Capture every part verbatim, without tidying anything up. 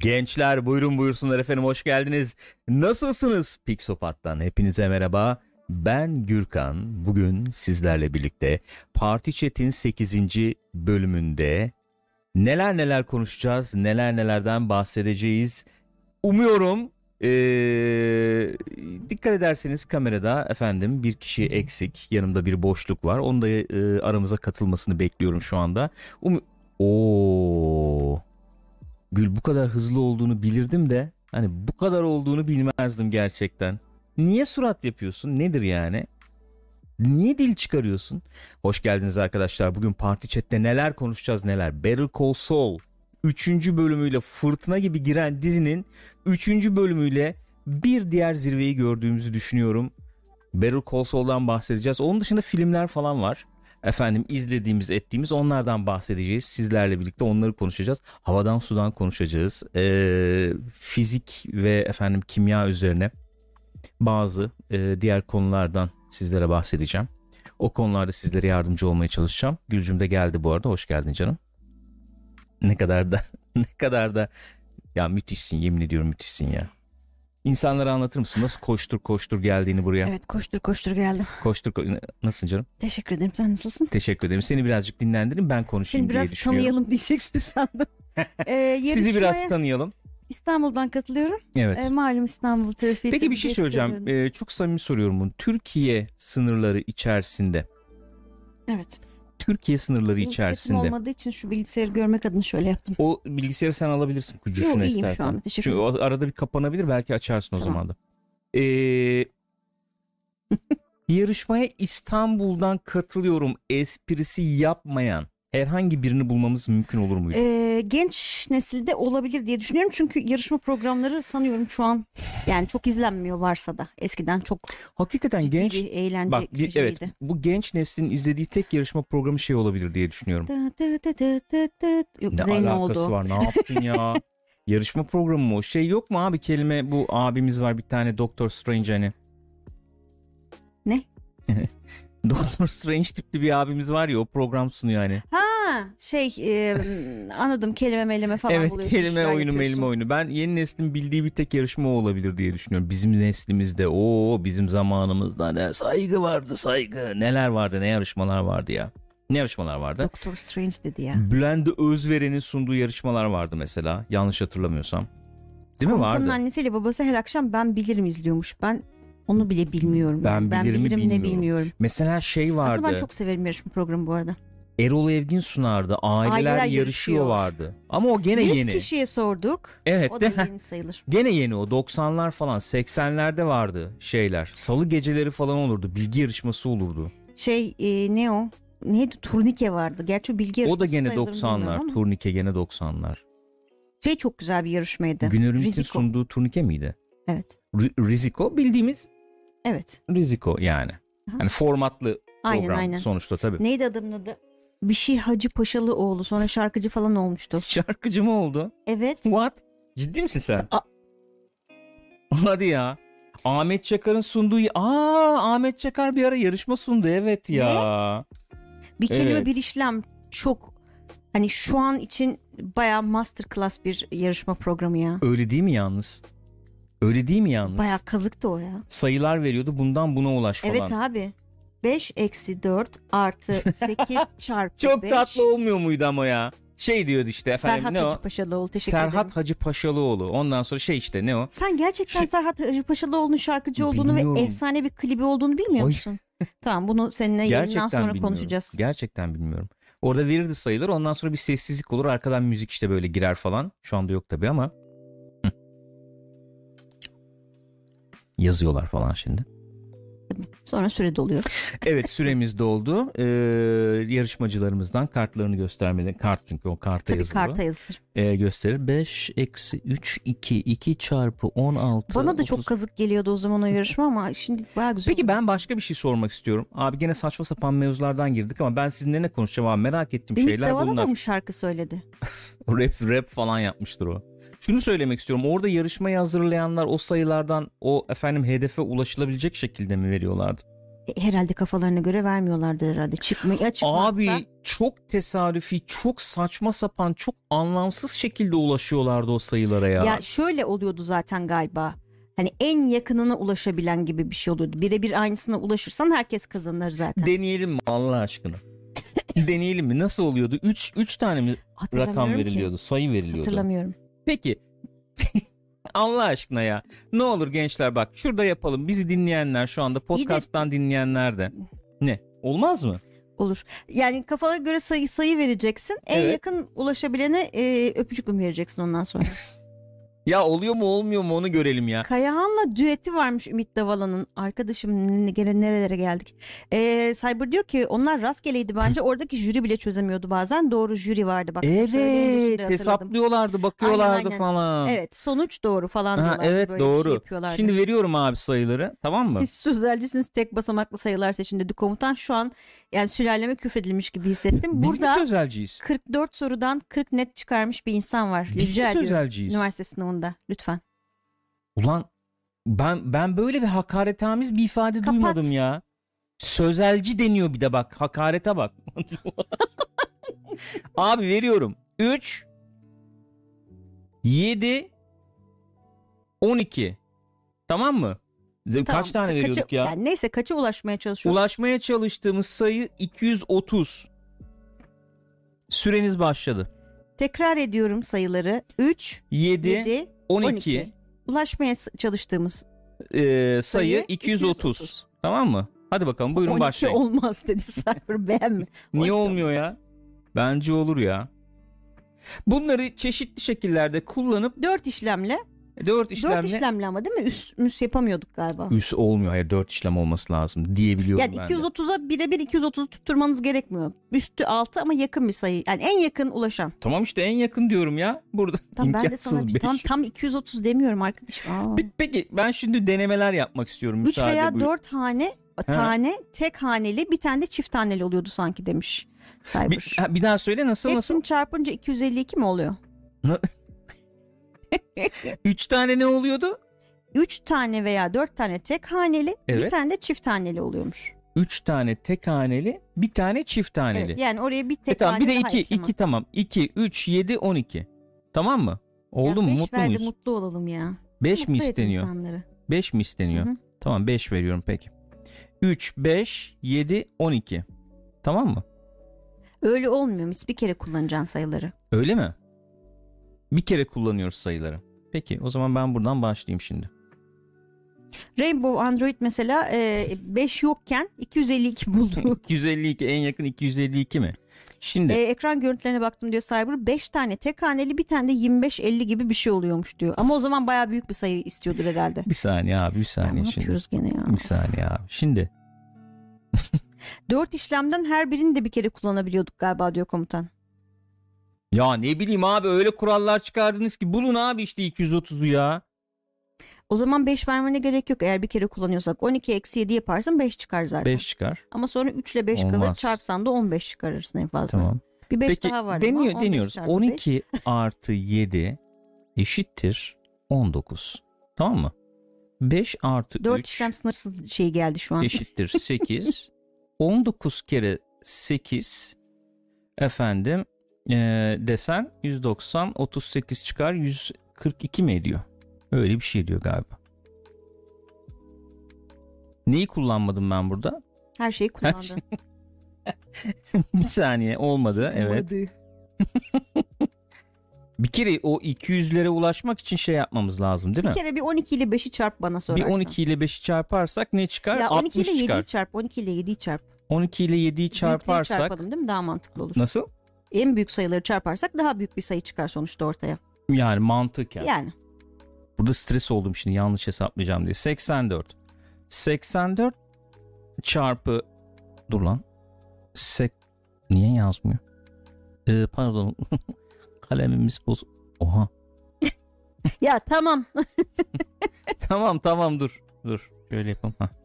Gençler buyurun buyursunlar efendim, hoş geldiniz. Nasılsınız? Pixopat'tan hepinize merhaba. Ben Gürkan. Bugün sizlerle birlikte Party Chat'in sekizinci bölümünde neler neler konuşacağız, neler nelerden bahsedeceğiz. Umuyorum ee, dikkat ederseniz kamerada efendim bir kişi eksik, yanımda bir boşluk var. Onu da e, aramıza katılmasını bekliyorum şu anda. Um Oo. Gül, bu kadar hızlı olduğunu bilirdim de hani bu kadar olduğunu bilmezdim gerçekten. Niye surat yapıyorsun? Nedir yani? Niye dil çıkarıyorsun? Hoş geldiniz arkadaşlar. Bugün Party Chat'te neler konuşacağız neler. Better Call Saul üçüncü bölümüyle fırtına gibi giren dizinin üçüncü bölümüyle bir diğer zirveyi gördüğümüzü düşünüyorum. Better Call Saul'dan bahsedeceğiz. Onun dışında filmler falan var. Efendim izlediğimiz, ettiğimiz, onlardan bahsedeceğiz. Sizlerle birlikte onları konuşacağız. Havadan sudan konuşacağız. Ee, fizik ve efendim kimya üzerine bazı e, diğer konulardan sizlere bahsedeceğim. O konularda sizlere yardımcı olmaya çalışacağım. Gülcüm de geldi bu arada. Hoş geldin canım. Ne kadar da ne kadar da ya müthişsin, yemin ediyorum müthişsin ya. İnsanlara anlatır mısın nasıl koştur koştur geldiğini buraya? Evet, koştur koştur geldim. Koştur ko- nasılsın canım? Teşekkür ederim. Sen nasılsın? Teşekkür ederim. Seni birazcık dinlendireyim, ben konuşayım diye düşünüyorum. Seni biraz tanıyalım diyeceksin sandım. ee, Sizi biraz tanıyalım. İstanbul'dan katılıyorum. Evet. Ee, malum İstanbul trafiği. Peki bir şey söyleyeceğim. Ee, çok samimi soruyorum bunu. Türkiye sınırları içerisinde. Evet. Türkiye sınırları Benim içerisinde. Benim olmadığı için şu bilgisayarı görmek adına şöyle yaptım. O bilgisayarı sen alabilirsin kucuşuna istersen. istersen. İyiyim şu anda, teşekkür Çünkü ederim. o arada bir kapanabilir, belki açarsın tamam. O zaman da. Ee, yarışmaya İstanbul'dan katılıyorum esprisi yapmayan herhangi birini bulmamız mümkün olur muydu? Ee, genç nesilde olabilir diye düşünüyorum. Çünkü yarışma programları sanıyorum şu an yani çok izlenmiyor, varsa da eskiden çok hakikaten ciddi genç bir eğlence bak bir, evet bu genç neslin izlediği tek yarışma programı şey olabilir diye düşünüyorum. Dı dı dı dı dı dı. Yok, ne Zeyno alakası oldu. var, ne yaptın ya? Yarışma programı mı o? Şey yok mu abi, kelime, bu abimiz var bir tane, Doctor Strange hani. Ne? Doctor Strange tipli bir abimiz var ya, o program sunuyor hani. Ha şey e, anladım, kelime melime falan evet, buluyorsun. kelime oyunu yapıyorsun. melime oyunu. Ben yeni neslin bildiği bir tek yarışma o olabilir diye düşünüyorum. Bizim neslimizde, o bizim zamanımızda ne saygı vardı, saygı. Neler vardı, ne yarışmalar vardı ya. Ne yarışmalar vardı? Doctor Strange dedi ya. Bülent Özveren'in sunduğu yarışmalar vardı mesela. Yanlış hatırlamıyorsam. Değil mi, vardı? Komutanın annesiyle babası her akşam Ben Bilirim izliyormuş. Ben onu bile bilmiyorum. Ben, yani. ben bilirim, bilirim bilmiyorum. ne bilmiyorum. Mesela şey vardı. Aslında ben çok severim yarışma programı bu arada. Erol Evgin sunardı. Aileler, Aileler yarışıyor, yarışıyor vardı. Ama o gene Bir yeni. kişiye sorduk. Evet. O da yeni sayılır. Gene yeni o. doksanlar falan, seksenlerde vardı şeyler. Salı geceleri falan olurdu. Bilgi yarışması olurdu. Şey e, ne o? Neydi? Turnike vardı. Gerçi bilgi yarışması o da gene sayılır mı doksanlar. bilmiyorum ama. Turnike gene doksanlar. Şey çok güzel bir yarışmaydı. Günür Ümit'in Riziko. sunduğu Turnike miydi? Evet. R- Riziko bildiğimiz Evet. Riziko yani. Aha. Hani formatlı Aynen, program aynen. sonuçta tabii. Neydi adamın adı? Bir şey Hacı Paşalıoğlu, sonra şarkıcı falan olmuştu. Şarkıcı mı oldu? Evet. What? Ciddi misin sen? A- Hadi ya. Ahmet Çakar'ın sunduğu... Aa, Ahmet Çakar bir ara yarışma sundu, evet ya. Bir kelime Evet. bir işlem çok, hani şu an için bayağı masterclass bir yarışma programı ya. Öyle değil mi yalnız? Öyle değil mi yalnız? Bayağı kazıktı o ya. Sayılar veriyordu, bundan buna ulaş falan. Evet abi. beş eksi dört artı sekiz çarpı Çok beş. tatlı olmuyor muydu ama ya? Şey diyordu işte efendim, Serhat ne Hacı o? Paşalıoğlu, teşekkür Serhat ederim. Hacı Paşalıoğlu. Ondan sonra şey işte ne o? Sen gerçekten Şey- Serhat Hacı Paşalıoğlu'nun şarkıcı olduğunu Bilmiyorum. ve efsane bir klibi olduğunu bilmiyor Ay. musun? Tamam, bunu seninle yayından Gerçekten sonra bilmiyorum. konuşacağız. Gerçekten bilmiyorum. Orada verirdi sayılar, ondan sonra bir sessizlik olur, arkadan müzik işte böyle girer falan. Şu anda yok tabii ama. Hı. Yazıyorlar falan şimdi. Sonra süre doluyor. Evet, süremiz doldu. Ee, yarışmacılarımızdan kartlarını göstermeden, kart çünkü o karta Tabii yazılı. karta yazılır. Ee, gösterir. beş eksi üç iki iki çarpı on altı. Bana da otuz. çok kazık geliyordu o zaman o yarışma ama şimdi bayağı güzel. Peki oldu. ben başka bir şey sormak istiyorum. Abi gene saçma sapan mevzulardan girdik ama ben sizinle ne konuşacağım abi, merak ettiğim Ümit şeyler Davala bunlar. da mı şarkı söyledi? Rap, rap falan yapmıştır o. Şunu söylemek istiyorum. Orada yarışmayı hazırlayanlar o sayılardan o efendim hedefe ulaşılabilecek şekilde mi veriyorlardı? E, herhalde kafalarına göre vermiyorlardır herhalde. Çıkmaya çıkmazsa. Abi çok tesadüfi, çok saçma sapan, çok anlamsız şekilde ulaşıyorlardı o sayılara ya. Ya şöyle oluyordu zaten galiba. Hani en yakınına ulaşabilen gibi bir şey oluyordu. Birebir aynısına ulaşırsan herkes kazanır zaten. Deneyelim mi Allah aşkına? Deneyelim mi? Nasıl oluyordu? üç üç tane mi rakam veriliyordu? Ki. Sayı veriliyordu. Hatırlamıyorum. Peki. Allah aşkına ya. Ne olur gençler bak şurada yapalım. Bizi dinleyenler şu anda podcast'tan de... dinleyenler de. Ne? Olmaz mı? Olur. Yani kafana göre sayı sayı vereceksin. En evet. yakın ulaşabilene e, öpücük mü vereceksin ondan sonra? Ya oluyor mu olmuyor mu onu görelim ya. Kayahan'la düeti varmış Ümit Davala'nın. Arkadaşım gene nerelere geldik. Ee, Cyber diyor ki onlar rastgeleydi bence. Oradaki jüri bile çözemiyordu bazen. Doğru jüri vardı. Bak, evet hesaplıyorlardı bakıyorlardı aynen, aynen. falan. Evet sonuç doğru falan ha, diyorlardı. Evet böyle doğru. Şey Şimdi veriyorum abi sayıları tamam mı? Siz sözelcisiniz tek basamaklı sayılar seçin dedi komutan. Şu an yani sülaleme küfredilmiş gibi hissettim. Biz Burada mi sözelciyiz? kırk dört sorudan kırk net çıkarmış bir insan var. Biz Rica mi sözelciyiz? Üniversite sınavında lütfen. Ulan ben ben böyle bir hakaretamiz bir ifade Kapat. duymadım ya. Sözelci deniyor bir de bak hakarete bak. Abi veriyorum. üç yedi on iki Tamam mı? Kaç tamam, tane ka- veriyorduk kaça, ya? Yani neyse kaça ulaşmaya çalışıyoruz? Ulaşmaya çalıştığımız sayı iki yüz otuz. Süreniz başladı. Tekrar ediyorum sayıları. üç, yedi, on iki Ulaşmaya çalıştığımız ee, sayı, sayı iki yüz otuz. iki yüz otuz. Tamam mı? Hadi bakalım buyurun başlayın. on iki olmaz dedi Cyber beğenme. Niye olmuyor ya? Bence olur ya. Bunları çeşitli şekillerde kullanıp dört işlemle Dört işlemle. Dört işlemle ama değil mi? Üs, müs yapamıyorduk galiba. Üs olmuyor. Hayır dört işlem olması lazım diyebiliyorum yani ben de. Yani iki yüz otuza birebir iki yüz otuzu tutturmanız gerekmiyor. Üstü altı ama yakın bir sayı. Yani en yakın ulaşan. Tamam işte en yakın diyorum ya. Burada tam ben de sana bir, tam, tam iki yüz otuz demiyorum arkadaşım. Aa. Peki ben şimdi denemeler yapmak istiyorum. üç veya dört hane tane ha. tek haneli bir tane de çift haneli oluyordu sanki demiş Cyber. Bir, bir daha söyle nasıl Hepsini nasıl? Hepsini çarpınca iki yüz elli iki mi oluyor? Üç tane ne oluyordu? Üç tane veya dört tane tek haneli, evet. Bir tane de çift haneli oluyormuş. Üç tane tek haneli, bir tane çift haneli. Evet, yani oraya bir tek e, tamam, haneli bir de iki, iki tamam. iki, üç, yedi, on iki Tamam mı? Oldu ya mu? Mutlu verdi, muyuz? Mutlu olalım ya. beş mi isteniyor? beş mi isteniyor? Hı-hı. Tamam beş veriyorum peki. üç, beş, yedi, on iki Tamam mı? Öyle olmuyor. Biz bir kere kullanacaksın sayıları. Öyle mi? Bir kere kullanıyoruz sayıları. Peki o zaman ben buradan başlayayım şimdi. Rainbow Android mesela beş yokken iki yüz elli iki buldu. iki yüz elli iki en yakın iki yüz elli iki mi? Şimdi ee, ekran görüntülerine baktım diyor Cyber. beş tane tek haneli bir tane de yirmi beş elli gibi bir şey oluyormuş diyor. Ama o zaman bayağı büyük bir sayı istiyordur herhalde. Bir saniye abi bir saniye ya, ne şimdi. yapıyoruz gene ya? Bir saniye abi şimdi. dört işlemden her birini de bir kere kullanabiliyorduk galiba diyor komutan. Ya ne bileyim abi öyle kurallar çıkardınız ki bulun abi işte iki yüz otuzu ya. O zaman beş vermene gerek yok eğer bir kere kullanıyorsak. on iki eksi yedi yaparsın beş çıkar zaten. beş çıkar. Ama sonra üç ile beş kalır çarpsan da on beş çıkarırsın en fazla. Tamam. Bir beş peki, daha var. Deniyor, ama deniyoruz. on iki artı yedi eşittir on dokuz Tamam mı? beş artı dört üç işlem sınırsız şey geldi şu an. Eşittir sekiz on dokuz kere sekiz efendim ee, desen yüz doksan otuz sekiz çıkar yüz kırk iki mi ediyor? Öyle bir şey diyor galiba. Neyi kullanmadım ben burada? Her şeyi kullandın. Bir saniye olmadı. Evet. Bir kere o iki yüzlere ulaşmak için şey yapmamız lazım değil mi? Bir kere bir on iki ile beşi çarp bana sorarsan. Bir on iki ile beşi çarparsak ne çıkar? Ya on iki ile yediyi çarp. on iki ile yediyi çarp. on iki ile yediyi çarparsak. Büyükleri çarpalım değil mi? Daha mantıklı olur. Nasıl? En büyük sayıları çarparsak daha büyük bir sayı çıkar sonuçta ortaya. Yani mantıken. Yani. Burada stres oldum şimdi yanlış hesaplayacağım diye. seksen dört seksen dört çarpı dur lan. Sek... Niye yazmıyor? Ee, pardon. Kalemimiz boz. Oha. Ya tamam. tamam tamam dur. Dur. Şöyle yapalım. Ha.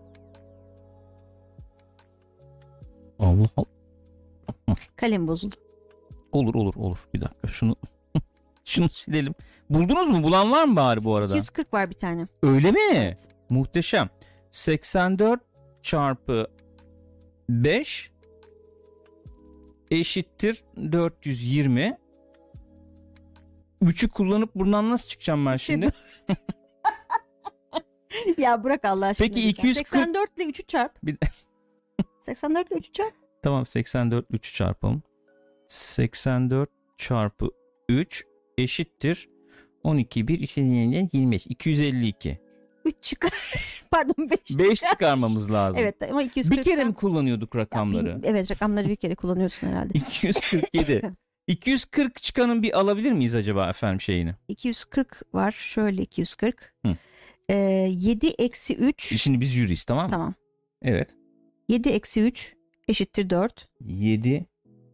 Allah Allah. Kalem bozuldu. Olur olur olur. Bir dakika şunu şunu silelim. Buldunuz mu? Bulan var mı bari bu arada? iki yüz kırk var bir tane. Öyle mi? Evet. Muhteşem. seksen dört çarpı beş eşittir dört yüz yirmi. üçü kullanıp buradan nasıl çıkacağım ben şimdi? Ya bırak Allah aşkına. Peki iki yüz kırk... seksen dört ile üçü çarp. Bir... seksen dört ile üçü çarp. Tamam, seksen dört üçü çarpalım. seksen dört çarpı üç eşittir on iki bir yirmi beş. iki yüz elli iki. üç çıkar. Pardon beş. beş çıkarmamız lazım. Evet ama iki yüz kırk. Bir kere mi kullanıyorduk rakamları? Ya, bir, evet rakamları bir kere kullanıyorsun herhalde. iki yüz kırk yedi. iki yüz kırk çıkanın bir alabilir miyiz acaba efendim şeyini? iki yüz kırk var. Şöyle iki yüz kırk. Hı. Ee, yedi eksi üç. Şimdi biz jüriyiz, tamam mı? Tamam. Evet. yedi eksi üç eşittir dört. yedi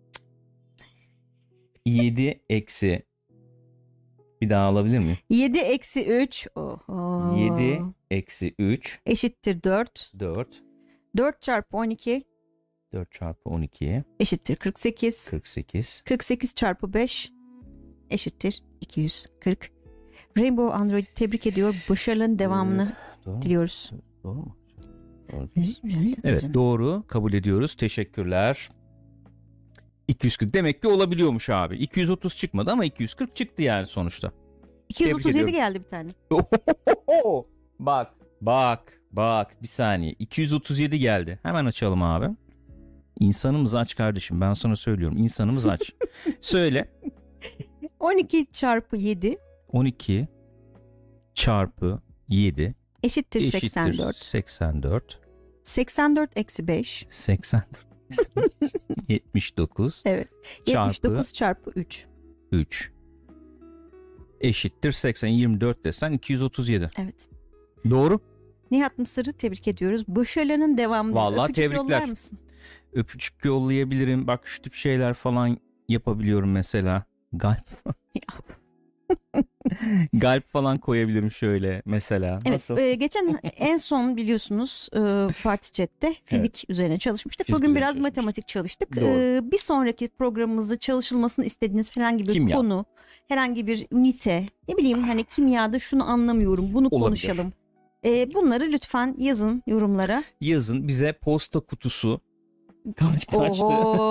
yedi eksi bir daha alabilir miyim? yedi eksi üç. Oho. yedi eksi üç eşittir dört. dört. dört çarpı on iki dört çarpı on iki eşittir kırk sekiz. kırk sekiz. kırk sekiz çarpı beş eşittir iki yüz kırk. Rainbow Android tebrik ediyor. Başarıların devamını Doğru. diliyoruz. Doğru mu? Doğru. Evet, doğru, kabul ediyoruz. Teşekkürler. iki yüz kırk demek ki olabiliyormuş abi. iki yüz otuz çıkmadı ama iki yüz kırk çıktı yani sonuçta. iki yüz otuz yedi geldi bir tane. Bak bak bak bir saniye, iki yüz otuz yedi geldi. Hemen açalım abi. İnsanımız aç kardeşim, ben sana söylüyorum, insanımız aç. Söyle. on iki çarpı yedi on iki çarpı yedi eşittir, eşittir seksen dört. seksen dört. seksen dört eksi beş. seksen dört. yetmiş dokuz. Evet. yetmiş dokuz çarpı üç. üç eşittir seksen. yirmi dört desen iki yüz otuz yedi. Evet. Doğru. Nihat Mısır'ı tebrik ediyoruz. Başarılarının devamını. Vallahi öpücük tebrikler. yollar mısın? Öpücük yollayabilirim. Bak şu tip şeyler falan yapabiliyorum mesela. Galp. Galp falan koyabilirim şöyle mesela. Nasıl? Evet, e, geçen en son biliyorsunuz e, Parti Chat'te fizik evet. üzerine çalışmıştık. Fizik Bugün biraz çalışmıştık. matematik çalıştık. E, bir sonraki programımızda çalışılmasını istediğiniz herhangi bir kimya. Konu, herhangi bir ünite, ne bileyim hani kimyada şunu anlamıyorum, bunu olabilir. Konuşalım. E, bunları lütfen yazın yorumlara. Yazın bize posta kutusu. Kaç, kaçtı?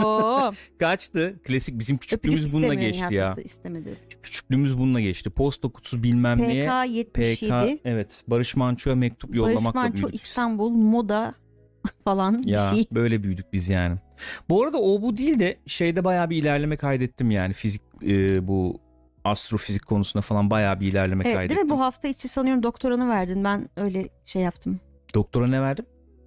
Kaçtı. Klasik bizim küçüklüğümüz bununla geçti ya. İstemedi. Küçüklüğümüz bununla geçti. Posta kutusu bilmem P K neye. yetmiş yedi. P K evet. Barış Manço'ya mektup yollamakla Barış büyüdük Manço biz. İstanbul moda falan. Ya şey. böyle büyüdük biz yani. Bu arada o bu değil de şeyde bayağı bir ilerleme kaydettim yani. Fizik e, bu astrofizik konusunda falan bayağı bir ilerleme evet, kaydettim. Değil mi? Bu hafta içi sanıyorum doktoranı verdin. Ben öyle şey yaptım. Doktora ne verdim?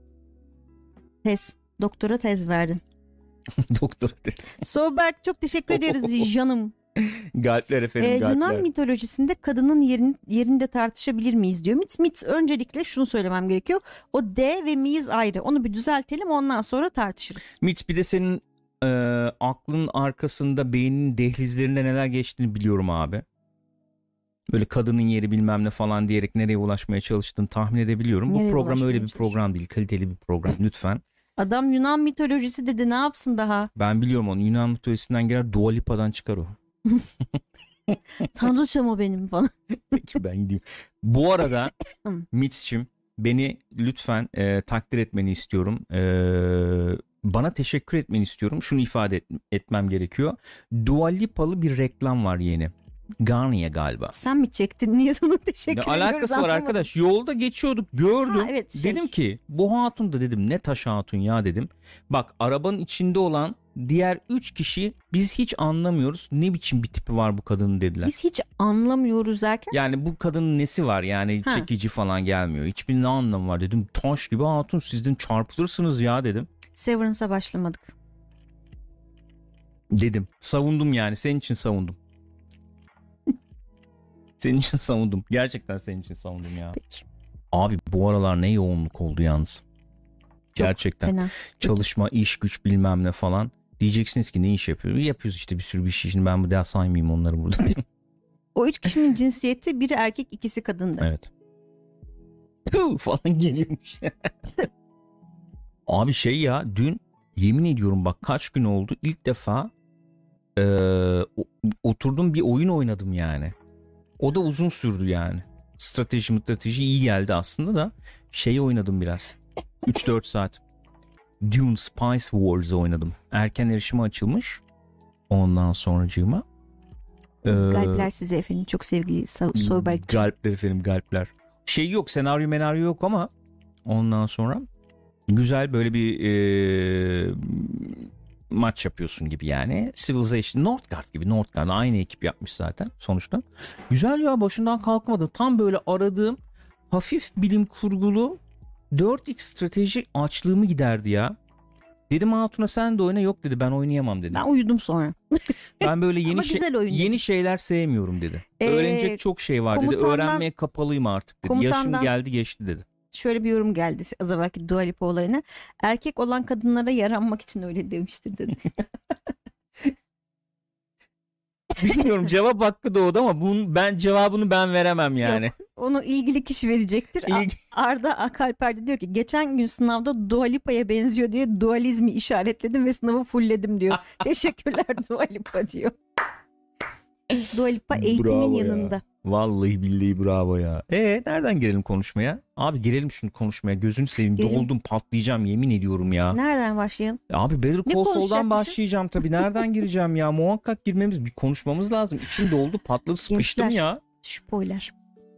Tez. Doktora tez verdin. Doktora tez. Soberk çok teşekkür ederiz canım. Galpler efendim ee, galpler. Yunan mitolojisinde kadının yerini, yerini de tartışabilir miyiz diyor. Mit, mit öncelikle şunu söylemem gerekiyor. O D ve miyiz ayrı. Onu bir düzeltelim, ondan sonra tartışırız. Mit, bir de senin e, aklın arkasında beyninin dehlizlerinde neler geçtiğini biliyorum abi. Böyle kadının yeri bilmem ne falan diyerek nereye ulaşmaya çalıştığını tahmin edebiliyorum. Nereye Bu program öyle bir program değil. Kaliteli bir program lütfen. Adam Yunan mitolojisi dedi, ne yapsın daha? Ben biliyorum onu. Yunan mitolojisinden girer, Dua Lipa'dan çıkar o. Tanrıçam o benim falan. Peki ben gideyim. Bu arada Mitch'cim beni lütfen e, takdir etmeni istiyorum. E, bana teşekkür etmeni istiyorum. Şunu ifade et, etmem gerekiyor. Dua Lipa'lı bir reklam var yeni. Garnier galiba. Sen mi çektin? Niye sana teşekkür ediyoruz? Ne alakası var arkadaş? Yolda geçiyorduk, gördüm. Ha, evet, şey. Dedim ki bu hatun da dedim ne taş hatun ya dedim. Bak arabanın içinde olan diğer üç kişi biz hiç anlamıyoruz. Ne biçim bir tipi var bu kadının dediler. Biz hiç anlamıyoruz derken? Yani bu kadının nesi var yani ha. Çekici falan gelmiyor. Hiçbir ne anlamı var dedim. Taş gibi hatun, sizden çarpılırsınız ya dedim. Severance'a başlamadık. Dedim. Savundum yani, senin için savundum. Senin için savundum. Gerçekten senin için savundum ya. Peki. Abi bu aralar ne yoğunluk oldu yalnız. Çok gerçekten. Fena. Çalışma, iş, güç bilmem ne falan. Diyeceksiniz ki ne iş yapıyoruz? Yapıyoruz işte bir sürü bir şey. Şimdi ben bu daha saymayayım onları burada. O üç kişinin cinsiyeti biri erkek, ikisi kadındı. Evet. Puh falan geliyormuş. Abi şey ya, dün yemin ediyorum bak kaç gün oldu ilk defa e, oturdum bir oyun oynadım yani. O da uzun sürdü yani. Strateji strateji iyi geldi aslında da şeyi oynadım biraz. üç dört saat. Dune Spice Wars oynadım. Erken erişime açılmış. Ondan sonracığıma. Ee, Galpler size efendim. Çok sevgili Soyberk'cim. Galpler efendim, galpler. Şey yok, senaryo menaryo yok ama ondan sonra güzel böyle bir e, maç yapıyorsun gibi yani. Civilization, Northgard gibi. Northgard aynı ekip yapmış zaten sonuçta. Güzel ya, başından kalkmadım. Tam böyle aradığım hafif bilim kurgulu dört x strateji açlığımı giderdi ya. Dedim Hatun'a sen de oyna, yok dedi ben oynayamam dedi. Ben uyudum sonra. Ben böyle yeni şey, yeni şeyler sevmiyorum dedi. Ee, Öğrenecek çok şey var dedi. Öğrenmeye kapalıyım artık dedi. Yaşım geldi geçti dedi. Şöyle bir yorum geldi az evvelki Dua Lipa olayına. Erkek olan kadınlara yaranmak için öyle demiştir dedi. Bilmiyorum, cevap hakkı doğdu ama bunun, ben cevabını ben veremem yani. Yok, onu ilgili kişi verecektir. İlgi... Arda Akalper diyor ki geçen gün sınavda Dua Lipa'ya benziyor diye dualizmi işaretledim ve sınavı fullledim diyor. Teşekkürler Dua Lipa diyor. Dua Lipa eğitimin bravo yanında. Ya. Vallahi billahi bravo ya. E nereden girelim konuşmaya? Abi girelim şunu konuşmaya. Gözünü seveyim. Girelim. Doldum, patlayacağım yemin ediyorum ya. Nereden başlayalım? Abi Better Call Saul'dan başlayacağım tabii. Nereden gireceğim ya? Muhakkak girmemiz, bir konuşmamız lazım. İçim doldu, patladı, sıkıştım Gençler, ya. Spoiler.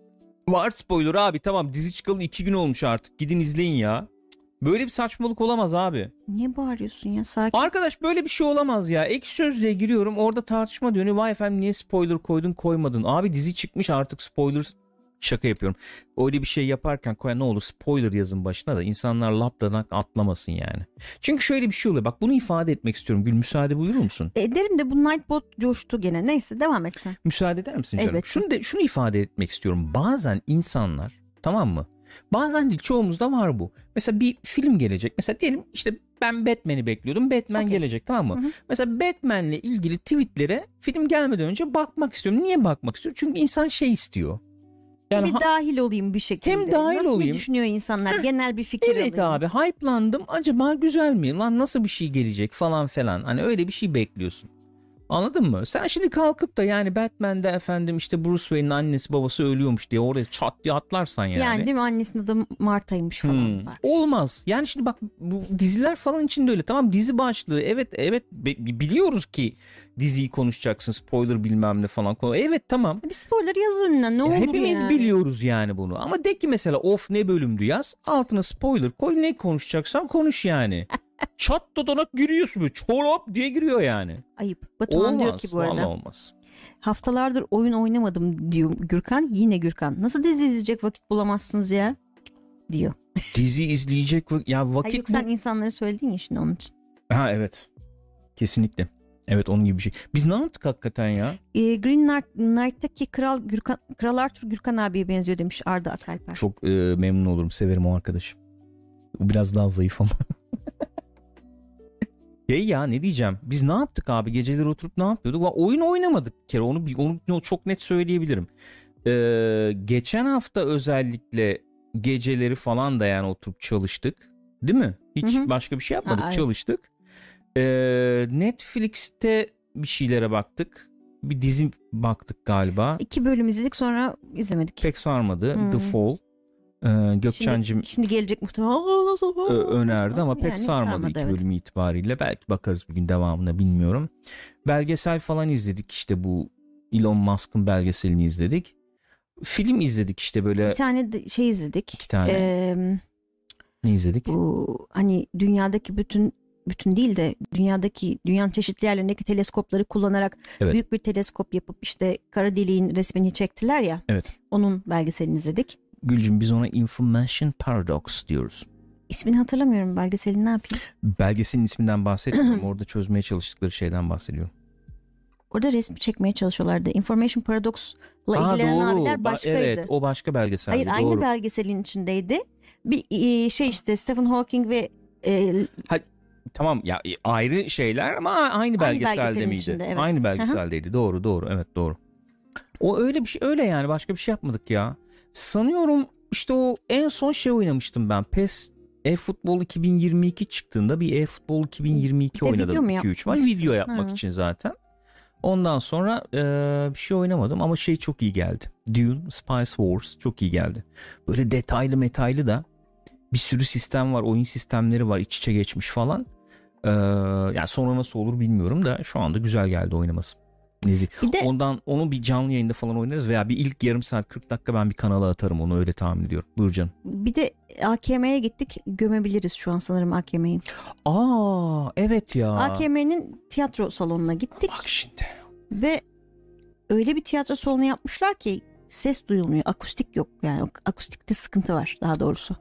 Var spoiler abi, tamam, dizi çıkalı iki gün olmuş artık. Gidin izleyin ya. Böyle bir saçmalık olamaz abi. Niye bağırıyorsun ya, sakin. Arkadaş böyle bir şey olamaz ya. Ekşi Sözlüğe giriyorum, orada tartışma dönüyor. Vay efendim niye spoiler koydun koymadın. Abi dizi çıkmış artık, spoiler, şaka yapıyorum. Öyle bir şey yaparken koyan ne olur spoiler yazın başına da insanlar laptadan atlamasın yani. Çünkü şöyle bir şey oluyor. Bak bunu ifade etmek istiyorum. Gül müsaade buyurur musun? Ederim de bu Nightbot coştu gene. Neyse devam et sen. Müsaade eder misin canım? Evet. Şunu, de, şunu ifade etmek istiyorum. Bazen insanlar, tamam mı? Bazen değil, çoğumuzda var bu. Mesela bir film gelecek. Mesela diyelim işte ben Batman'i bekliyordum. Batman okay. gelecek, tamam mı? Hı hı. Mesela Batman'le ilgili tweetlere film gelmeden önce bakmak istiyorum. Niye bakmak istiyorum? Çünkü insan şey istiyor. Yani bir ha- dahil olayım bir şekilde. Hem dahil nasıl olayım. Ne düşünüyor insanlar? Heh, genel bir fikir alayım. Evet abi, hype'landım. Acaba güzel mi? Lan nasıl bir şey gelecek falan falan. Hani öyle bir şey bekliyorsun. Anladın mı? Sen şimdi kalkıp da yani Batman'de efendim işte Bruce Wayne'in annesi babası ölüyormuş diye oraya çat diye atlarsan yani. Yani değil mi, annesinin adı Marta'ymış falan. Hmm. Olmaz. Yani şimdi bak bu diziler falan için de öyle. Tamam, dizi başlığı evet evet biliyoruz ki diziyi konuşacaksın, spoiler bilmem ne falan. Evet tamam. Bir spoiler yaz önüne ne olur ya hepimiz yani. biliyoruz yani bunu. Ama de ki mesela of ne bölümdü yaz. Altına spoiler koy, ne konuşacaksan konuş yani. Çat dadanak giriyorsun böyle, çolop diye giriyor yani. Ayıp. Batuhan olmaz, diyor ki bu arada. Olmaz. Haftalardır oyun oynamadım diyor Gürkan. Yine Gürkan. Nasıl dizi izleyecek vakit bulamazsınız ya? Diyor. Dizi izleyecek vakit. Ya vakit Hayır, yok, bu... sen insanlara söyledin ya şimdi onun için. Ha evet. Kesinlikle. Evet, onun gibi bir şey. Biz ne yaptık hakikaten ya? E, Green Knight'taki Kral Gürkan, Kral Arthur Gürkan abiye benziyor demiş Arda Akalper. Çok e, memnun olurum. Severim o arkadaşı. O biraz daha zayıf ama. Şey ya, ne diyeceğim? Biz ne yaptık abi? Geceleri oturup ne yapıyorduk? Oyun oynamadık bir kere. Onu, onu çok net söyleyebilirim. Ee, geçen hafta özellikle geceleri falan da yani oturup çalıştık. Değil mi? Hiç hı hı. başka bir şey yapmadık. Aa, evet. Çalıştık. Ee, Netflix'te bir şeylere baktık. Bir dizi baktık galiba. İki bölüm izledik, sonra izlemedik. Pek sarmadı. Hmm. The Fall. Ee, Gökçen'cim şimdi, şimdi gelecek muhtemelen nasıl ö- önerdi ama pek yani sarmadı, sarmadı iki evet. bölümü itibariyle. Belki bakarız bir gün devamına, bilmiyorum. Belgesel falan izledik, işte bu Elon Musk'ın belgeselini izledik. Film izledik işte böyle. Bir tane de şey izledik. İki tane. Ee, ne izledik? Bu hani dünyadaki bütün bütün değil de dünyadaki dünyanın çeşitli yerlerindeki teleskopları kullanarak evet. büyük bir teleskop yapıp işte kara deliğin resmini çektiler ya. Evet. Onun belgeselini izledik. Gülcüm, biz ona Information Paradox diyoruz. İsmini hatırlamıyorum, belgeselin ne yapayım? Belgeselin isminden bahsetmiyorum. Orada çözmeye çalıştıkları şeyden bahsediyorum. Orada resmi çekmeye çalışıyorlardı. Information Paradox'la Aa, ilgilenen doğru. abiler başkaydı. Evet, o başka belgeseldi. Hayır, aynı doğru. belgeselin içindeydi. Bir şey işte Stephen Hawking ve e, ha, tamam ya, ayrı şeyler ama aynı belgeselde miydi? Içinde, evet. Aynı belgeseldeydi. Doğru doğru evet doğru. O öyle bir şey, öyle yani, başka bir şey yapmadık ya. Sanıyorum işte o en son şey oynamıştım ben. P E S eFootball iki bin yirmi iki çıktığında bir eFootball iki bin yirmi iki oynadım. iki üç maç video yapmak ha. için zaten. Ondan sonra e, bir şey oynamadım ama şey çok iyi geldi. Dune Spice Wars çok iyi geldi. Böyle detaylı metaylı da bir sürü sistem var, oyun sistemleri var, iç içe geçmiş falan. Ee, yani sonra nasıl olur bilmiyorum da şu anda güzel geldi oynaması. Nezih. De, Ondan onu bir canlı yayında falan oynarız veya bir ilk yarım saat kırk dakika ben bir kanala atarım, onu öyle tahmin ediyorum. Buyur canım. Bir de A K M'ye gittik, gömebiliriz şu an sanırım A K M'yi. Aa evet ya. A K M'nin tiyatro salonuna gittik. Bak şimdi. Ve öyle bir tiyatro salonu yapmışlar ki ses duyulmuyor, akustik yok, yani akustikte sıkıntı var daha doğrusu.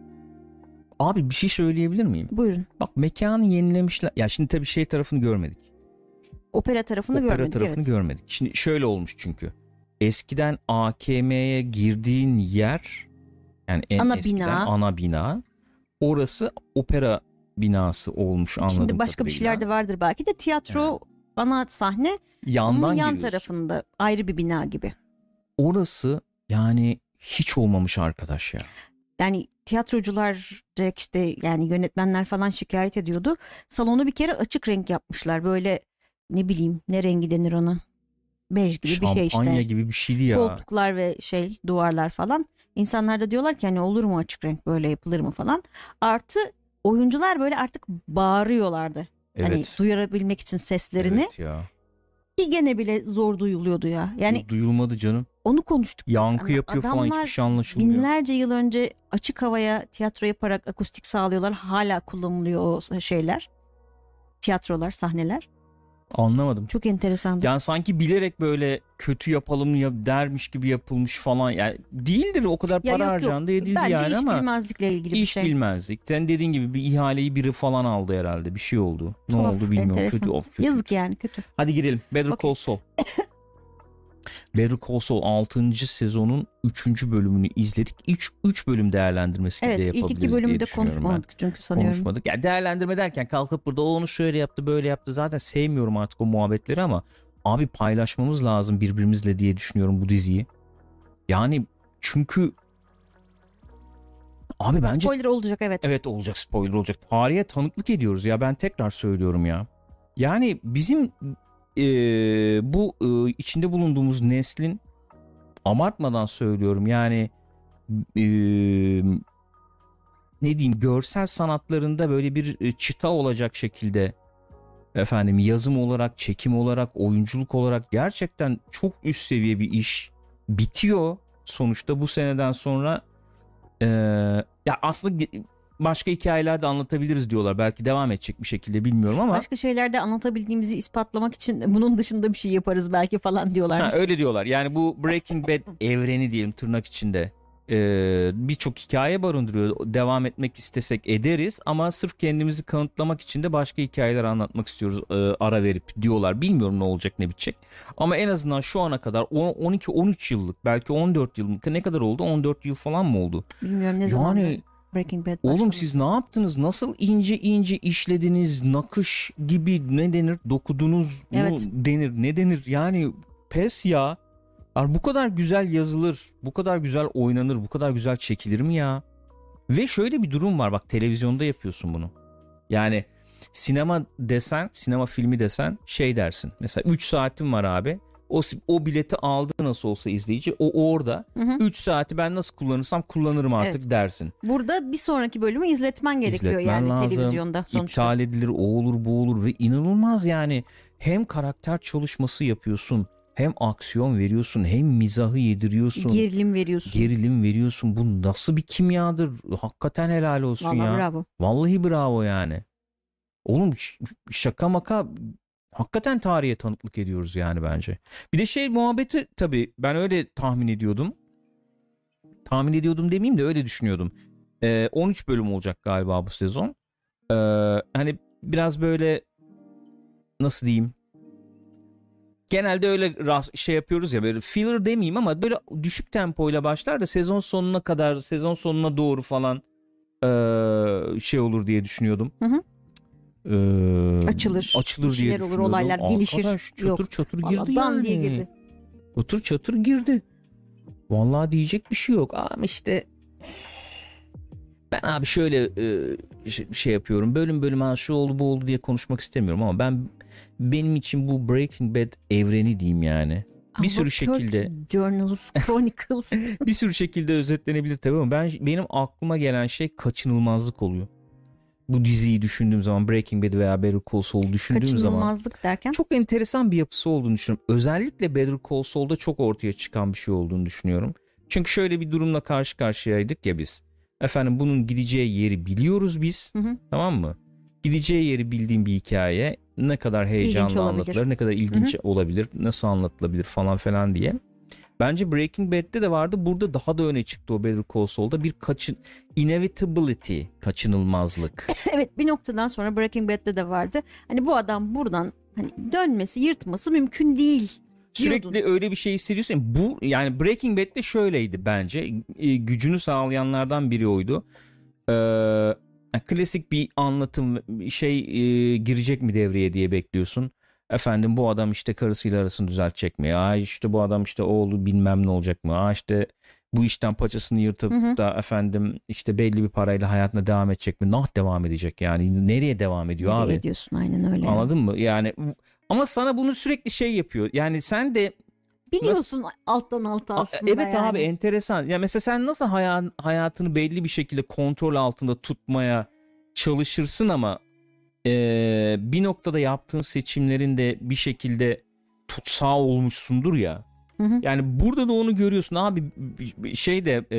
Abi bir şey söyleyebilir miyim? Buyurun. Bak mekanı yenilemişler. Ya şimdi tabii şey tarafını görmedik. Opera tarafını Opera görmedik. tarafını evet. görmedik. Şimdi şöyle olmuş çünkü. Eskiden A K M'ye girdiğin yer, yani en ana eskiden bina. ana bina. Orası opera binası olmuş anladığım kadarıyla. İçinde başka bir şeyler de vardır belki de, tiyatro evet. Ana sahne. Yandan onun yan giriyorsun. tarafında ayrı bir bina gibi. Orası yani hiç olmamış arkadaş ya. Yani tiyatrocular direkt işte, yani yönetmenler falan şikayet ediyordu. Salonu bir kere açık renk yapmışlar. Böyle ne bileyim ne rengi denir ona? Bej gibi Şampanya bir şey işte. Şampanya gibi bir şeydi ya. Koltuklar ve şey duvarlar falan. İnsanlar da diyorlar ki hani olur mu açık renk, böyle yapılır mı falan. Artı oyuncular böyle artık bağırıyorlardı. Evet. Hani duyurabilmek için seslerini. Evet ya. Ki gene bile zor duyuluyordu ya. Yani duyulmadı canım. Onu konuştuk. Yankı yani yapıyor falan, hiçbir şey anlaşılmıyor. Binlerce yıl önce açık havaya tiyatro yaparak akustik sağlıyorlar. Hala kullanılıyor o şeyler. Tiyatrolar, sahneler. Anlamadım. Çok enteresandı. Yani sanki bilerek böyle kötü yapalım ya dermiş gibi yapılmış falan. Yani değildir, o kadar para harcandı edildi Bence yani ama. Bence iş bilmezlikle ilgili bir şey. İş bilmezlik. Sen dediğin gibi bir ihaleyi biri falan aldı herhalde. Bir şey oldu. Ne Tuhaf, oldu bilmiyorum. Kötü, of, kötü. Yazık yani, kötü. Hadi girelim. Better okay. Call Saul. Better Call Saul altıncı sezonun üçüncü bölümünü izledik. üç bölüm değerlendirmesi evet, de yapabiliriz diye düşünüyorum. Evet, ilk iki bölümü de konuşmadık ben. Çünkü sanıyorum. Konuşmadık. Yani değerlendirme derken kalkıp burada o onu şöyle yaptı, böyle yaptı. Zaten sevmiyorum artık o muhabbetleri ama abi paylaşmamız lazım birbirimizle diye düşünüyorum bu diziyi. Yani çünkü abi bence spoiler olacak, evet. Evet olacak, spoiler olacak. Tarihe tanıklık ediyoruz ya, ben tekrar söylüyorum ya. Yani bizim e, bu e, içinde bulunduğumuz neslin, abartmadan söylüyorum yani e, ne diyeyim, görsel sanatlarında böyle bir çıta olacak şekilde, efendim yazım olarak, çekim olarak, oyunculuk olarak gerçekten çok üst seviye bir iş bitiyor sonuçta bu seneden sonra. Ee, ya aslında başka hikayeler de anlatabiliriz diyorlar, belki devam edecek bir şekilde, bilmiyorum ama başka şeyler de anlatabildiğimizi ispatlamak için bunun dışında bir şey yaparız belki falan diyorlar. Ha, öyle diyorlar yani, bu Breaking Bad evreni diyelim tırnak içinde. Ee, birçok hikaye barındırıyor. Devam etmek istesek ederiz ama sırf kendimizi kanıtlamak için de başka hikayeler anlatmak istiyoruz e, ara verip diyorlar. Bilmiyorum ne olacak, ne bitecek. Ama en azından şu ana kadar on iki on üç yıllık, belki on dört yıllık, ne kadar oldu? on dört yıl falan mı oldu? Bilmiyorum ne yani, zaman. Breaking Bad oğlum başladı. Siz ne yaptınız? Nasıl ince ince işlediniz? Nakış gibi ne denir? Dokudunuz mu evet. denir? Ne denir? Yani pes ya. Yani bu kadar güzel yazılır, bu kadar güzel oynanır, bu kadar güzel çekilir mi ya? Ve şöyle bir durum var, bak televizyonda yapıyorsun bunu. Yani sinema desen, sinema filmi desen şey dersin. Mesela üç saatim var abi. O, o bileti aldı nasıl olsa izleyici. O orada. üç saati ben nasıl kullanırsam kullanırım artık evet. dersin. Burada bir sonraki bölümü izletmen gerekiyor. İzletmen yani lazım, televizyonda sonuçta. İptal edilir, o olur bu olur ve inanılmaz yani. Hem karakter çalışması yapıyorsun, hem aksiyon veriyorsun, hem mizahı yediriyorsun. Gerilim veriyorsun. Gerilim veriyorsun. Bu nasıl bir kimyadır? Hakikaten helal olsun. Vallahi ya. Bravo. Vallahi bravo yani. Oğlum şaka maka, hakikaten tarihe tanıklık ediyoruz yani bence. Bir de şey muhabbeti, tabii ben öyle tahmin ediyordum. Tahmin ediyordum demeyeyim de öyle düşünüyordum. Ee, on üç bölüm olacak galiba bu sezon. Ee, hani biraz böyle nasıl diyeyim? Genelde öyle şey yapıyoruz ya, böyle filler demeyeyim ama böyle düşük tempoyla başlar da sezon sonuna kadar, sezon sonuna doğru falan ee, şey olur diye düşünüyordum. Hı hı. Ee, açılır. Açılır diye olur, olaylar gelişir. Arkadaş çatır Yok. çatır girdi Vallahi yani. Diye girdi. Çatır çatır girdi. Vallahi diyecek bir şey yok. Ama işte ben abi şöyle e, şey yapıyorum. Bölüm bölüm ha şu oldu bu oldu diye konuşmak istemiyorum ama ben benim için bu Breaking Bad evreni diyeyim yani. bir sürü şekilde Journals, Chronicles bir sürü şekilde özetlenebilir tabii ama ben benim aklıma gelen şey kaçınılmazlık oluyor. Bu diziyi düşündüğüm zaman, Breaking Bad veya Better Call Saul'u düşündüğüm zaman kaçınılmazlık derken çok enteresan bir yapısı olduğunu düşünüyorum. Özellikle Better Call Saul'da çok ortaya çıkan bir şey olduğunu düşünüyorum. Çünkü şöyle bir durumla karşı karşıyaydık ya biz. Efendim bunun gideceği yeri biliyoruz biz. Hı hı. Tamam mı? Gideceği yeri bildiğim bir hikaye ne kadar heyecanlı anlatılır, ne kadar ilginç hı hı. olabilir, nasıl anlatılabilir falan falan diye. Bence Breaking Bad'de de vardı. Burada daha da öne çıktı o Better Call Saul'da bir kaçın inevitability, kaçınılmazlık. Evet, bir noktadan sonra Breaking Bad'de de vardı. Hani bu adam buradan hani dönmesi, yırtması mümkün değil. Sürekli diyordun. Öyle bir şey hissediyorsun. Bu yani Breaking Bad'de şöyleydi bence. E, gücünü sağlayanlardan biri oydu. Ee, klasik bir anlatım şey e, girecek mi devreye diye bekliyorsun. Efendim bu adam işte karısıyla arasını düzeltecek mi? Aa işte bu adam işte oğlu bilmem ne olacak mı? Aa işte bu işten paçasını yırtıp hı hı. da efendim işte belli bir parayla hayatına devam edecek mi? Nah devam edecek yani. Nereye devam ediyor nereye abi? Nereye ediyorsun aynen öyle. Anladın mı? Yani ama sana bunu sürekli şey yapıyor. Yani sen de biliyorsun nasıl, alttan alta aslında. Evet yani. Abi enteresan. Ya mesela sen nasıl hayat, hayatını belli bir şekilde kontrol altında tutmaya çalışırsın ama Ee, bir noktada yaptığın seçimlerin de bir şekilde tutsağı olmuşsundur ya. Hı hı. Yani burada da onu görüyorsun abi. Şeyde e,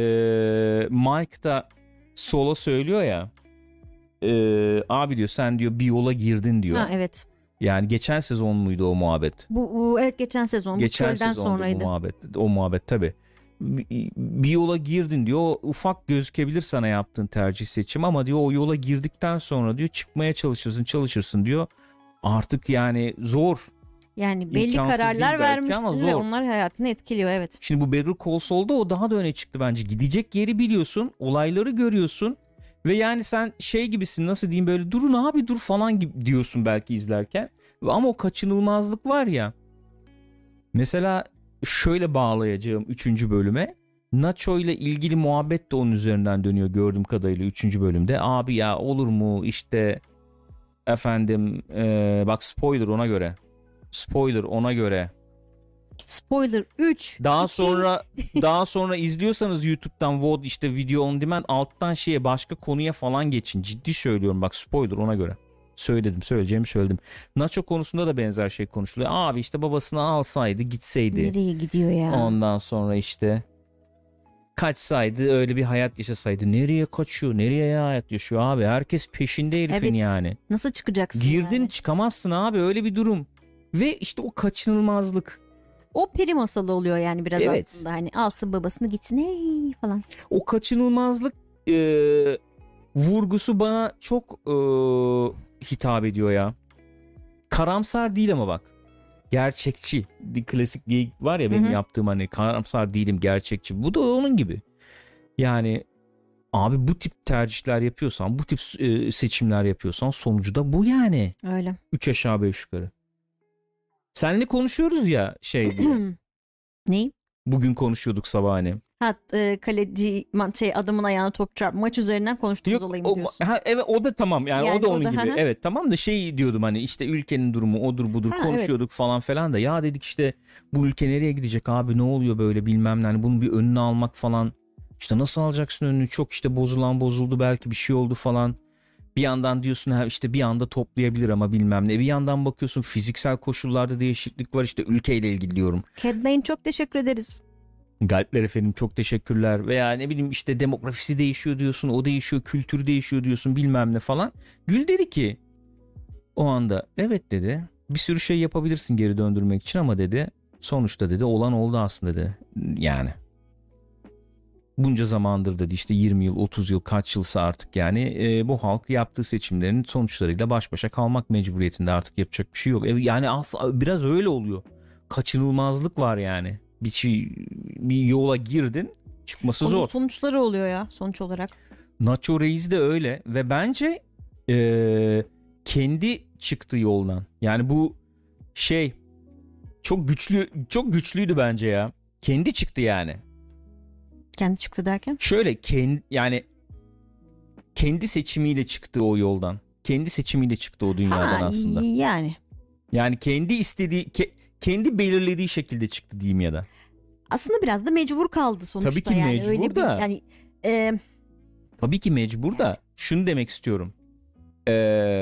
Mike da Saul'a söylüyor ya. E, abi diyor sen diyor bir yola girdin diyor. Ha, evet. Yani geçen sezon muydu o muhabbet? Bu, bu evet geçen sezon. Geçen bu çölden sonraydı. Bu muhabbet. O muhabbet tabii. Bir yola girdin diyor, o ufak gözükebilir sana yaptığın tercih seçim ama diyor o yola girdikten sonra diyor çıkmaya çalışırsın çalışırsın diyor artık yani zor. Yani belli kararlar vermişsin ve onlar hayatını etkiliyor evet. Şimdi bu Better Call Saul'da o daha da öne çıktı bence. Gidecek yeri biliyorsun, olayları görüyorsun ve yani sen şey gibisin, nasıl diyeyim, böyle durun abi dur falan gibi diyorsun belki izlerken ama o kaçınılmazlık var ya. Mesela şöyle bağlayacağım üçüncü bölüme. Nacho ile ilgili muhabbet de onun üzerinden dönüyor gördüğüm kadarıyla üçüncü bölümde. Abi ya olur mu işte efendim ee, bak spoiler ona göre. Spoiler ona göre. Spoiler üç. Daha iki. sonra daha sonra izliyorsanız YouTube'dan V O D işte video on demand alttan şeye başka konuya falan geçin. Ciddi söylüyorum bak spoiler ona göre. Söyledim söyleyeceğimi söyledim. Nacho konusunda da benzer şey konuşuluyor. Abi işte babasını alsaydı gitseydi. Nereye gidiyor ya? Ondan sonra işte kaçsaydı öyle bir hayat yaşasaydı. Nereye kaçıyor? Nereye hayat yaşıyor abi? Herkes peşinde herifin evet. yani. Nasıl çıkacaksın Girdin yani? Çıkamazsın abi öyle bir durum. Ve işte o kaçınılmazlık. O peri masalı oluyor yani biraz evet. aslında. Hani alsın babasını gitsin hey falan. O kaçınılmazlık e, vurgusu bana çok e, hitap ediyor ya. Karamsar değil ama bak. Gerçekçi. Bir klasik geyik var ya benim Hı-hı. yaptığım hani karamsar değilim gerçekçi. Bu da onun gibi. Yani abi bu tip tercihler yapıyorsan, bu tip e, seçimler yapıyorsan sonucu da bu yani. Öyle. Üç aşağı beş yukarı. Seninle konuşuyoruz ya şey diye. Ney? Bugün konuşuyorduk sabah hani. Ha e, kaleci şey adamın ayağına top çarp maç üzerinden konuştuğumuz Yok, olayı mı diyorsun? Ha, evet o da tamam yani, yani o da onun o da, gibi. Ha. Evet tamam da şey diyordum hani işte ülkenin durumu odur budur ha, konuşuyorduk evet. falan falan da ya dedik işte bu ülke nereye gidecek abi ne oluyor böyle bilmem ne hani bunun bir önünü almak falan işte nasıl alacaksın önünü çok işte bozulan bozuldu belki bir şey oldu falan. Bir yandan diyorsun ha işte bir anda toplayabilir ama bilmem ne. Bir yandan bakıyorsun fiziksel koşullarda değişiklik var işte ülkeyle ilgili diyorum. Cadmayne çok teşekkür ederiz. Galpler efendim çok teşekkürler veya ne bileyim işte demografisi değişiyor diyorsun o değişiyor kültürü değişiyor diyorsun bilmem ne falan. Gül dedi ki o anda evet dedi bir sürü şey yapabilirsin geri döndürmek için ama dedi sonuçta dedi olan oldu aslında dedi yani. Bunca zamandır dedi işte yirmi yıl otuz yıl kaç yılsa artık yani e, bu halk yaptığı seçimlerin sonuçlarıyla baş başa kalmak mecburiyetinde artık yapacak bir şey yok. E, yani aslında biraz öyle oluyor. Kaçınılmazlık var yani. Bir şey bir yola girdin çıkması Onun zor. Sonuçları oluyor ya sonuç olarak. Nacho Reis de öyle ve bence e, kendi çıktığı yoldan yani bu şey çok güçlü çok güçlüydü bence ya. Kendi çıktı yani. Kendi çıktı derken? Şöyle kendi yani kendi seçimiyle çıktı o yoldan. Kendi seçimiyle çıktı o dünyadan ha, aslında. Yani. Yani kendi istediği ke, kendi belirlediği şekilde çıktı diyeyim ya da. Aslında biraz da mecbur kaldı sonuçta. Tabii ki yani. mecbur Öyle da. Bir, yani, e... Tabii ki mecbur da. Şunu demek istiyorum. Ee,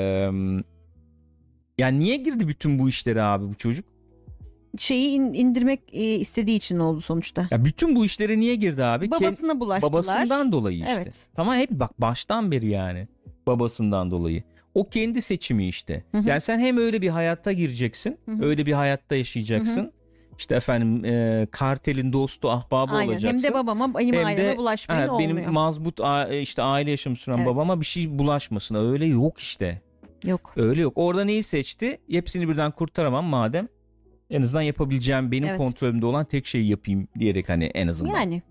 yani niye girdi bütün bu işlere abi bu çocuk? Şeyi in, indirmek e, istediği için oldu sonuçta. Ya bütün bu işlere niye girdi abi? Babasına bulaştılar. Babasından dolayı işte. Evet. Tamam, hep bak baştan beri yani. Babasından dolayı. O kendi seçimi işte. Hı hı. Yani sen hem öyle bir hayatta gireceksin. Hı hı. Öyle bir hayatta yaşayacaksın. Hı hı. İşte efendim e, kartelin dostu, ahbabı Aynen. olacaksın. Hem de babama, benim hem aileme de, bulaşmayın evet, olmuyor. Benim mazbut işte aile yaşamı süren evet. babama bir şey bulaşmasın. Öyle yok işte. Yok. Öyle yok. Orada neyi seçti? Hepsini birden kurtaramam madem. En azından yapabileceğim, benim evet. kontrolümde olan tek şeyi yapayım diyerek hani en azından. Yani.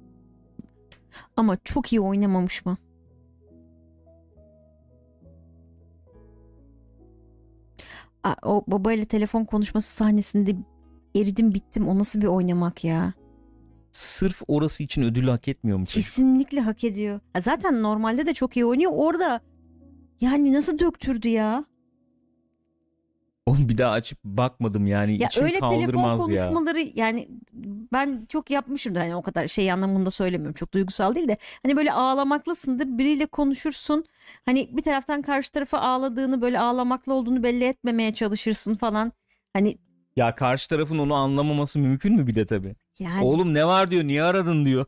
Ama çok iyi oynamamış mı? Aa, o babayla telefon konuşması sahnesinde eridim bittim. O nasıl bir oynamak ya? Sırf orası için ödül hak etmiyor mu? Kesinlikle hak ediyor. Ya zaten normalde de çok iyi oynuyor. Orada yani nasıl döktürdü ya? Onu bir daha açıp bakmadım yani, ya içim öyle kaldırmaz ya. Telefon konuşmaları yani ben çok yapmışımdır. Hani o kadar şey anlamında söylemiyorum. Çok duygusal değil de hani böyle ağlamaklısındır. Biriyle konuşursun. Hani bir taraftan karşı tarafa ağladığını, böyle ağlamaklı olduğunu belli etmemeye çalışırsın falan. Hani ya karşı tarafın onu anlamaması mümkün mü bir de tabii. Yani... Oğlum ne var diyor, niye aradın diyor.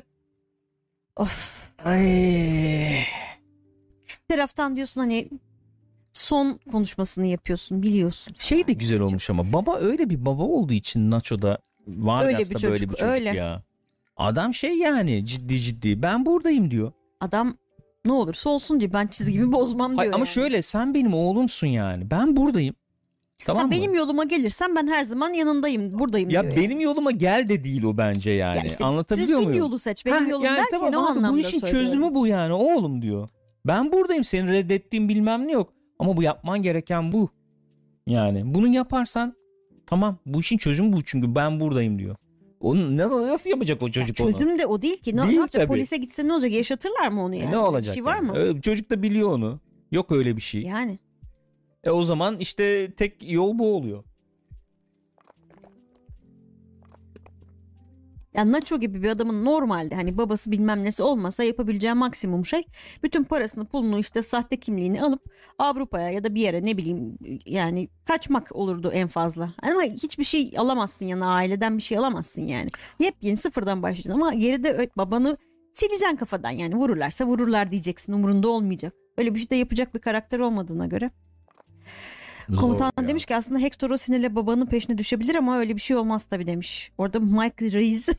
Of. Ay. Bir taraftan diyorsun hani son konuşmasını yapıyorsun, biliyorsun. Şey de güzel olmuş ama baba öyle bir baba olduğu için Nacho'da var öyle aslında bir çocuk, böyle bir çocuk öyle. Ya. Adam şey yani ciddi ciddi ben buradayım diyor. Adam ne olursa olsun diyor, ben çizgimi bozmam diyor. Hayır, ama yani. şöyle, sen benim oğlumsun yani, ben buradayım. Tamam mı? Benim yoluma gelirsen ben her zaman yanındayım, buradayım ya diyor. Ya benim yani. yoluma gel de değil o bence yani. Ya işte, anlatabiliyor muyum? yolu seç. Benim Heh, yolum yani derken tamam, o abi, anlamda bu işin söylüyorum. çözümü bu yani oğlum diyor. Ben buradayım, seni reddettiğim bilmem ne yok. Ama bu yapman gereken bu. Yani bunu yaparsan tamam, bu işin çözümü bu, çünkü ben buradayım diyor. Onu nasıl, nasıl yapacak o çocuk ya onu? Çözüm de o değil ki. Ne, değil, ne yapacak? Tabii. Polise gitse ne olacak? Yaşatırlar mı onu yani? E ne olacak? Bir şey var yani? mı? Öyle, çocuk da biliyor onu. Yok öyle bir şey. Yani. E o zaman işte tek yol bu oluyor. Yani Nacho gibi bir adamın normalde hani babası bilmem nesi olmasa yapabileceği maksimum şey bütün parasını pulunu işte sahte kimliğini alıp Avrupa'ya ya da bir yere, ne bileyim yani kaçmak olurdu en fazla. Ama hiçbir şey alamazsın yani, aileden bir şey alamazsın yani. Yepyeni sıfırdan başlayacaksın ama geride babanı sileceksin kafadan, yani vururlarsa vururlar diyeceksin, umurunda olmayacak. Öyle bir şey de yapacak bir karakter olmadığına göre. Komutan demiş ki aslında Hector o sinirle babanın peşine düşebilir ama öyle bir şey olmaz tabii demiş. Orada Mike Reis.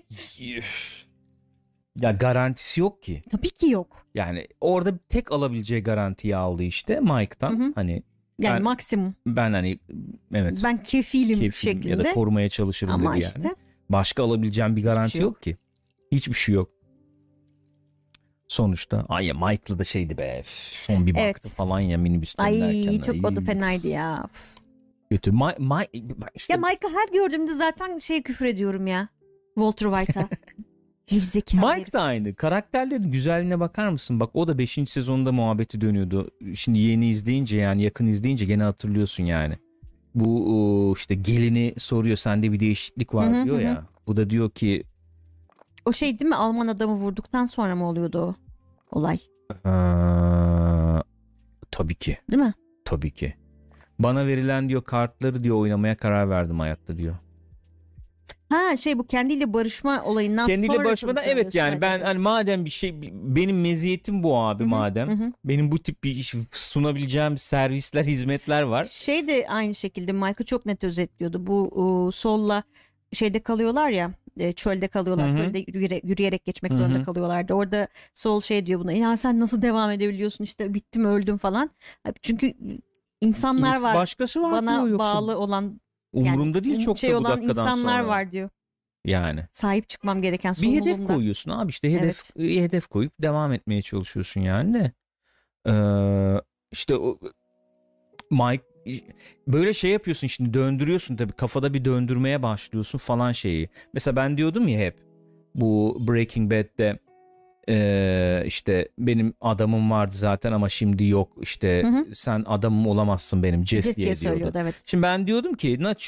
Ya garantisi yok ki. Tabii ki yok. Yani orada tek alabileceği garantiyi aldı işte Mike'tan. Hı hı. Hani yani ben, maksimum. Ben hani evet. Ben kefilim, kefilim şeklinde. Ya da korumaya çalışırım ama dedi işte, yani. Başka alabileceğim bir garanti şey yok. yok ki. Hiçbir şey yok. Sonuçta. Ay ya, Michael'ı da şeydi be. Son bir baktı evet. falan ya minibüsten derken. Ay çok o da fenaydı ya. Kötü. My, my, işte... Ya Michael her gördüğümde zaten şey küfür ediyorum ya. Walter White'a. Gerizekalı Mike herif. da aynı. Karakterlerin güzelliğine bakar mısın? Bak o da beşinci sezonda muhabbeti dönüyordu. Şimdi yeni izleyince, yani yakın izleyince gene hatırlıyorsun yani. Bu işte gelini soruyor, sende bir değişiklik var hı hı, diyor hı. ya. Bu da diyor ki. O şey değil mi, Alman adamı vurduktan sonra mı oluyordu o olay? Ee, tabii ki. Değil mi? Tabii ki. Bana verilen diyor kartları diyor oynamaya karar verdim hayatta diyor. Ha şey, bu kendiyle barışma olayından kendiyle sonra. Kendiyle barışmadan evet yani ben hani madem bir şey, benim meziyetim bu abi, hı hı, madem. Hı hı. Benim bu tip bir iş sunabileceğim servisler, hizmetler var. Şey de aynı şekilde Michael çok net özetliyordu. Bu uh, Sol'la şeyde kalıyorlar ya, çölde kalıyorlar. Hı hı. Çölde yürüyerek, yürüyerek geçmek, hı hı, zorunda kalıyorlardı. Orada Sol şey diyor buna, ya sen nasıl devam edebiliyorsun, işte bittim öldüm falan. Çünkü insanlar İns- var. Başkası var bana diyor, bağlı olan. Umurumda yani, değil çok şey da bu olan dakikadan insanlar sonra. var diyor. Yani. Sahip çıkmam gereken bir hedef koyuyorsun abi, işte hedef evet. hedef koyup devam etmeye çalışıyorsun yani de. Ee, işte o Mike böyle şey yapıyorsun şimdi, döndürüyorsun tabii, kafada bir döndürmeye başlıyorsun falan şeyi. Mesela ben diyordum ya hep bu Breaking Bad'de Ee, işte benim adamım vardı zaten ama şimdi yok işte, hı hı, sen adamım olamazsın benim Jess diye diyordu. Evet. Şimdi ben diyordum ki Nacho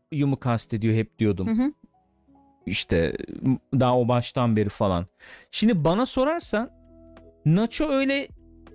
Nacho'yu mu kastediyor hep diyordum. Hı hı. İşte daha o baştan beri falan. Şimdi bana sorarsan Nacho öyle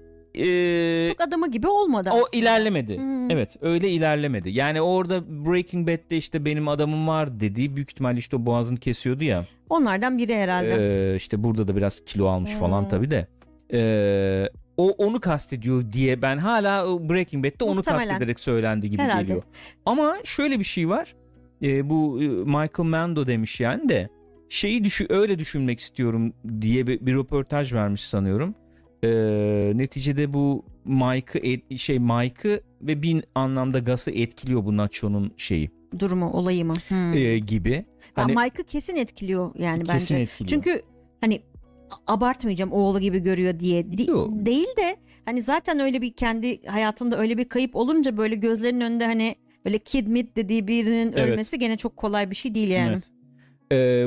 e, çok adamı gibi olmadı aslında. O ilerlemedi. Hmm. Evet, öyle ilerlemedi. Yani orada Breaking Bad'de işte benim adamım var dediği büyük ihtimalle işte o boğazını kesiyordu ya. Onlardan biri herhalde. Ee, işte burada da biraz kilo almış hmm. falan tabii de. Ee, o onu kastediyor diye ben hala Breaking Bad'de onu Muhtemelen. kastederek söylendi gibi herhalde. geliyor. Ama şöyle bir şey var. Ee, bu Michael Mando demiş yani de şeyi düşün, öyle düşünmek istiyorum diye bir, bir röportaj vermiş sanıyorum. Ee, neticede bu Mike'ı et, şey Mike'ı ve bir anlamda Gus'ı etkiliyor bu Nacho'nun şeyi. Durumu, olayı mı? Hmm. Ee, gibi. Hani, Mike'ı kesin etkiliyor yani kesin bence. Etkiliyor. Çünkü hani abartmayacağım oğlu gibi görüyor diye De- değil de hani zaten öyle bir kendi hayatında öyle bir kayıp olunca böyle gözlerinin önünde hani böyle kid mid dediği birinin evet. ölmesi gene çok kolay bir şey değil yani. Evet. Ee,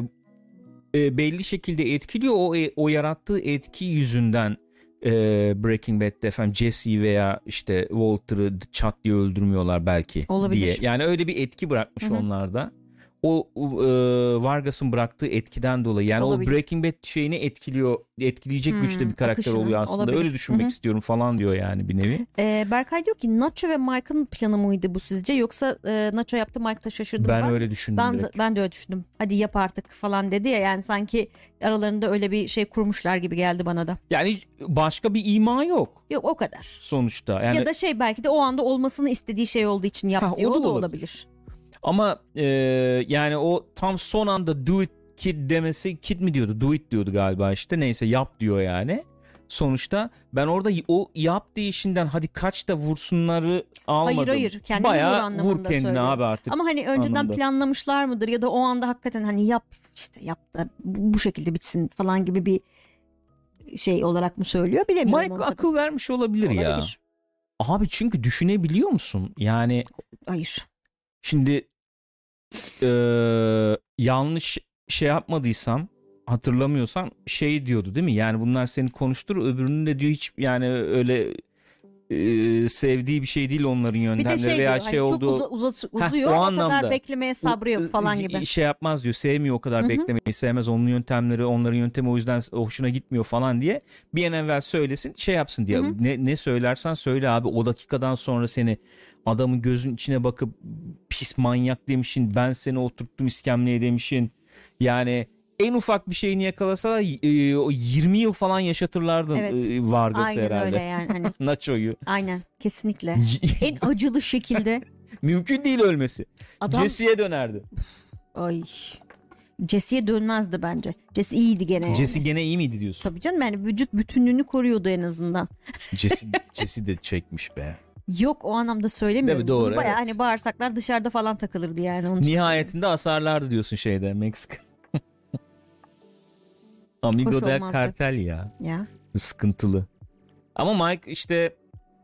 e, belli şekilde etkiliyor. O o yarattığı etki yüzünden e, Breaking Bad'de efendim Jesse veya işte Walter'ı çat diye öldürmüyorlar belki olabilir. diye. Yani öyle bir etki bırakmış Hı-hı. onlarda. O e, Vargas'ın bıraktığı etkiden dolayı yani olabilir. O Breaking Bad şeyini etkiliyor, etkileyecek hmm, güçte bir karakter akışını, oluyor aslında. Olabilir. Öyle düşünmek Hı-hı. istiyorum falan diyor yani bir nevi. Ee, Berkay diyor ki Nacho ve Mike'ın planı mıydı bu sizce yoksa e, Nacho yaptı Mike da şaşırdı ben mı? Ben öyle düşündüm ben direkt. De, ben de öyle düşündüm. Hadi yap artık falan dedi ya yani sanki aralarında öyle bir şey kurmuşlar gibi geldi bana da. Yani başka bir ima yok. Yok o kadar. Sonuçta. Yani... Ya da şey belki de o anda olmasını istediği şey olduğu için yap ha, diyor o da, o da olabilir. olabilir. Ama e, yani o tam son anda do it kid demesi, kid mi diyordu, do it diyordu galiba işte, neyse yap diyor yani. Sonuçta ben orada o yap deyişinden hadi kaç da vursunları almadım. Hayır hayır kendini bayağı vur anlamında vur kendine söylüyor. abi artık. Ama hani önceden anlamda. planlamışlar mıdır ya da o anda hakikaten hani yap işte yap da bu, bu şekilde bitsin falan gibi bir şey olarak mı söylüyor bilemiyorum. Mike akıl tabii. vermiş olabilir, olabilir ya. Abi çünkü düşünebiliyor musun? Yani. Hayır. Şimdi e, yanlış şey yapmadıysam hatırlamıyorsam şey diyordu değil mi? Yani bunlar seni konuştur, öbürünün de diyor hiç yani öyle e, sevdiği bir şey değil onların yöntemleri şey veya diyor, şey hani olduğu. Çok uza, uza, uzuyor Heh, o, o anlamda, kadar beklemeye sabrı yok falan gibi. Şey yapmaz diyor, sevmiyor o kadar Hı-hı. beklemeyi, sevmez onun yöntemleri, onların yöntemi o yüzden hoşuna gitmiyor falan diye bir an evvel söylesin şey yapsın diye. Hı-hı. Ne, ne söylersen söyle abi o dakikadan sonra seni adamın gözün içine bakıp pis manyak demişin, ben seni oturttum iskemleye demişin. Yani en ufak bir şeyini yakalasa yirmi yıl falan yaşatırlardı evet. Vargas'ı Aynen herhalde. Aynen öyle yani. Hani, Nacho'yu. Aynen kesinlikle. En acılı şekilde. Mümkün değil ölmesi. Adam... Jesse'ye dönerdi. Ay. Jesse'ye dönmezdi bence. Jesse iyiydi gene yani. Jesse gene iyi miydi diyorsun? Tabii canım yani vücut bütünlüğünü koruyordu en azından. Jesse, Jesse de çekmiş be. Yok o anlamda söylemiyorum. Doğru, Bunu bayağı evet. hani bağırsaklar dışarıda falan takılırdı yani. Onun Nihayetinde asarlardı diyorsun şeyde Meksika. Amigo del Cartel ya. Ya. Sıkıntılı. Ama Mike işte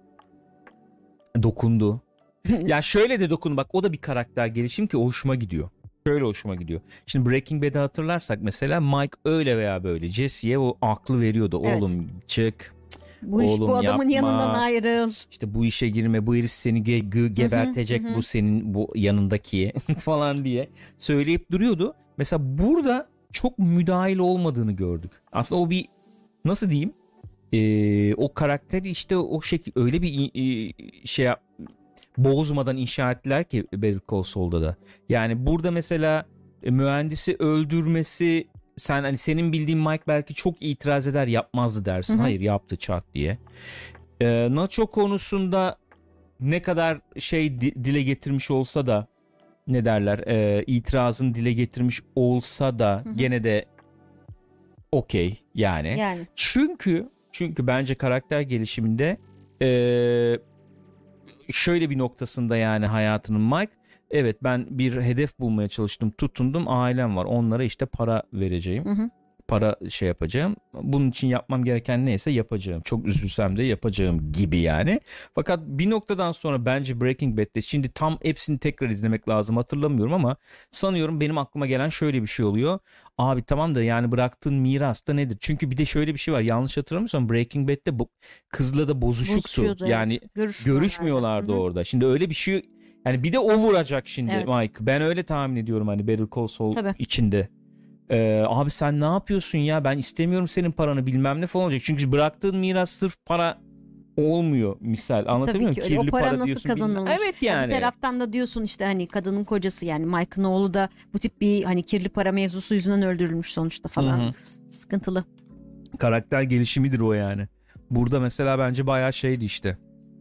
dokundu. Ya şöyle de dokun bak, o da bir karakter gelişim ki hoşuma gidiyor. Şöyle hoşuma gidiyor. Şimdi Breaking Bad'i hatırlarsak mesela Mike öyle veya böyle Jesse'ye o aklı veriyordu. Evet. Oğlum çık. Bu iş, Oğlum bu adamın yapma. yanından ayrıl. İşte bu işe girme, bu herif seni ge- ge- gebertecek, bu senin bu yanındaki falan diye söyleyip duruyordu. Mesela burada çok müdahil olmadığını gördük. Aslında o bir nasıl diyeyim? Ee, o karakteri işte o şekil öyle bir e, şey yap, bozmadan inşa ettiler ki Better Call Saul'da da. Yani burada mesela e, mühendisi öldürmesi, sen hani senin bildiğin Mike belki çok itiraz eder, yapmazdı dersin. Hı hı. Hayır, yaptı çat diye. Ee, Nacho konusunda ne kadar şey di- dile getirmiş olsa da ne derler e, itirazını dile getirmiş olsa da hı hı. gene de okey yani. yani. Çünkü çünkü bence karakter gelişiminde e, şöyle bir noktasında yani hayatının Mike, evet ben bir hedef bulmaya çalıştım, tutundum, ailem var, onlara işte para vereceğim. Hı hı. Para şey yapacağım. Bunun için yapmam gereken neyse yapacağım. Çok üzülsem de yapacağım gibi yani. Fakat bir noktadan sonra bence Breaking Bad'de, şimdi tam hepsini tekrar izlemek lazım, hatırlamıyorum ama sanıyorum benim aklıma gelen şöyle bir şey oluyor. Abi tamam da yani bıraktığın miras da nedir? Çünkü bir de şöyle bir şey var. Yanlış hatırlamıyorsam Breaking Bad'de bu kızla da bozuşuktu. Yani evet. görüşmüyorlardı, görüşmüyorlardı orada. Şimdi öyle bir şey Yani bir de o vuracak şimdi evet. Mike. Ben öyle tahmin ediyorum hani Better Call Saul Tabii. içinde. Ee, abi sen ne yapıyorsun ya? Ben istemiyorum senin paranı bilmem ne falan olacak. Çünkü bıraktığın miras sırf para olmuyor misal. Anlatabiliyor muyum? Kirli o para, para nasıl diyorsun. kazanılmış? Evet yani. Bir taraftan da diyorsun işte hani kadının kocası yani Mike'ın oğlu da bu tip bir hani kirli para mevzusu yüzünden öldürülmüş sonuçta falan. Hı-hı. Sıkıntılı. Karakter gelişimidir o yani. Burada mesela bence bayağı şeydi işte.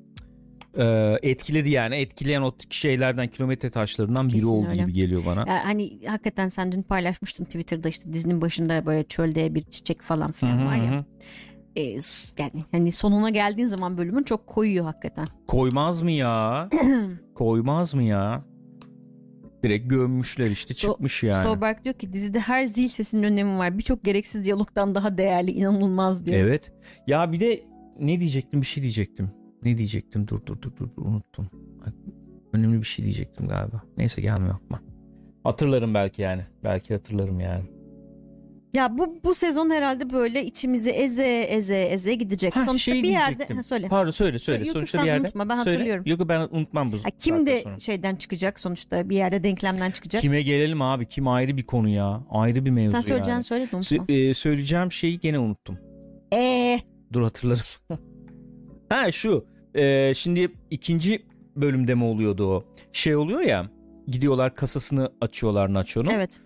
Ee, etkiledi yani. Etkileyen o şeylerden, kilometre taşlarından biri oldu öyle gibi geliyor bana. Yani hani hakikaten sen dün paylaşmıştın Twitter'da işte dizinin başında böyle çölde bir çiçek falan filan var ya. Ee, yani hani sonuna geldiğin zaman bölümün çok koyuyor hakikaten. Koymaz mı ya? Koymaz mı ya? Direkt gömmüşler işte, çıkmış yani. Stolberg diyor ki dizide her zil sesinin önemi var. Birçok gereksiz diyalogdan daha değerli, inanılmaz diyor. Evet. Ya bir de ne diyecektim? Bir şey diyecektim. Ne diyecektim? Dur dur dur dur, dur unuttum. Önemli bir şey diyecektim galiba. Neyse gelmiyor aklıma. Hatırlarım belki yani. Belki hatırlarım yani. Ya bu bu sezon herhalde böyle içimizi eze eze eze gidecek. Ha, sonuçta şey bir yerde ha, söyle. Pardon söyle söyle. Yok, sonuçta sen bir yerde. Unutma, ben söyle. hatırlıyorum. Yok ben unutmam bu. Ha, kim de sonra şeyden çıkacak sonuçta bir yerde denklemden çıkacak. Kime gelelim abi? Kim ayrı bir konu ya. Ayrı bir mevzu yani. Sen söyleyeceğini yani. söyle de unutma. Sö- e, söyleyeceğim şeyi gene unuttum. Eee. Dur hatırlarım. ha şu. E, şimdi ikinci bölümde mi oluyordu o? Şey oluyor ya. Gidiyorlar kasasını açıyorlar Nacho'nun. Evet.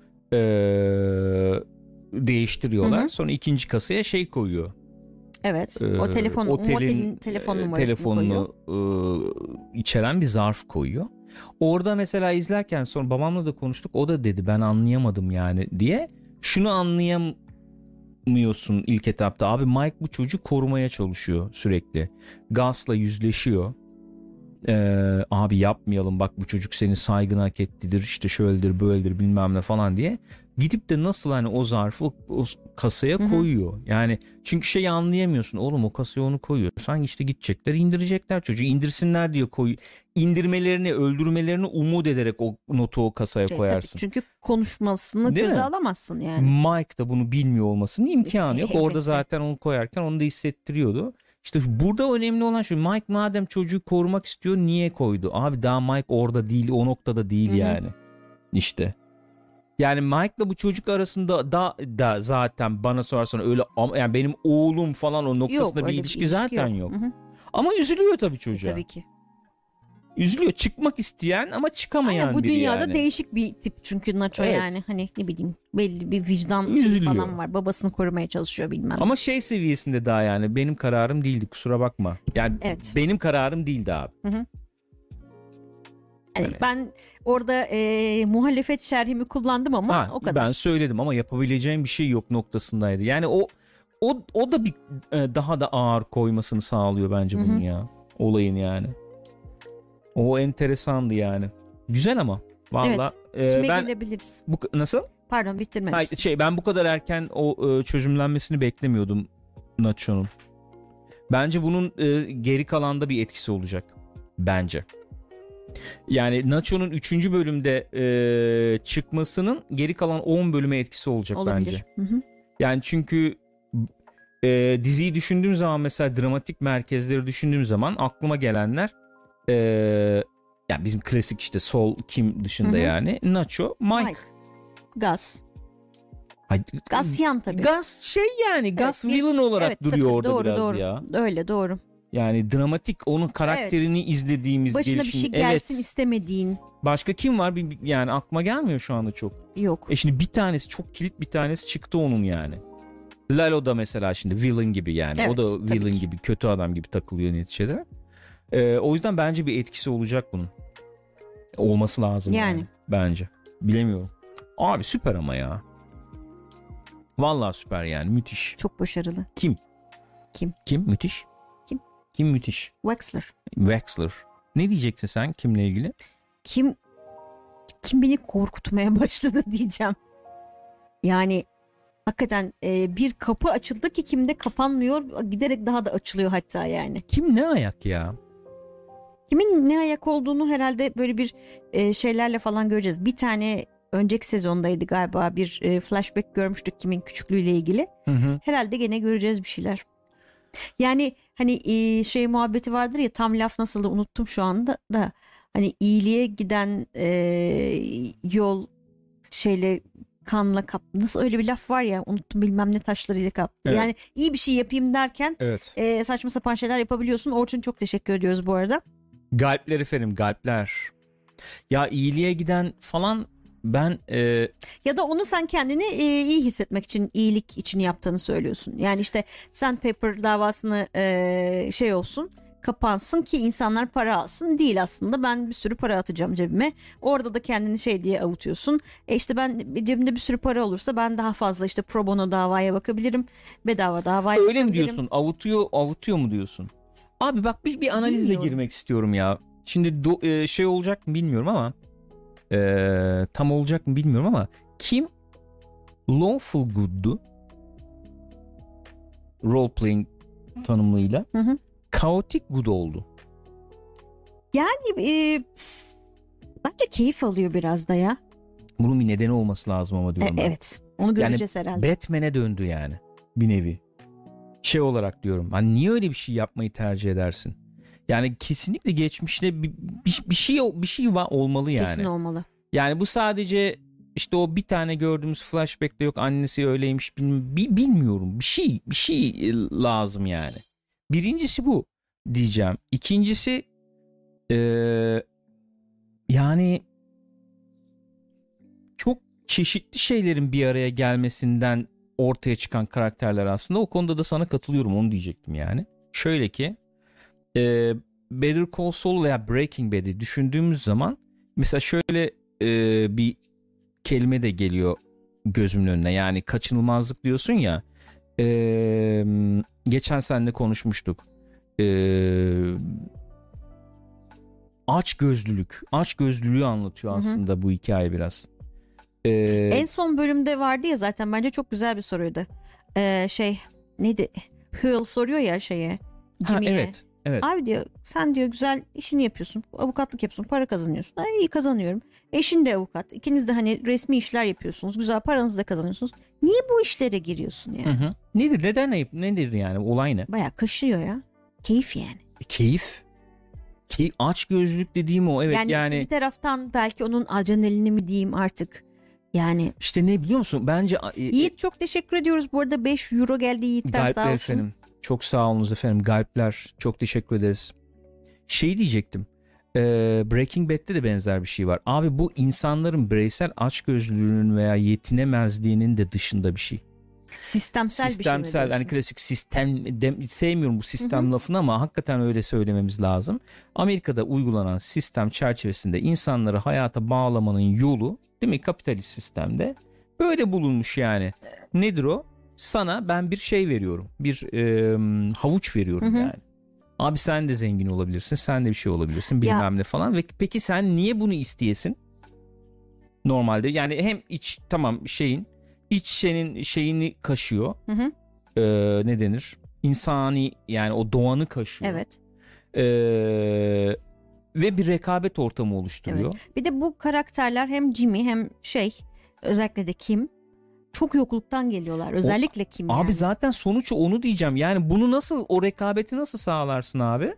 Eee değiştiriyorlar. Hı hı. Sonra ikinci kasaya şey koyuyor. Evet. O telefon, otelin, otelin telefon numarasını telefonunu koyuyor. E, içeren bir zarf koyuyor. Orada mesela izlerken sonra babamla da konuştuk. O da dedi ben anlayamadım yani diye. Şunu anlayamıyorsun ilk etapta. Abi Mike bu çocuğu korumaya çalışıyor sürekli. Gus'la yüzleşiyor. Ee, abi yapmayalım bak bu çocuk senin saygını hak ettidir işte şöyledir böyledir bilmem ne falan diye gidip de nasıl hani o zarfı o kasaya Hı-hı. koyuyor yani çünkü şeyi anlayamıyorsun oğlum o kasaya onu koyuyorsan işte gidecekler indirecekler çocuğu indirsinler diye koy indirmelerini öldürmelerini umut ederek o notu o kasaya şey, koyarsın. Çünkü konuşmasını Değil göze mi? alamazsın yani. Mike da bunu bilmiyor olmasının imkanı yok. Orada zaten onu koyarken onu da hissettiriyordu. İşte burada önemli olan şu Mike madem çocuğu korumak istiyor niye koydu? Abi daha Mike orada değil o noktada değil Hı-hı. yani. İşte. Yani Mike'la bu çocuk arasında da, da zaten bana sorarsan öyle yani benim oğlum falan o noktasında yok, bir ilişki, bir ilişki zaten yok. yok. Ama üzülüyor tabii çocuğa. E, tabii ki. Üzülüyor. Çıkmak isteyen ama çıkamayan Aynen, bu biri dünyada yani. değişik bir tip çünkü Nacho evet. yani hani ne bileyim belli bir vicdan Üzülüyor. falan var. Babasını korumaya çalışıyor bilmem. Ama şey seviyesinde daha yani benim kararım değildi kusura bakma. Yani evet. benim kararım değildi abi. Hı hı. Yani evet. Ben orada e, muhalefet şerhimi kullandım ama ha, o kadar. Ben söyledim ama yapabileceğim bir şey yok noktasındaydı. Yani o o o da bir e, daha da ağır koymasını sağlıyor bence bunun Hı-hı. ya. Olayın yani. O enteresandı yani. Güzel ama. Vallahi evet. Kime e, ben gelebiliriz? Bu nasıl? Pardon bitirmemişsin. Şey ben bu kadar erken o e, çözümlenmesini beklemiyordum Nacho'nun. Bence bunun e, geri kalanda bir etkisi olacak. Bence. Yani Nacho'nun üçüncü bölümde e, çıkmasının geri kalan on bölüme etkisi olacak Olabilir. bence. Hı hı. Yani çünkü e, diziyi düşündüğüm zaman mesela dramatik merkezleri düşündüğüm zaman aklıma gelenler e, yani bizim klasik işte Sol Kim dışında hı hı. yani Nacho, Mike. Mike. Gus. Gus yan tabii. Gus şey yani evet, Gus villain olarak evet, duruyor tabii, orada doğru, biraz doğru. ya. Öyle doğru. Yani dramatik onun karakterini evet. izlediğimiz başına gelişim. bir şey gelsin evet. istemediğin. Başka kim var yani aklıma gelmiyor şu anda çok. Yok. E şimdi bir tanesi çok kilit bir tanesi çıktı onun yani. Lalo da mesela şimdi villain gibi yani. Evet, o da villain gibi kötü adam gibi takılıyor neticede. Ee, o yüzden bence bir etkisi olacak bunun. Olması lazım yani. yani bence. Bilemiyorum. Abi süper ama ya. Vallahi süper yani müthiş. Çok başarılı. Kim? Kim? Kim müthiş? Kim? Kim müthiş? Wexler. Wexler. Ne diyeceksin sen kimle ilgili? Kim kim beni korkutmaya başladı diyeceğim. Yani hakikaten e, bir kapı açıldı ki kimde kapanmıyor giderek daha da açılıyor hatta yani. Kim ne ayak ya? Kimin ne ayak olduğunu herhalde böyle bir e, şeylerle falan göreceğiz. Bir tane önceki sezondaydı galiba bir e, flashback görmüştük kimin küçüklüğüyle ilgili. Hı hı. Herhalde gene göreceğiz bir şeyler. Yani hani e, şey muhabbeti vardır ya tam laf nasıl da unuttum şu anda da hani iyiliğe giden e, yol şeyle kanla kaplı. Nasıl öyle bir laf var ya, unuttum, bilmem ne taşlarıyla kaplı. Evet. Yani iyi bir şey yapayım derken evet. e, saçma sapan şeyler yapabiliyorsun. Orçun çok teşekkür ediyoruz bu arada. Galpler efendim, galpler. Ya iyiliğe giden falan ben... E... Ya da onu sen kendini e, iyi hissetmek için, iyilik için yaptığını söylüyorsun. Yani işte Sandpaper davasını e, şey olsun, kapansın ki insanlar para alsın değil aslında. Ben bir sürü para atacağım cebime. Orada da kendini şey diye avutuyorsun. E işte ben cebimde bir sürü para olursa ben daha fazla işte pro bono davaya bakabilirim. Bedava davaya Öyle bakabilirim. mi diyorsun? Avutuyor, avutuyor mu diyorsun? Abi bak bir, bir analizle Bilmiyorum. girmek istiyorum ya. Şimdi do, e, şey olacak mı bilmiyorum ama e, tam olacak mı bilmiyorum ama kim lawful good'du? Role playing tanımıyla. Hı hı. Kaotik good oldu. Yani e, bence keyif alıyor biraz da ya. Bunun bir nedeni olması lazım ama diyorum e, ben. Evet. Onu göreceğiz yani herhalde. Batman'e döndü yani bir nevi. Şey olarak diyorum. Hani niye öyle bir şey yapmayı tercih edersin? Yani kesinlikle geçmişte bir, bir, bir şey bir şey var olmalı yani. Kesin olmalı. Yani bu sadece işte o bir tane gördüğümüz flashback'te yok annesi öyleymiş bilmiyorum, bilmiyorum. Bir şey bir şey lazım yani. Birincisi bu diyeceğim. İkincisi ee, yani çok çeşitli şeylerin bir araya gelmesinden ortaya çıkan karakterler aslında. O konuda da sana katılıyorum, onu diyecektim yani. Şöyle ki e, Better Call Saul veya Breaking Bad'i düşündüğümüz zaman mesela şöyle e, bir kelime de geliyor gözümün önüne. Yani kaçınılmazlık diyorsun ya. E, geçen seninle konuşmuştuk. E, aç gözlülük. Aç gözlülüğü anlatıyor aslında, hı hı, bu hikaye biraz. Ee, en son bölümde vardı ya zaten, bence çok güzel bir soruydu. Ee, şey neydi? Hill soruyor ya şeye, Jimmy'ye. Evet, evet. Abi diyor, sen diyor güzel işini yapıyorsun, avukatlık yapıyorsun, para kazanıyorsun. Ha, iyi kazanıyorum. Eşin de avukat. İkiniz de hani resmi işler yapıyorsunuz. Güzel paranızı da kazanıyorsunuz. Niye bu işlere giriyorsun yani? Hı hı. Nedir? Neden ayıp? Nedir yani? Olay ne? Bayağı kaşıyor ya. Keyif yani. E, keyif. Ki aç gözlülük dediğim o. Evet yani. Yani bir taraftan belki onun adrenalini mi diyeyim artık. Yani işte ne biliyor musun? Bence e, Yiğit çok teşekkür ediyoruz. Bu arada beş euro geldi Yiğit'ten, sağ olsun. Efendim. Çok sağ olunuz efendim. Galpler. Çok teşekkür ederiz. Şey diyecektim. E, Breaking Bad'de de benzer bir şey var. Abi bu insanların bireysel açgözlülüğünün veya yetinemezliğinin de dışında bir şey. Sistemsel, sistemsel bir şey mi hani klasik sistem de, sevmiyorum bu sistem, hı hı, lafını ama hakikaten öyle söylememiz lazım. Amerika'da uygulanan sistem çerçevesinde insanları hayata bağlamanın yolu, değil mi, kapitalist sistemde böyle bulunmuş yani. Nedir o? Sana ben bir şey veriyorum, bir e, havuç veriyorum, hı hı, yani. Abi sen de zengin olabilirsin, sen de bir şey olabilirsin bilmem ya ne falan ve peki sen niye bunu isteyesin? Normalde yani hem iç tamam şeyin İç senin şeyini kaşıyor. Hı hı. Ee, ne denir? İnsani yani o doğanı kaşıyor. Evet. Ee, ve bir rekabet ortamı oluşturuyor. Evet. Bir de bu karakterler hem Jimmy hem şey özellikle de Kim çok yokluktan geliyorlar. Özellikle o, Kim abi yani. Zaten sonuç onu diyeceğim. Yani bunu nasıl, o rekabeti nasıl sağlarsın abi?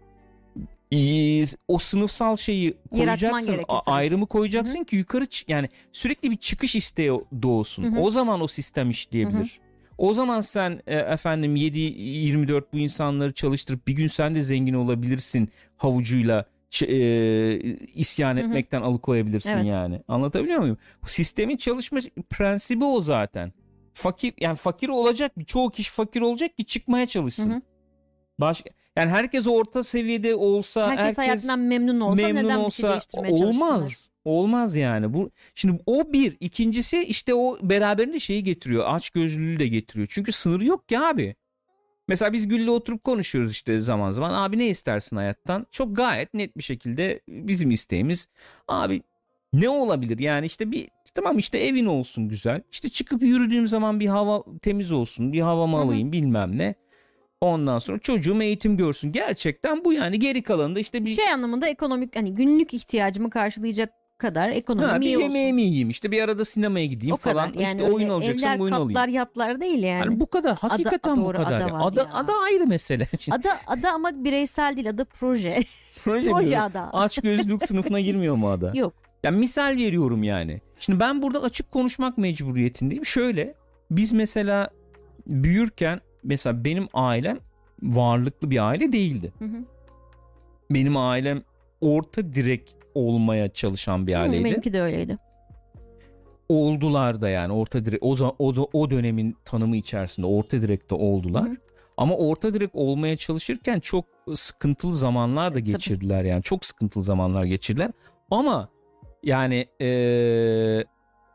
Ee, o sınıfsal şeyi koyacaksın, ayrımı koyacaksın, hı hı, ki yukarı yani sürekli bir çıkış isteği doğsun. Hı hı. O zaman o sistem işleyebilir. Hı hı. O zaman sen e, efendim yedi yirmi dört bu insanları çalıştırıp bir gün sen de zengin olabilirsin havucuyla e, isyan etmekten, hı hı, alıkoyabilirsin, evet, yani. Anlatabiliyor muyum? Bu sistemin çalışma prensibi o zaten. Fakir yani fakir olacak, çoğu kişi fakir olacak ki çıkmaya çalışsın. Hı hı. Başka yani herkes orta seviyede olsa, herkes, herkes hayatından memnun olsa, memnun neden olsa, bir şey değiştirmeye çalışsınlar? Olmaz. Olmaz yani. Bu şimdi o bir, ikincisi işte o beraberinde şeyi getiriyor. Açgözlülüğü de getiriyor. Çünkü sınırı yok ki abi. Mesela biz Gül'le oturup konuşuyoruz işte zaman zaman. Abi ne istersin hayattan? Çok gayet net bir şekilde bizim isteğimiz. Abi ne olabilir? Yani işte bir tamam işte evin olsun güzel. İşte çıkıp yürüdüğüm zaman bir hava temiz olsun. Bir havamı alayım, hı hı, bilmem ne. Ondan sonra çocuğum eğitim görsün. Gerçekten bu yani. Geri kalanında işte bir şey anlamında ekonomik, hani günlük ihtiyacımı karşılayacak kadar ekonomi ha, bir iyi olsun. yemeğimi yiyeyim işte, bir arada sinemaya gideyim o falan. Kadar. Yani işte oyun olacaksam evler, oyun katlar, olayım. yatlar değil yani. yani bu kadar hakikaten ada, bu doğru, kadar. Ada, Ada, ada ayrı mesele. ada, ada ama bireysel değil, ada proje. Proje, proje ada. Aç gözlük sınıfına girmiyor mu ada? Yok. Yani misal veriyorum yani. Şimdi ben burada açık konuşmak mecburiyetindeyim. Şöyle, biz mesela büyürken mesela benim ailem varlıklı bir aile değildi. Hı hı. Benim ailem orta direk olmaya çalışan bir aileydi. Hı, benimki de öyleydi. Oldular da yani orta direk, o, o, o dönemin tanımı içerisinde orta direkte oldular. Hı hı. Ama orta direk olmaya çalışırken çok sıkıntılı zamanlar da geçirdiler. Tabii. Yani çok sıkıntılı zamanlar geçirdiler. Ama yani ee,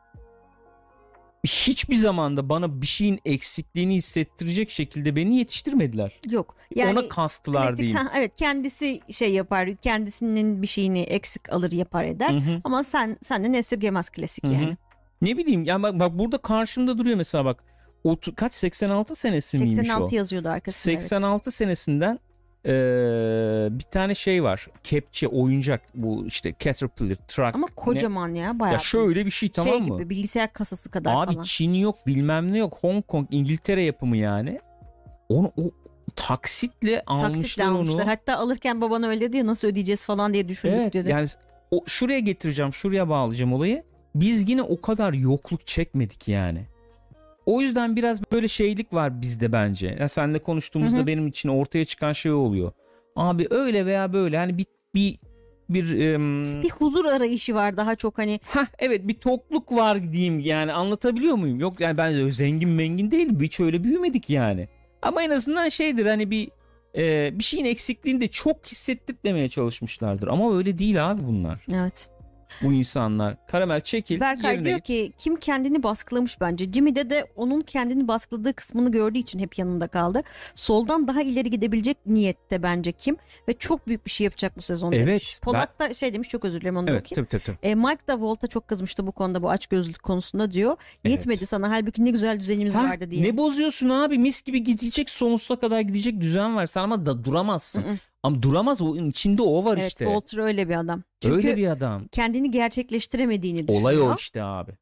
hiçbir zamanda bana bir şeyin eksikliğini hissettirecek şekilde beni yetiştirmediler. Yok. Yani ona kastılar klasik, diyeyim. Ha, evet, kendisi şey yapar, kendisinin bir şeyini eksik alır yapar eder. Hı hı. Ama sen senden esirgemez klasik, hı hı, yani. Ne bileyim yani bak, bak burada karşımda duruyor mesela bak. O, kaç seksen altı senesi miymiş o? seksen altı yazıyordu arkasında. seksen altı evet. senesinden e, bir tane şey var. Kepçe, oyuncak, bu işte Caterpillar truck. Ama kocaman ne? ya bayağı. Ya şöyle bir şey, tamam şey mı? Şey gibi, bilgisayar kasası kadar Abi, falan. Abi Çin yok, bilmem ne yok. Hong Kong, İngiltere yapımı yani. Onu o taksitle almışlar, taksitle almışlar onu. Hatta alırken babana öyle dedi ya, nasıl ödeyeceğiz falan diye düşündük evet, dedi. Yani o, şuraya getireceğim, şuraya bağlayacağım olayı. Biz yine o kadar yokluk çekmedik yani. O yüzden biraz böyle şeylik var bizde bence. Yani seninle konuştuğumuzda hı hı, benim için ortaya çıkan şey oluyor. Abi öyle veya böyle hani bir bir bir um... bir huzur arayışı var daha çok hani. Hah, evet, bir tokluk var diyeyim yani, anlatabiliyor muyum? Yok yani bence zengin mengin değil, hiç öyle büyümedik yani. Ama en azından şeydir hani bir e, bir şeyin eksikliğini de çok hissettirmemeye çalışmışlardır. Ama öyle değil abi bunlar. Evet. Bu insanlar. Karamel çekil. Berkay diyor git. Ki kim kendini baskılamış bence. Jimmy'de de onun kendini baskıladığı kısmını gördüğü için hep yanında kaldı. Soldan daha ileri gidebilecek niyette bence Kim. Ve çok büyük bir şey yapacak bu sezon evet, demiş. Polat ben... da şey demiş, çok özür dilerim onu evet, okuyayım. Tabii, tabii, tabii. E, Mike da Walt'a çok kızmıştı bu konuda, bu açgözlülük konusunda diyor. Evet. Yetmedi sana, halbuki ne güzel düzenimiz ha, vardı diye. Ne bozuyorsun abi, mis gibi gidecek, sonsuza kadar gidecek düzen var. Sen ama da duramazsın. Hı-hı. Ama duramaz, o içinde o var, evet, işte. Evet, Walter öyle bir adam. Çünkü öyle bir adam. Kendini gerçekleştiremediğini düşünüyor. Olay o işte abi.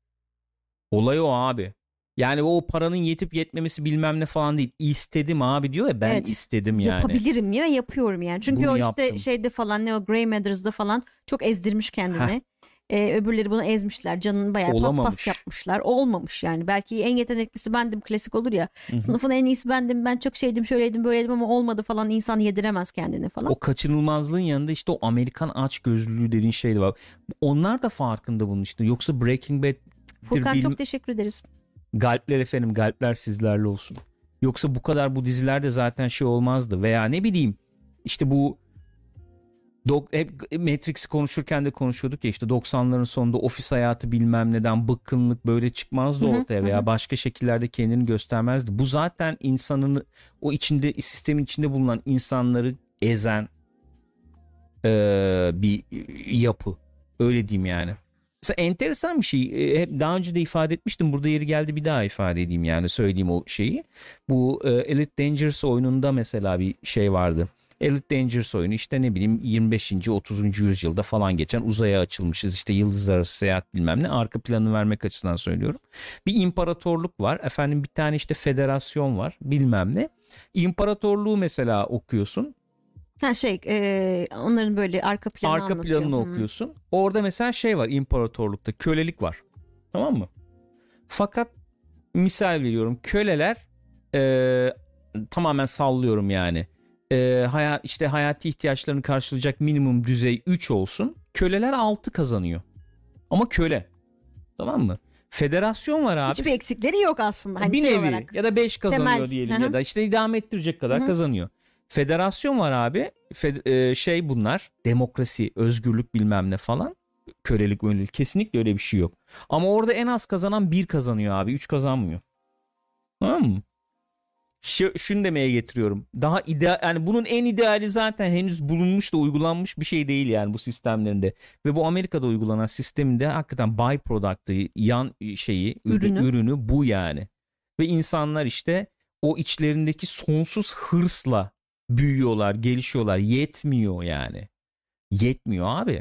Olay o abi. Yani o paranın yetip yetmemesi bilmem ne falan değil. İstedim abi diyor ya, ben evet, istedim yani. Yapabilirim ya, yapıyorum yani. Çünkü bunu o işte yaptım. Şeyde falan, ne o Grey Matters'da falan çok ezdirmiş kendini. Ee, öbürleri bunu ezmişler. Canını bayağı paspas yapmışlar. Olmamış yani. Belki en yeteneklisi bendim, klasik olur ya. Hı-hı. Sınıfın en iyisi bendim. Ben çok şeydim, şöyleydim, böyleydim ama olmadı falan. İnsan yediremez kendini falan. O kaçınılmazlığın yanında işte o Amerikan açgözlülüğü dediğin şey de var. Onlar da farkında bunun işte. Yoksa Breaking Bad... Furkan, çok teşekkür ederiz. Galpler efendim, galpler sizlerle olsun. Yoksa bu kadar bu dizilerde zaten şey olmazdı. Veya ne bileyim işte bu Dok, hep Matrix'i konuşurken de konuşuyorduk ya, işte doksanların sonunda ofis hayatı bilmem neden, bıkkınlık böyle çıkmazdı ortaya, hı hı, veya hı. başka şekillerde kendini göstermezdi. Bu zaten insanın o içinde, sistemin içinde bulunan insanları ezen ee, bir yapı. Öyle diyeyim yani. Mesela enteresan bir şey. Hep daha önce de ifade etmiştim. Burada yeri geldi bir daha ifade edeyim yani, söyleyeyim o şeyi. Bu Elite Dangerous oyununda mesela bir şey vardı. Elite Dangerous oyunu işte ne bileyim yirmi beşinci otuzuncu yüzyılda falan geçen, uzaya açılmışız işte, yıldızlar arası seyahat bilmem ne, arka planı vermek açısından söylüyorum. Bir imparatorluk var efendim, bir tane işte federasyon var bilmem ne. İmparatorluğu mesela okuyorsun. Ha şey e, onların böyle arka planı arka anlatıyor. planını hmm. okuyorsun. Orada mesela şey var, imparatorlukta kölelik var. Tamam mı? Fakat misal veriyorum, köleler e, tamamen sallıyorum yani. E, hayat, işte hayati ihtiyaçlarını karşılayacak minimum düzey üç olsun. Köleler altı kazanıyor. Ama köle. Tamam mı? Federasyon var abi. Hiçbir eksikleri yok aslında. Hani bir şey nevi olarak. ya da beş kazanıyor Temel. diyelim, Hı-hı. ya da işte idame ettirecek kadar Hı-hı. kazanıyor. Federasyon var abi. Fed, e, şey bunlar. Demokrasi, özgürlük bilmem ne falan. Kölelik, öyle kesinlikle öyle bir şey yok. Ama orada en az kazanan bir kazanıyor abi. Üç kazanmıyor. Tamam mı? Şu, şunu demeye getiriyorum. Daha ideal, yani bunun en ideali zaten henüz bulunmuş da uygulanmış bir şey değil yani bu sistemlerinde. Ve bu Amerika'da uygulanan sisteminde hakikaten byproduct'ı, yan şeyi, ürünü. ürünü bu yani. Ve insanlar işte o içlerindeki sonsuz hırsla büyüyorlar, gelişiyorlar. Yetmiyor yani. Yetmiyor abi.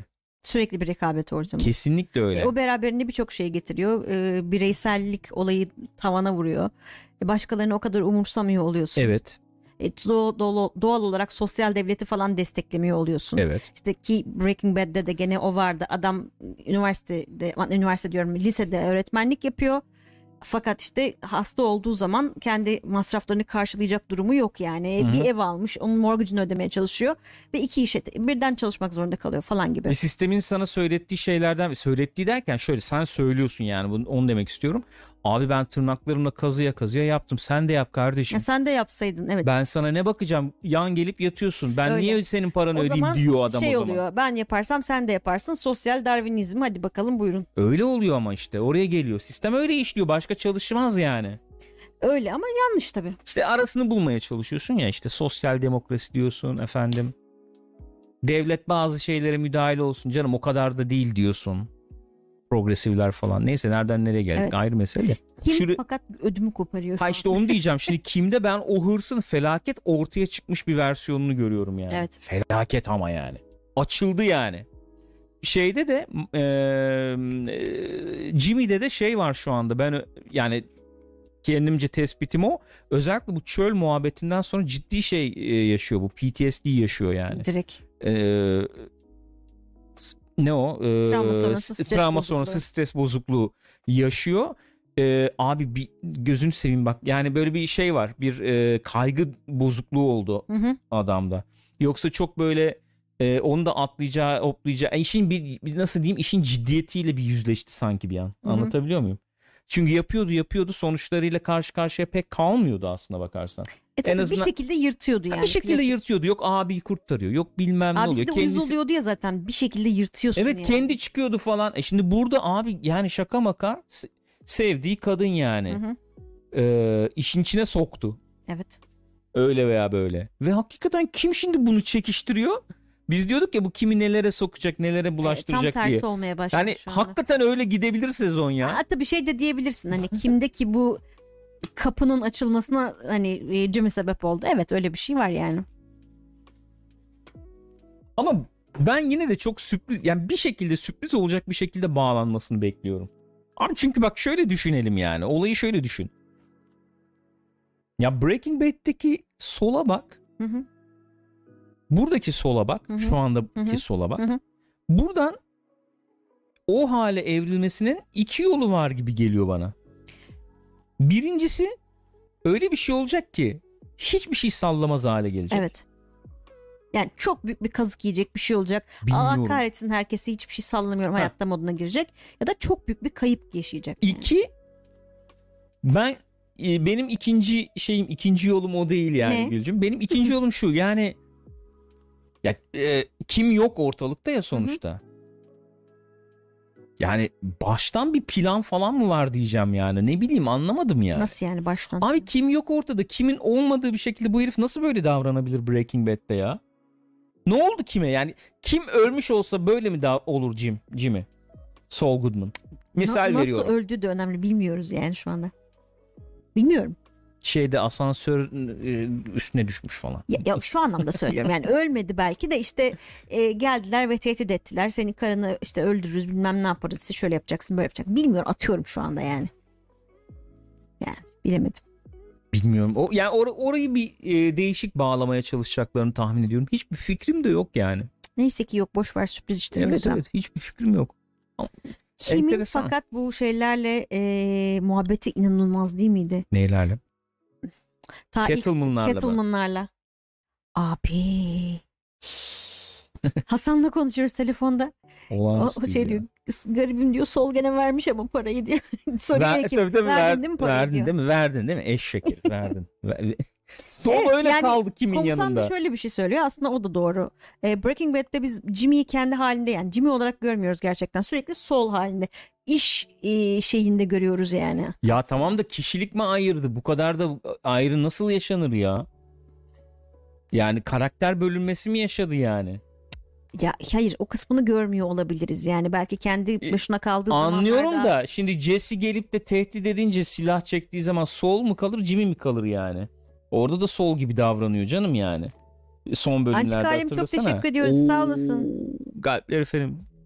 Sürekli bir rekabet ortamı. Kesinlikle öyle. E, o beraberinde birçok şey getiriyor. E, bireysellik olayı tavana vuruyor. E, başkalarını o kadar umursamıyor oluyorsun. Evet. E, doğal, doğal, doğal olarak sosyal devleti falan desteklemiyor oluyorsun. Evet. İşte ki Breaking Bad'de de gene o vardı. Adam üniversitede, üniversite diyorum lisede öğretmenlik yapıyor. Fakat işte hasta olduğu zaman kendi masraflarını karşılayacak durumu yok yani. Hı hı. Bir ev almış, onun mortgage'ını ödemeye çalışıyor ve iki işe birden çalışmak zorunda kalıyor falan gibi. Ve sistemin sana söylettiği şeylerden, söylettiği derken şöyle, sen söylüyorsun yani, bunu, onu demek istiyorum. Abi ben tırnaklarımla kazıya kazıya yaptım, sen de yap kardeşim. Ya sen de yapsaydın, evet. Ben sana ne bakacağım, yan gelip yatıyorsun, ben Öyle. Niye senin paranı o ödeyeyim diyor adam şey o zaman. oluyor, ben yaparsam sen de yaparsın, sosyal darwinizm, hadi bakalım buyurun. Öyle oluyor ama işte oraya geliyor, sistem öyle işliyor, başka çalışmaz yani. Öyle ama yanlış tabii. İşte arasını bulmaya çalışıyorsun ya, işte sosyal demokrasi diyorsun efendim. Devlet bazı şeylere müdahale olsun canım, o kadar da değil diyorsun. Progresifler falan. Neyse, nereden nereye geldik, evet. Ayrı mesele. Kim Şuraya... fakat ödümü koparıyor şu ha an. işte onu diyeceğim. Şimdi Kim'de ben o hırsın felaket ortaya çıkmış bir versiyonunu görüyorum yani. Evet. Felaket ama yani. Açıldı yani. Şeyde de e, e, Jimmy'de de şey var şu anda. Ben yani kendimce tespitim o. Özellikle bu çöl muhabbetinden sonra ciddi şey e, yaşıyor bu. P T S D yaşıyor yani. Direkt. Eee ne o? Ee, travma sonrası stres, travma bozukluğu. sonrası stres bozukluğu yaşıyor. Ee, abi bir gözünü seveyim bak. Yani böyle bir şey var. Bir e, kaygı bozukluğu oldu hı hı. adamda. Yoksa çok böyle e, onu da atlayacağı, hoplayacağı. E, işin bir, bir nasıl diyeyim? İşin ciddiyetiyle bir yüzleşti sanki bir an. Hı hı. Anlatabiliyor muyum? Çünkü yapıyordu yapıyordu sonuçlarıyla karşı karşıya pek kalmıyordu aslına bakarsan. E tabii en azından, bir şekilde yırtıyordu yani. Bir şekilde klasik. yırtıyordu. Yok abiyi kurtarıyor. Yok bilmem Abisi ne oluyor. Abisi de uyuz Kendisi... oluyordu ya zaten. Bir şekilde yırtıyorsun evet, yani. kendi çıkıyordu falan. E şimdi burada abi yani şaka maka sevdiği kadın yani. Hı hı. Ee, işin içine soktu. Evet. Öyle veya böyle. Ve hakikaten kim şimdi bunu çekiştiriyor? Biz diyorduk ya bu kimi nelere sokacak, nelere bulaştıracak diye. Tam tersi diye. olmaya başladı yani şu anda. Hakikaten öyle gidebilir sezon ya. Hatta bir şey de diyebilirsin. Hani kimdeki bu kapının açılmasına hani Jimmy sebep oldu. Evet, öyle bir şey var yani. Ama ben yine de çok sürpriz, yani bir şekilde sürpriz olacak bir şekilde bağlanmasını bekliyorum. Abi çünkü bak şöyle düşünelim yani. Olayı şöyle düşün. Ya Breaking Bad'deki sola bak. Hı hı. Buradaki sola bak. Hı hı. Şu andaki hı hı. sola bak. Hı hı. Buradan o hale evrilmesinin iki yolu var gibi geliyor bana. Birincisi öyle bir şey olacak ki hiçbir şey sallamaz hale gelecek. Evet. Yani çok büyük bir kazık yiyecek bir şey olacak. Allah kahretsin, herkese hiçbir şey sallamıyorum, ha. hayatta moduna girecek. Ya da çok büyük bir kayıp yaşayacak. Yani. İki, ben benim ikinci şeyim, ikinci yolum o değil yani Gülcüm. Benim ikinci yolum şu yani ya, e, Kim yok ortalıkta ya sonuçta. Hı hı. Yani baştan bir plan falan mı var diyeceğim yani. Ne bileyim, anlamadım yani. Nasıl yani baştan? Abi Kim yok ortada. Kim'in olmadığı bir şekilde bu herif nasıl böyle davranabilir Breaking Bad'de ya? Ne oldu Kim'e? Yani Kim ölmüş olsa böyle mi daha olur Jim, Jimmy? Saul Goodman. Misal Na- nasıl veriyorum. Nasıl öldüğü de önemli, bilmiyoruz yani şu anda. Bilmiyorum. Şeyde asansör üstüne düşmüş falan. Ya, ya şu anlamda söylüyorum. Yani ölmedi belki de işte e, geldiler ve tehdit ettiler. Senin karını işte öldürürüz, bilmem ne yaparız. İşte şöyle yapacaksın, böyle yapacaksın. Bilmiyorum, atıyorum şu anda yani. Yani bilemedim. Bilmiyorum. O yani or- orayı bir e, değişik bağlamaya çalışacaklarını tahmin ediyorum. Hiçbir fikrim de yok yani. Neyse ki yok, boş ver, sürpriz işte. Evet güzel. Evet, hiçbir fikrim yok. Ama Kimin enteresan. Fakat bu şeylerle e, muhabbeti inanılmaz değil miydi? Neylerle? Ta Kettleman'larla. Kettleman'larla. Abi. Hasan'la konuşuyoruz telefonda. O, o şey diyor, garibim diyor, Sol gene vermiş ama parayı diyor. Soruyor Ver, ki, tabii, tabii, verdin ver, değil mi parayı verdin diyor. değil mi? Verdin değil mi? Eşşekir verdin. Sol evet, öyle yani kaldı Kim'in komutan yanında. Komutan da şöyle bir şey söylüyor. Aslında o da doğru. E, Breaking Bad'de biz Jimmy'yi kendi halinde, yani Jimmy olarak görmüyoruz gerçekten. Sürekli Sol halinde. İş e, şeyinde görüyoruz yani. Ya tamam da kişilik mi ayırdı? Bu kadar da ayrı nasıl yaşanır ya? Yani karakter bölünmesi mi yaşadı yani? Ya hayır, o kısmını görmüyor olabiliriz yani, belki kendi başına kaldığı zamanlarda. Anlıyorum da şimdi Jesse gelip de tehdit edince silah çektiği zaman Sol mu kalır, Jimmy mi kalır yani? Orada da Sol gibi davranıyor canım yani. Son bölümlerde Antik Halim, hatırlasana. çok teşekkür ediyoruz. Oo, sağ olasın. Galpler efendim.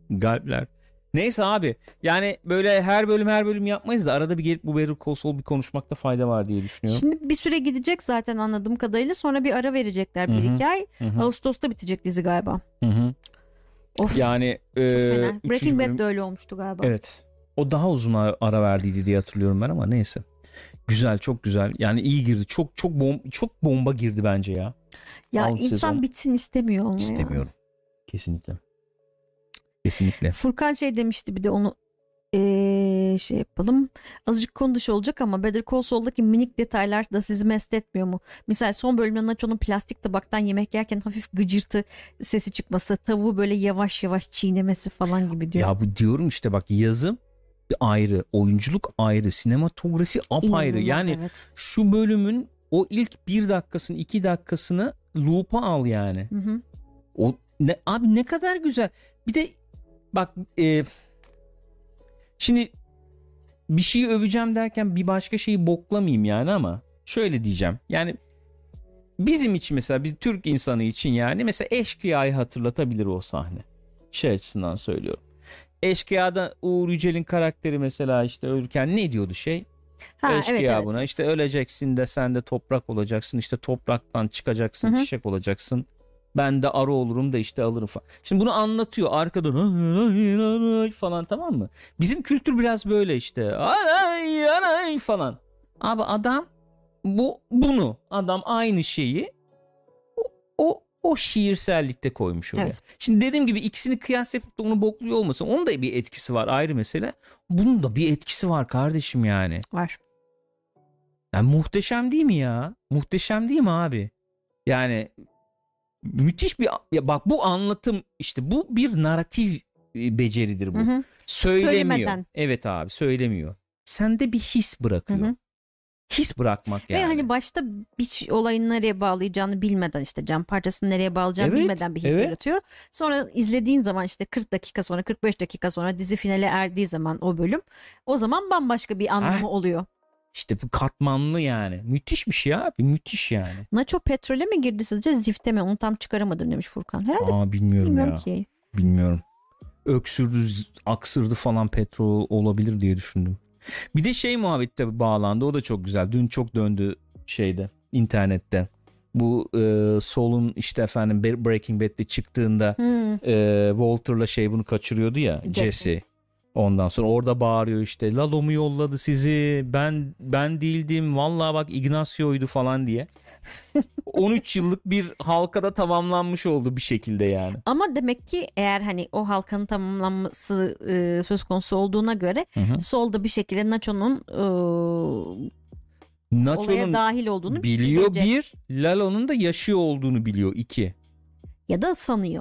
Galpler. Neyse abi. Yani böyle her bölüm her bölüm yapmayız da arada bir gelip bu Better Call Saul bir konuşmakta fayda var diye düşünüyorum. Şimdi bir süre gidecek zaten anladığım kadarıyla. Sonra bir ara verecekler bir iki ay. Hı-hı. Ağustos'ta bitecek dizi galiba. Hı-hı. Of. Yani çok e, fena. Breaking bölüm... Bad de öyle olmuştu galiba. Evet. O daha uzun ara verdiydi diye hatırlıyorum ben ama neyse. Güzel, çok güzel. Yani iyi girdi. Çok çok bom çok bomba girdi bence ya. Ya Alt insan sezon. Bitsin istemiyor onu. İstemiyorum. Ya. Kesinlikle. Kesinlikle. Furkan şey demişti bir de onu ee, şey yapalım. Azıcık konu dışı olacak ama Better Call Saul'daki minik detaylar da sizi mest etmiyor mu? Mesela son bölümde Nacho'nun plastik tabaktan yemek yerken hafif gıcırtı sesi çıkması, tavuğu böyle yavaş yavaş çiğnemesi falan gibi diyor. Ya bu diyorum işte bak, yazım ayrı, oyunculuk ayrı, sinematografi apayrı. İnanılmaz, yani evet. Şu bölümün o ilk bir dakikasını iki dakikasını loop'a al yani. Hı hı. O ne abi, ne kadar güzel. Bir de bak e, şimdi bir şeyi öveceğim derken bir başka şeyi boklamayayım yani, ama şöyle diyeceğim. Yani bizim için mesela, biz Türk insanı için yani mesela Eşkıya'yı hatırlatabilir o sahne. Şey açısından söylüyorum. Eşkıya'da Uğur Yücel'in karakteri mesela işte ölürken ne diyordu şey? Ha, Eşkıya evet, evet, buna evet. işte öleceksin de sen de toprak olacaksın, işte topraktan çıkacaksın, Hı hı. çiçek olacaksın. Ben de arı olurum da işte alırım falan. Şimdi bunu anlatıyor arkadan ay, ay, ay falan, tamam mı? Bizim kültür biraz böyle işte ay, ay falan. Abi adam bu bunu adam aynı şeyi o o, o şiirsellikte koymuş oraya. Evet. Şimdi dediğim gibi ikisini kıyas yapıp da onu bokluyor olmasın. Onun da bir etkisi var, ayrı mesele. Bunun da bir etkisi var kardeşim yani. Var. Yani muhteşem değil mi ya? Muhteşem değil mi abi? Yani müthiş bir, ya bak bu anlatım işte, bu bir narratif beceridir bu. Hı hı. Söylemiyor. Söylemeden. Evet abi, söylemiyor. Sende bir his bırakıyor. Hı hı. His bırakmak yani. Ve hani başta bir olayın nereye bağlayacağını bilmeden, işte cam parçasını nereye bağlayacağını evet, bilmeden bir his evet. yaratıyor. Sonra izlediğin zaman işte kırk dakika sonra, kırk beş dakika sonra dizi finale erdiği zaman o bölüm, o zaman bambaşka bir anlamı ah. oluyor. İşte bu katmanlı yani. Müthiş bir şey abi. Müthiş yani. Nacho petrole mi girdi sizce, zifte mi? Onu tam çıkaramadım demiş Furkan. Herhalde Aa, bilmiyorum, bilmiyorum ya. Ki. Bilmiyorum. Öksürdü, aksırdı falan, petrol olabilir diye düşündüm. Bir de şey muhabbette bağlandı. O da çok güzel. Dün çok döndü şeyde, internette. Bu e, Saul'un işte efendim Breaking Bad'de çıktığında hmm. e, Walter'la şey bunu kaçırıyordu ya, Jesse. Jesse. Ondan sonra orada bağırıyor işte, Lalo mu yolladı sizi, ben ben değildim vallahi bak Ignacio'ydu falan diye. on üç yıllık bir halkada tamamlanmış oldu bir şekilde yani. Ama demek ki eğer hani o halkanın tamamlanması e, söz konusu olduğuna göre Saul bir şekilde Nacho'nun e, Nacho'nun olaya dahil olduğunu biliyor bilecek. Bir, Lalo'nun da yaşıyor olduğunu biliyor iki. Ya da sanıyor.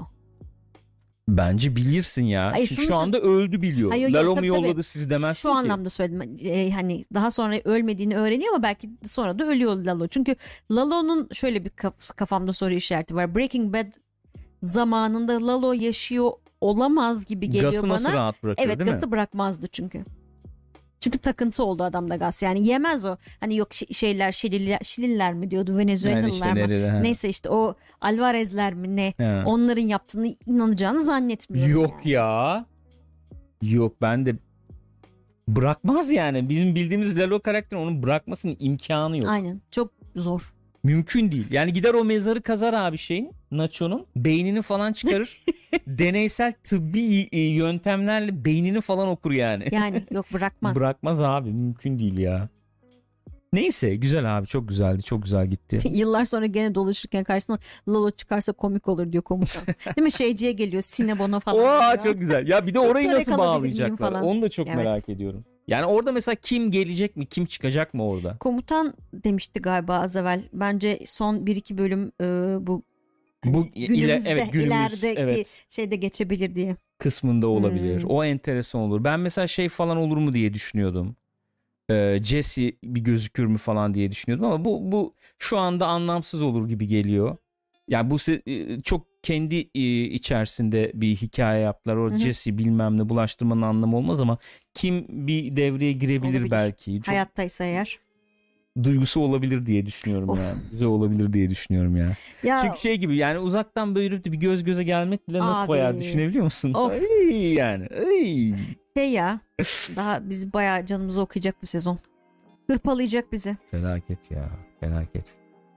Bence bilirsin ya. Hayır, şu çok... anda öldü biliyor. Hayır, Lalo mu yolladı sizi demezsin şu ki. Şu anlamda söyledim. Ee, hani daha sonra ölmediğini öğreniyor ama belki sonra da ölüyor Lalo. Çünkü Lalo'nun şöyle bir kafamda soru işareti var. Breaking Bad zamanında Lalo yaşıyor olamaz gibi geliyor Gas'ı bana. Gas'ı nasıl rahat bırakıyor evet, değil mi? Evet, Gas'ı bırakmazdı çünkü. Çünkü takıntı oldu adamda gaz. Yani yemez o. Hani yok şeyler Şililler, Şililler mi diyordu, Venezuelalılar yani işte mı? Nerede, Neyse işte o Alvarezler mi ne? He. Onların yaptığını inanacağını zannetmiyorum. Yok yani. ya. Yok, ben de bırakmaz yani. Bizim bildiğimiz Lalo karakterin onun bırakmasının imkanı yok. Aynen. Çok zor. Mümkün değil. Yani gider o mezarı kazar abi şeyin, Nacho'nun beynini falan çıkarır. Deneysel tıbbi yöntemlerle beynini falan okur yani. Yani yok, bırakmaz. Bırakmaz abi, mümkün değil ya. Neyse, güzel abi, çok güzeldi, çok güzel gitti. Yıllar sonra gene dolaşırken karşısına Lalo çıkarsa komik olur diyor komutan. Değil mi, şeyciye geliyor, Sinebon'a falan. Oo, çok güzel. Ya bir de orayı nasıl bağlayacaklar onu da çok evet. merak ediyorum. Yani orada mesela kim gelecek mi, kim çıkacak mı orada? Komutan demişti galiba az evvel. Bence son bir iki bölüm e, bu, bu günümüzde, ile, evet, günümüz, ilerideki evet. şeyde geçebilir diye. Kısmında olabilir. Hmm. O enteresan olur. Ben mesela şey falan olur mu diye düşünüyordum. Ee, Jesse bir gözükür mü falan diye düşünüyordum ama bu bu şu anda anlamsız olur gibi geliyor. Yani bu çok kendi içerisinde bir hikaye yaptılar. O Jesse bilmem ne bulaştırmanın anlamı olmaz ama kim bir devreye girebilir olabilir. Belki. Çok... Hayattaysa eğer. duygusu olabilir diye düşünüyorum of. yani. Güzel olabilir diye düşünüyorum ya. ya. Çünkü şey gibi yani uzaktan böyle bir göz göze gelmek bile ne koyar düşünebiliyor musun? Ay yani. Ay. Şey ya daha biz bayağı canımızı okuyacak bu sezon. Hırpalayacak bizi. Felaket ya. Felaket.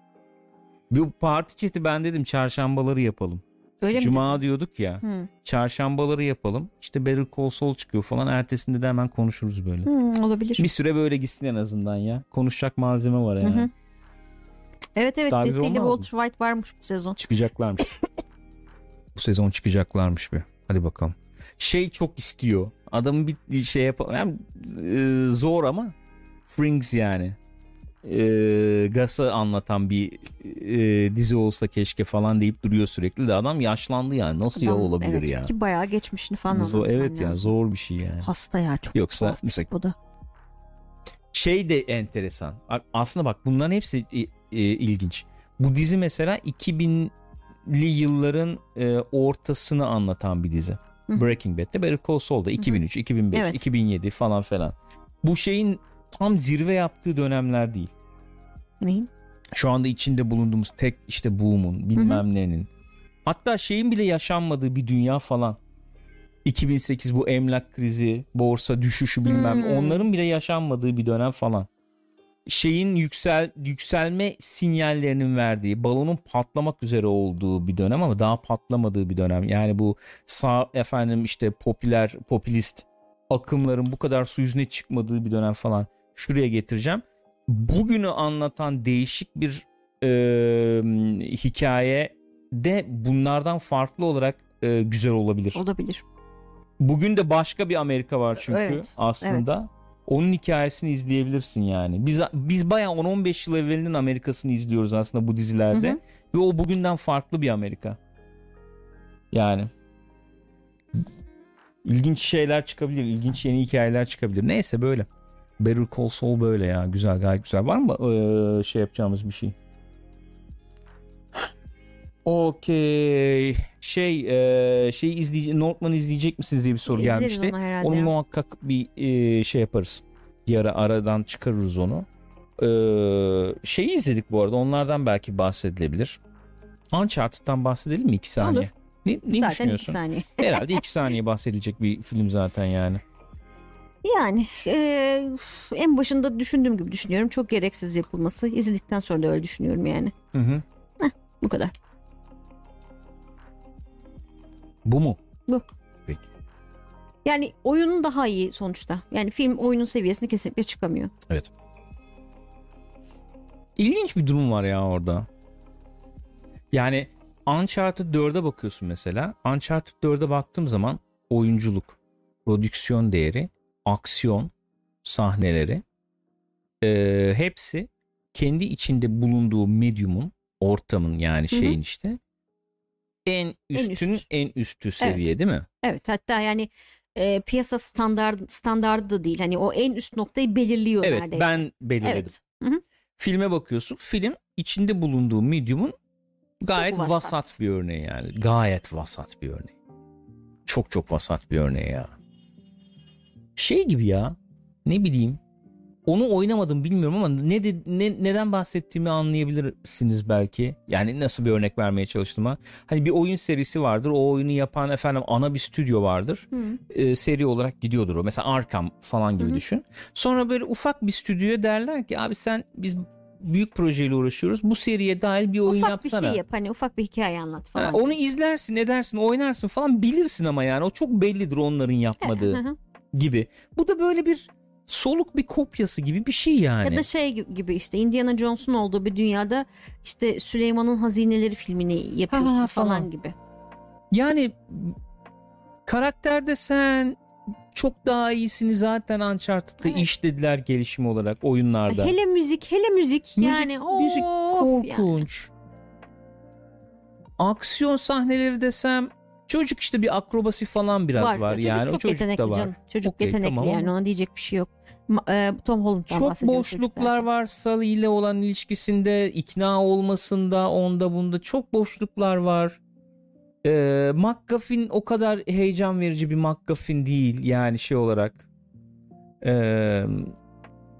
Bu parti chat'i ben dedim çarşambaları yapalım. Öyle Cuma mi diyorduk ya. Hı. Çarşambaları yapalım. İşte Better Call Saul çıkıyor falan. Ertesinde de hemen konuşuruz böyle. Hı, olabilir. Bir süre böyle gitsin en azından ya. Konuşacak malzeme var yani. Hı hı. Evet evet. Jesse ile Walter White varmış bu sezon. Çıkacaklarmış. Bu sezon çıkacaklarmış bir. Hadi bakalım. Şey çok istiyor. Adamın bir şey yapalım. Yani, e, zor ama Frings yani. E, Gas'ı anlatan bir e, dizi olsa keşke falan deyip duruyor sürekli de adam yaşlandı yani nasıl adam, ya olabilir evet, ya ki bayağı geçmişini falan zor, evet lazım. Ya zor bir şey yani hasta ya çok yoksa mesela o da şey de enteresan aslında bak bunların hepsi e, e, ilginç bu dizi mesela iki binli yılların e, ortasını anlatan bir dizi. Hı. Breaking Bad'de Better Call Saul'da iki bin üç, iki bin beş, evet. iki bin yedi falan falan bu şeyin tam zirve yaptığı dönemler değil. Neyin? Şu anda içinde bulunduğumuz tek işte boom'un bilmem hı hı. nenin. Hatta şeyin bile yaşanmadığı bir dünya falan. iki bin sekiz bu emlak krizi, borsa düşüşü bilmem hmm. onların bile yaşanmadığı bir dönem falan. Şeyin yüksel yükselme sinyallerinin verdiği, balonun patlamak üzere olduğu bir dönem ama daha patlamadığı bir dönem. Yani bu sağ efendim işte popüler, popülist akımların bu kadar su yüzüne çıkmadığı bir dönem falan. Şuraya getireceğim. Bugünü anlatan değişik bir e, hikaye de bunlardan farklı olarak e, güzel olabilir. Olabilir. Bugün de başka bir Amerika var çünkü evet, aslında. Evet. Onun hikayesini izleyebilirsin yani. Biz biz bayağı on on beş yıl evvelinin Amerika'sını izliyoruz aslında bu dizilerde. Hı hı. Ve o bugünden farklı bir Amerika. Yani ilginç şeyler çıkabilir, ilginç yeni hikayeler çıkabilir. Neyse böyle. Better Call Saul böyle ya. Güzel, gayet güzel. Var mı ee, şey yapacağımız bir şey? Okey. Şey e, şey izleyecek Northman'ı izleyecek misiniz diye bir soru İzleriz gelmişti. Onu, onu muhakkak bir e, şey yaparız. Bir ara aradan çıkarırız onu. Ee, şeyi izledik bu arada. Onlardan belki bahsedilebilir. Uncharted'dan bahsedelim mi? iki saniye. Olur. Ne, ne zaten düşünüyorsun? iki saniye. Herhalde iki saniye bahsedilecek bir film zaten yani. Yani e, en başında düşündüğüm gibi düşünüyorum. Çok gereksiz yapılması. İzledikten sonra da öyle düşünüyorum yani. Hı hı. Heh, bu kadar. Bu mu? Bu. Peki. Yani oyunun daha iyi sonuçta. Yani film oyunun seviyesine kesinlikle çıkamıyor. Evet. İlginç bir durum var ya orada. Yani Uncharted dörde bakıyorsun mesela. Uncharted dörde baktığım zaman oyunculuk, prodüksiyon değeri, aksiyon sahneleri e, hepsi kendi içinde bulunduğu medyumun, ortamın yani şeyin Hı-hı. işte en üstün en, üst. en üstü seviye evet. değil mi? Evet, hatta yani e, piyasa standart standardı da değil. Hani o en üst noktayı belirliyor evet, neredeyse. Evet, ben belirledim. Evet. Filme bakıyorsun. Film içinde bulunduğu medyumun gayet vasat. vasat bir örneği yani. Gayet vasat bir örneği. Çok çok vasat bir örneği ya. Şey gibi ya. Ne bileyim. Onu oynamadım bilmiyorum ama ne, de, ne neden bahsettiğimi anlayabilirsiniz belki. Yani nasıl bir örnek vermeye çalıştığıma. Hani bir oyun serisi vardır. O oyunu yapan efendim ana bir stüdyo vardır. Ee, seri olarak gidiyordur o. Mesela Arkham falan gibi Hı. düşün. Sonra böyle ufak bir stüdyoya derler ki abi sen biz büyük projeyle uğraşıyoruz. Bu seriye dahil bir oyun ufak yapsana. Ufak bir şey yap. Hani ufak bir hikaye anlat falan. Ha, onu izlersin, edersin, oynarsın falan bilirsin ama yani o çok bellidir onların yapmadığı gibi. Bu da böyle bir soluk bir kopyası gibi bir şey yani. Ya da şey gibi işte Indiana Jones'un olduğu bir dünyada işte Süleyman'ın Hazineleri filmini yapıyorsun ha, falan. falan gibi. Yani karakterde sen çok daha iyisini zaten Uncharted'da evet. işlediler gelişim olarak oyunlarda. Hele müzik, hele müzik, müzik yani. Müzik korkunç. Yani. Aksiyon sahneleri desem çocuk işte bir akrobasi falan biraz var, var yani. Çocuk çok o çocuk yetenekli da var. Canım. Çocuk okay, yetenekli tamam. Yani ona diyecek bir şey yok. Tom Holland'dan çok boşluklar var Sully ile olan ilişkisinde, ikna olmasında, onda bunda çok boşluklar var. Ee, McGuffin o kadar heyecan verici bir McGuffin değil yani şey olarak. Ee,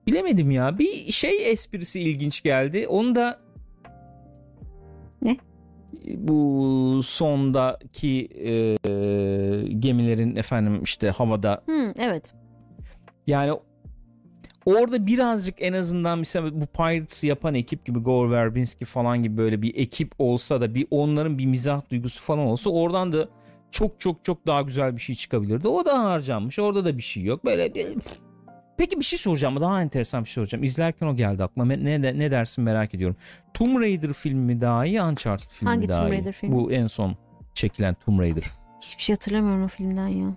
bilemedim ya. Bir şey esprisi ilginç geldi. Onu da ne? Bu sondaki e, gemilerin efendim işte havada. Hmm, evet. Yani orada birazcık en azından mesela bu Pirates'ı yapan ekip gibi Gore Verbinski falan gibi böyle bir ekip olsa da bir onların bir mizah duygusu falan olsa oradan da çok çok çok daha güzel bir şey çıkabilirdi. O da harcanmış. Orada da bir şey yok. Böyle bir... Peki bir şey soracağım. Daha enteresan bir şey soracağım. İzlerken o geldi aklıma. Ne, ne, ne dersin merak ediyorum. Tomb Raider filmi daha iyi, Uncharted filmi Hangi daha Tomb iyi? Raider filmi? Bu en son çekilen Tomb Raider. Hiçbir şey hatırlamıyorum o filmden ya.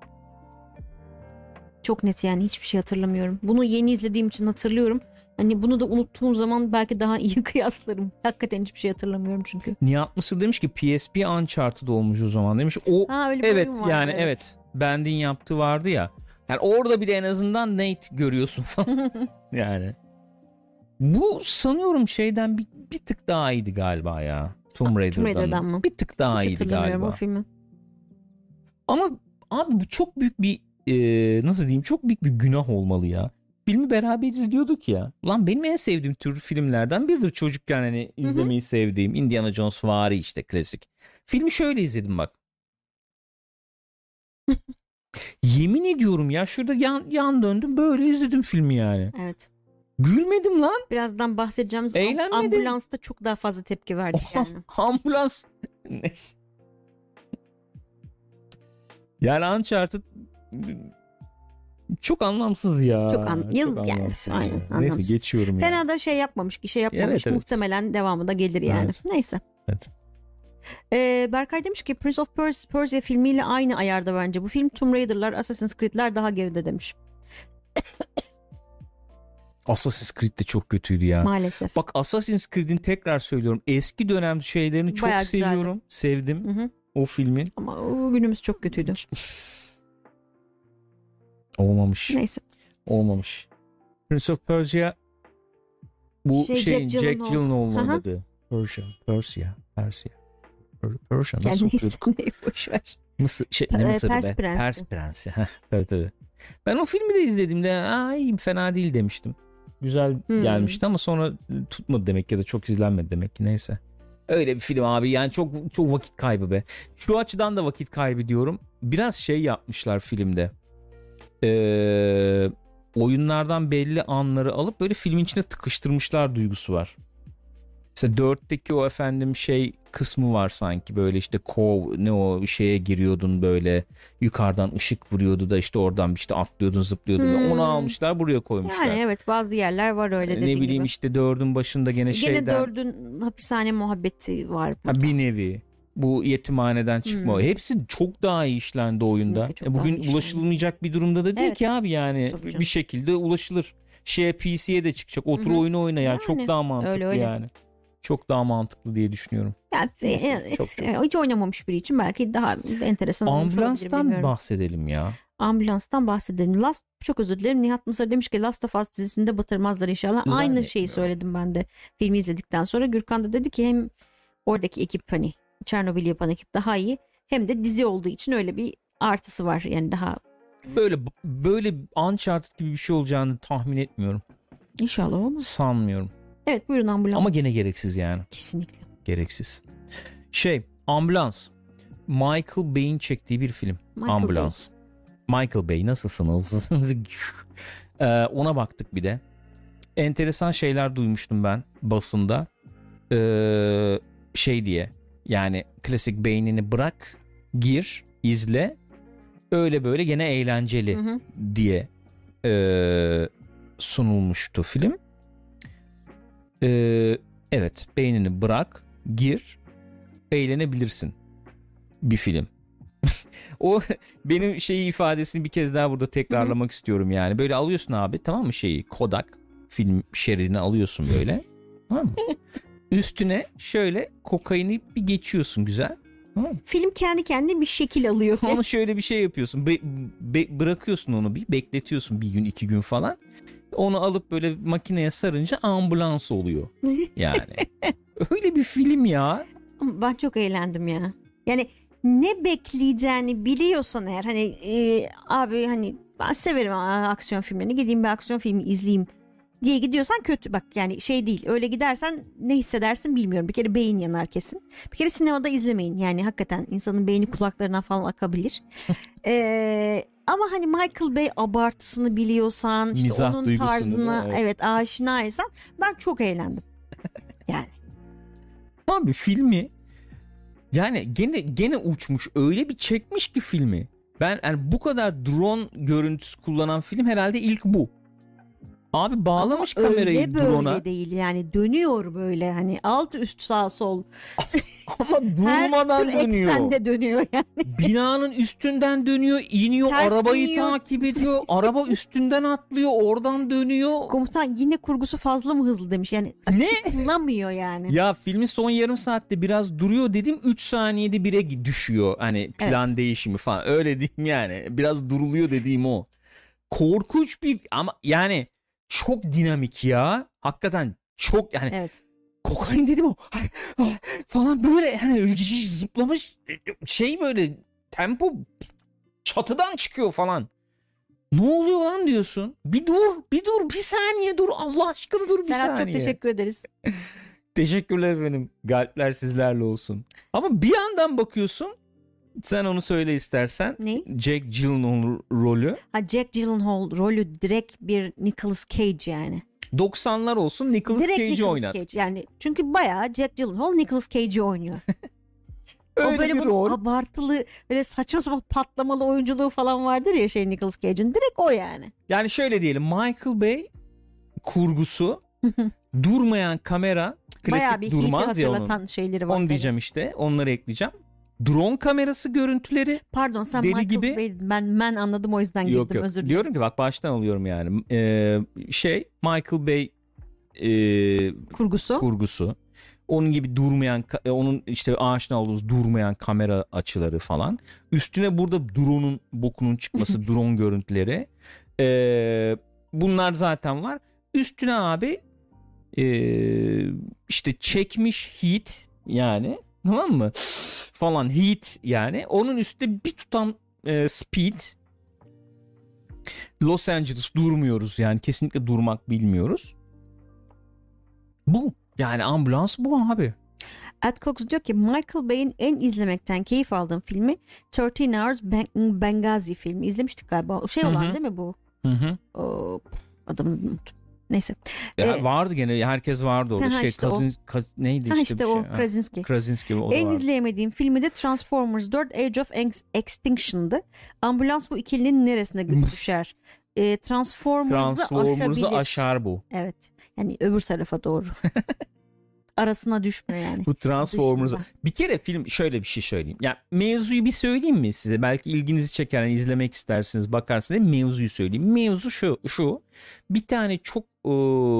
Çok net yani hiçbir şey hatırlamıyorum. Bunu yeni izlediğim için hatırlıyorum. Hani bunu da unuttuğum zaman belki daha iyi kıyaslarım. Hakikaten hiçbir şey hatırlamıyorum çünkü. Nihat Mısır demiş ki P S P Uncharted olmuş o zaman demiş. O ha, öyle bir evet oyun var, yani evet. evet. Bend'in yaptığı vardı ya. Yani orada bir de en azından Nate görüyorsun falan. Yani. Bu sanıyorum şeyden bir, bir tık daha iyiydi galiba ya. Tomb Raider'dan, Tomb Raider'dan mı? Bir tık daha Hiç iyiydi galiba. O filmi. Ama abi bu çok büyük bir e, nasıl diyeyim çok büyük bir günah olmalı ya. Filmi beraber izliyorduk ya. Lan benim en sevdiğim tür filmlerden biridir çocukken hani izlemeyi Hı-hı. sevdiğim Indiana Jones vari işte klasik. Filmi şöyle izledim bak. Yemin ediyorum ya şurada yan, yan döndüm böyle izledim filmi yani. Evet. Gülmedim lan. Birazdan bahsedeceğimiz Eğlenmedim. Ambulansta çok daha fazla tepki verdik yani. Ambulans. Neyse. Yani Uncharted çok anlamsız ya. Çok, an, çok yazık anlamsız yani. Aynen, ya. anlamsız. Neyse geçiyorum Fena yani. da şey yapmamış ki şey yapmamış. Evet, evet. Muhtemelen devamı da gelir yani. Evet. Neyse. Evet. Ee, Berkay demiş ki Prince of Persia, Persia filmiyle aynı ayarda bence. Bu film Tomb Raider'lar, Assassin's Creed'ler daha geride demiş. Assassin's Creed de çok kötüydü ya. Maalesef. Bak Assassin's Creed'in tekrar söylüyorum. Eski dönem şeylerini çok Bayağı seviyorum. güzeldi. Sevdim. Hı hı. O filmin. Ama o günümüz çok kötüydü. Olmamış. Neyse. Olmamış. Prince of Persia bu şey, şeyin Jack Jack Gyllenhaal'ın Aha. oynadığı. Persia. Persia. Persia. Persia nasıl yani okuyorduk? neyse neyi boşver. Mısır, şey, ne Pers Mısır'ı be? Prensi. Pers Prensi. Heh, tabii tabii. Ben o filmi de izlediğimde ay fena değil demiştim. Güzel hmm. gelmişti ama sonra tutmadı demek ya da çok izlenmedi demek ki neyse. Öyle bir film abi yani çok çok vakit kaybı be. Şu açıdan da vakit kaybı diyorum. Biraz şey yapmışlar filmde. Ee, oyunlardan belli anları alıp böyle filmin içine tıkıştırmışlar duygusu var. Mesela dörtteki o efendim şey kısmı var sanki böyle işte kov ne o şeye giriyordun böyle yukarıdan ışık vuruyordu da işte oradan işte atlıyordun zıplıyordun hmm. onu almışlar buraya koymuşlar. Yani evet bazı yerler var öyle dediğin Ne bileyim gibi. işte dördün başında gene, gene şeyden. Gene dördün hapishane muhabbeti var burada. Ha, bir nevi. Bu yetimhaneden çıkma. Hmm. Hepsi çok daha iyi işlendi oyunda. E bugün ulaşılmayacak bir durumda da değil evet. ki abi yani bir şekilde ulaşılır. Şeye P C'ye de çıkacak. Otur Hı-hı. oyunu oyna yani. yani çok daha mantıklı öyle, öyle. yani. Çok daha mantıklı diye düşünüyorum. Yani, Neyse, çok, çok. Hiç oynamamış biri için belki daha enteresan olmuş olabilir. Ambulanstan bahsedelim ya. Ambulanstan bahsedelim. Last çok özür dilerim. Nihat Mısır demiş ki Last of Us dizisinde batırmazlar inşallah. Aynı şeyi söyledim ben de filmi izledikten sonra. Gürkan da dedi ki hem oradaki ekip hani Çernobil yapan ekip daha iyi hem de dizi olduğu için öyle bir artısı var. Yani daha böyle böyle Uncharted gibi bir şey olacağını tahmin etmiyorum. İnşallah olmaz. Sanmıyorum. Evet buyurun ambulans. Ama gene gereksiz yani. Kesinlikle. Gereksiz. Şey ambulans. Michael Bay'in çektiği bir film. Michael ambulans. Bay. Michael Bay nasılsınız? ee, ona baktık bir de. Enteresan şeyler duymuştum ben basında. Ee, şey diye. Yani klasik beynini bırak, gir, izle. Öyle böyle gene eğlenceli hı hı. diye e, sunulmuştu film. Ee, evet beynini bırak gir eğlenebilirsin bir film. O benim şeyi ifadesini bir kez daha burada tekrarlamak Hı-hı. istiyorum yani böyle alıyorsun abi tamam mı şeyi Kodak film şeridini alıyorsun böyle tamam mı? Üstüne şöyle kokaini bir geçiyorsun güzel tamam mı? Film kendi kendine bir şekil alıyor. Onu şöyle bir şey yapıyorsun be, be, bırakıyorsun onu bir bekletiyorsun bir gün iki gün falan. Onu alıp böyle makineye sarınca ambulans oluyor. Yani. Öyle bir film ya. Ben çok eğlendim ya. Yani ne bekleyeceğini biliyorsan eğer hani e, abi hani ben severim aksiyon filmlerini gideyim bir aksiyon filmi izleyeyim diye gidiyorsan kötü. Bak yani şey değil. Öyle gidersen ne hissedersin bilmiyorum. Bir kere beyin yanar kesin. Bir kere sinemada izlemeyin. Yani hakikaten insanın beyni kulaklarına falan akabilir. Eee Ama hani Michael Bay abartısını biliyorsan, işte mizah onun tarzına evet. evet aşinaysan ben çok eğlendim. Yani. Abi filmi yani gene gene uçmuş, öyle bir çekmiş ki filmi. Ben yani bu kadar drone görüntüsü kullanan film herhalde ilk bu. Abi bağlamış ama kamerayı öyle böyle drone'a. değil yani, dönüyor böyle hani alt üst sağ sol. Ama durmadan Her dönüyor. Her de dönüyor yani. Binanın üstünden dönüyor, iniyor, Ters arabayı dönüyor. takip ediyor. Araba üstünden atlıyor, oradan dönüyor. Komutan yine kurgusu fazla mı hızlı demiş. Yani Ne? kullanmıyor yani. Ya filmin son yarım saatte biraz duruyor dedim, üç saniyede bire düşüyor. Hani plan evet. değişimi falan. Öyle diyeyim yani. Biraz duruluyor dediğim o. Korkunç bir ama yani çok dinamik ya. Hakikaten çok yani. Evet. Kokain dedim o. Falan böyle yani zıplamış şey, böyle tempo çatıdan çıkıyor falan. Ne oluyor lan diyorsun. Bir dur, bir dur, bir saniye dur. Allah aşkına dur bir Serhat, saniye. çok teşekkür ederiz. Teşekkürler efendim. Galpler sizlerle olsun. Ama bir yandan bakıyorsun, sen onu söyle istersen. Ne? Jack Gyllenhaal rolü. Ha, Jack Gyllenhaal rolü direkt bir Nicolas Cage yani. doksanlar olsun Nicolas Cage'i oynat. Cage yani. Çünkü bayağı Jack Gyllenhaal Nicolas Cage'i oynuyor. Öyle o böyle bir rol. Abartılı, böyle saçma sapan patlamalı oyunculuğu falan vardır ya şey Nicolas Cage'in. Direkt o yani. Yani şöyle diyelim, Michael Bay kurgusu, durmayan kamera, klasik bir durmaz ya onun. Şeyleri var. Onu diyeceğim işte, onları ekleyeceğim. Drone kamerası görüntüleri. Pardon sen deli Michael gibi. Bay, ben ben anladım o yüzden girdim, yok, yok. özür dilerim. Diyorum ki bak baştan alıyorum yani. Ee, şey Michael Bay e, kurgusu. kurgusu. Onun gibi durmayan, onun işte aşina olduğumuz durmayan kamera açıları falan. Üstüne burada drone'un bokunun çıkması, drone görüntüleri. Ee, bunlar zaten var. Üstüne abi e, işte çekmiş heat yani, tamam mı? Falan heat yani. Onun üstüne bir tutam e, speed. Los Angeles durmuyoruz yani, kesinlikle durmak bilmiyoruz. Bu. Yani ambulans bu abi. Ed Cox diyor ki Michael Bay'in en izlemekten keyif aldığım filmi on üç Hours Benghazi filmi. İzlemiştik galiba. O şey olan, Hı-hı. değil mi bu? Hı hı. O, adını unuttum. Neyse. Ya ee, vardı gene, herkes vardı orada. Ha, şey işte Kazin, Kaz, neydi ha, işte, işte bir o şey. Krasinski. Krasinski o en vardı. izleyemediğim filmi de Transformers dört Age of Extinction'dı. Ambulans bu ikilinin neresine düşer? Ee, Transformers'ı Transformers'ı aşar bu. Evet. Yani öbür tarafa doğru. Arasına düşmüyor yani. Bu Transformers'ı. Bir kere film, şöyle bir şey söyleyeyim. Ya mevzuyu bir söyleyeyim mi size? Belki ilginizi çeker, yani izlemek istersiniz, bakarsınız. Mevzuyu söyleyeyim. Mevzu şu, şu. Bir tane çok e,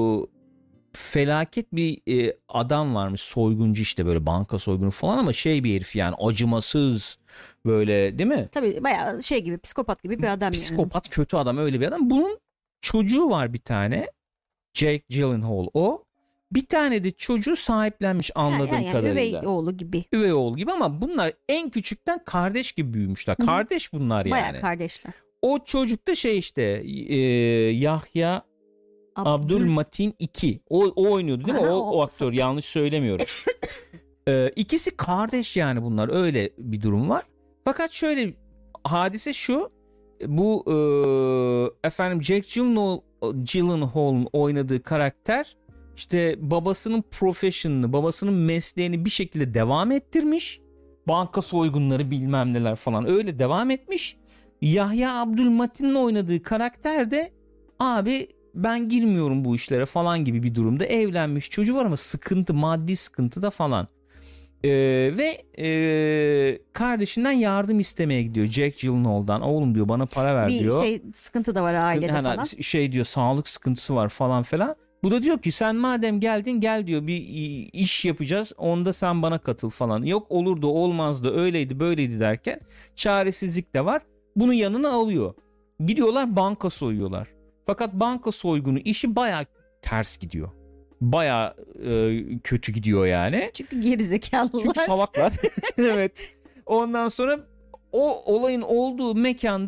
felaket bir e, adam varmış, soyguncu, işte böyle banka soygunu falan, ama şey bir herif yani, acımasız böyle, değil mi? Tabii bayağı şey gibi, psikopat gibi bir adam. Psikopat, yani. kötü adam, öyle bir adam. Bunun çocuğu var bir tane. Jack Gyllenhaal o. Bir tane de çocuğu sahiplenmiş anladığım yani, yani kadarıyla. Üvey oğlu gibi. Üvey oğlu gibi, ama bunlar en küçükten kardeş gibi büyümüşler. Hı-hı. Kardeş bunlar yani. Bayağı kardeşler. O çocuk da şey işte e, Yahya Abdül... Abdülmatin iki. O, o oynuyordu değil Aha, mi? O, o, o aktör, yanlış söylemiyorum. e, ikisi kardeş yani bunlar. Öyle bir durum var. Fakat şöyle hadise şu. Bu e, efendim Jack Gyllenhaal, Gyllenhaal'ın oynadığı karakter İşte babasının profession'ını, babasının mesleğini bir şekilde devam ettirmiş. Banka soygunları bilmem neler falan öyle devam etmiş. Yahya Abdülmatin'in oynadığı karakter de abi ben girmiyorum bu işlere falan gibi bir durumda. Evlenmiş, çocuğu var ama sıkıntı, maddi sıkıntı da falan. Ee, ve e, kardeşinden yardım istemeye gidiyor Jack Gyllenhaal'dan. Oğlum diyor, bana para ver bir diyor. Bir şey sıkıntı da var sıkıntı, ailede yani falan. Şey diyor, sağlık sıkıntısı var falan filan. Bu da diyor ki sen madem geldin, gel diyor, bir iş yapacağız, onda sen bana katıl falan. Yok olur da olmaz da, öyleydi böyleydi derken çaresizlik de var. Bunu yanına alıyor. Gidiyorlar banka soyuyorlar. Fakat banka soygunu işi baya ters gidiyor. Baya e, kötü gidiyor yani. Çünkü gerizekalılar. Çünkü salaklar. Evet. Ondan sonra o olayın olduğu mekandan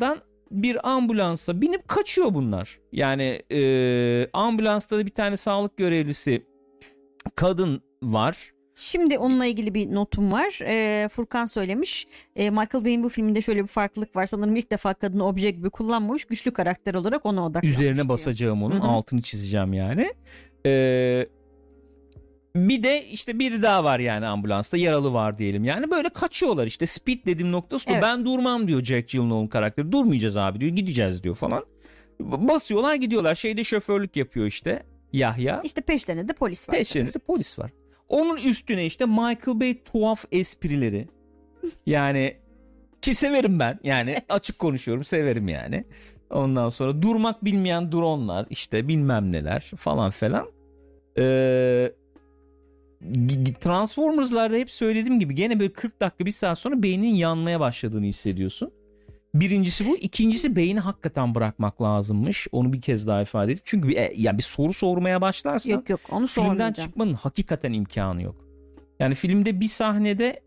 bir ambulansa binip kaçıyor bunlar. Yani e, ambulansta da bir tane sağlık görevlisi kadın var. Şimdi onunla ilgili bir notum var. Ee, Furkan söylemiş. Ee, Michael Bay'in bu filminde şöyle bir farklılık var. Sanırım ilk defa kadını obje gibi kullanmamış. Güçlü karakter olarak ona odaklanmış. Üzerine diyor. basacağım onun. Hı-hı. Altını çizeceğim yani. Ee, bir de işte biri daha var yani ambulansta. Yaralı var diyelim. Yani böyle kaçıyorlar işte. Speed dediğim noktası evet. Ben durmam diyor Jack Gyllenhaal'ın karakteri. Durmayacağız abi diyor. Gideceğiz diyor falan. Basıyorlar gidiyorlar. Şeyde şoförlük yapıyor işte Yahya. İşte peşlerinde de polis var. Peşlerinde de polis var. Onun üstüne işte Michael Bay tuhaf esprileri. Yani ki severim ben. Yani açık konuşuyorum, severim yani. Ondan sonra durmak bilmeyen dronlar işte bilmem neler falan falan. Ee, Transformers'larda hep söylediğim gibi gene böyle kırk dakika bir saat sonra beynin yanmaya başladığını hissediyorsun. Birincisi bu. İkincisi beyni hakikaten bırakmak lazımmış. Onu bir kez daha ifade edeyim. Çünkü bir, yani bir soru sormaya başlarsan yok, yok, onu filmden çıkmanın hakikaten imkanı yok. Yani filmde bir sahnede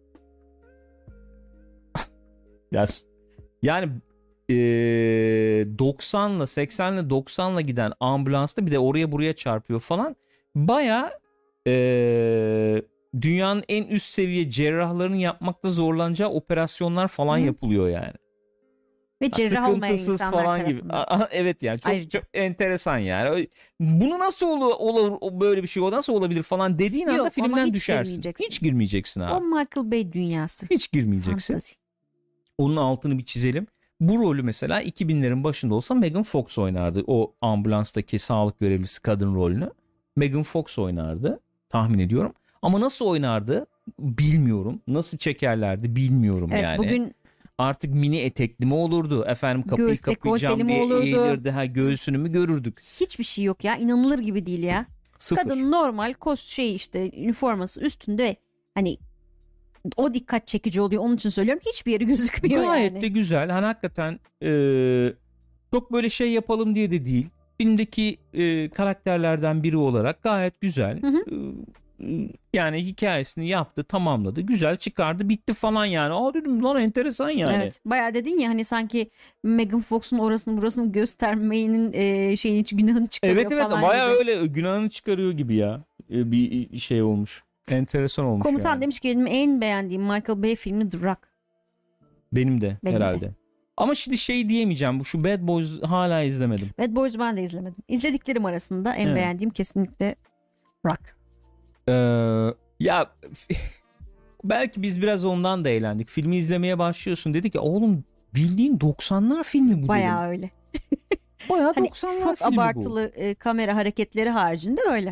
yani e, doksanla seksenle doksanla giden ambulansta bir de oraya buraya çarpıyor falan. Baya e, dünyanın en üst seviye cerrahlarının yapmakta zorlanacağı operasyonlar falan Hı. yapılıyor yani. Ve cerrah olmayan insanlar falan gibi. Evet yani çok, çok enteresan yani. Bunu nasıl olur, olur böyle bir şey o nasıl olabilir falan dediğin Yok, anda filmden hiç düşersin. Hiç girmeyeceksin abi. O Michael Bay dünyası. Hiç girmeyeceksin. Fantasy. Onun altını bir çizelim. Bu rolü mesela iki binlerin başında olsa Megan Fox oynardı. O ambulanstaki sağlık görevlisi kadın rolünü. Megan Fox oynardı tahmin ediyorum. Ama nasıl oynardı bilmiyorum. Nasıl çekerlerdi bilmiyorum evet, yani. Bugün artık mini etekli mi olurdu? Efendim kapıyı Göğüs kapayacağım diye eğilirdi. Ha, göğsünü mü görürdük? Hiçbir şey yok ya. İnanılır gibi değil ya. Sıfır. Kadın normal kost şey işte üniforması üstünde ve hani o dikkat çekici oluyor. Onun için söylüyorum. Hiçbir yeri gözükmüyor Gayet yani. de güzel. Hani hakikaten e, çok böyle şey yapalım diye de değil. Filmdeki e, karakterlerden biri olarak gayet güzel. Hı hı. E, Yani hikayesini yaptı, tamamladı, güzel çıkardı, bitti falan yani. Aa dedim lan enteresan yani. Evet, bayağı dedin ya hani sanki Megan Fox'un orasını burasını göstermeyenin e, şeyini günahını çıkarıyor evet, evet, falan. Evet evet bayağı gibi. öyle günahını çıkarıyor gibi ya. E, bir şey olmuş. Enteresan olmuş. Komutan yani. demiş ki benim en beğendiğim Michael Bay filmi The Rock. Benim de benim herhalde. De. Ama şimdi şey diyemeyeceğim. Bu şu Bad Boys hala izlemedim. Bad Boys'u ben de izlemedim. İzlediklerim arasında en evet. beğendiğim kesinlikle Rock. Ee, ya belki biz biraz ondan da eğlendik. Filmi izlemeye başlıyorsun. Dedik ya oğlum bildiğin doksanlar filmi bu. Bayağı dedim. öyle. Bayağı hani doksanlar çok filmi abartılı e, kamera hareketleri haricinde öyle.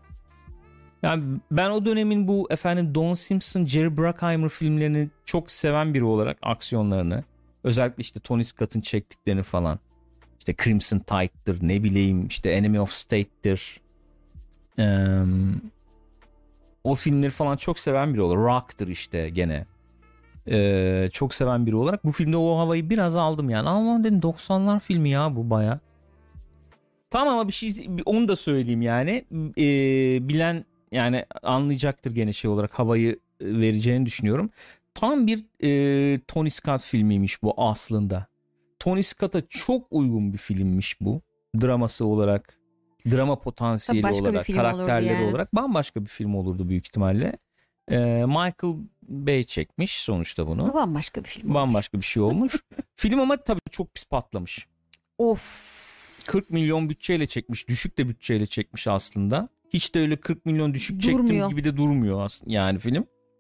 Yani ben o dönemin bu efendim Don Simpson, Jerry Bruckheimer filmlerini çok seven biri olarak aksiyonlarını, özellikle işte Tony Scott'ın çektiklerini falan, işte Crimson Tide'dır, ne bileyim işte Enemy of State'tir, ee, o filmleri falan çok seven biri olarak, Rock'tır işte gene ee, çok seven biri olarak bu filmde o havayı biraz aldım yani. Ama dedim doksanlar filmi ya bu baya. Tamam ama bir şey onu da söyleyeyim yani ee, bilen yani anlayacaktır gene şey olarak havayı vereceğini düşünüyorum. Tam bir e, Tony Scott filmiymiş bu aslında. Tony Scott'a çok uygun bir filmmiş bu. Draması olarak, drama potansiyeli başka olarak, karakterleri yani. olarak bambaşka bir film olurdu büyük ihtimalle. E, Michael Bay çekmiş sonuçta bunu. Bambaşka bir film Bambaşka olmuş. bir şey olmuş. Film ama tabii çok pis patlamış. Of. kırk milyon bütçeyle çekmiş. Düşük de bütçeyle çekmiş aslında. Hiç de öyle kırk milyon düşük durmuyor. Çektim gibi de durmuyor aslında yani film.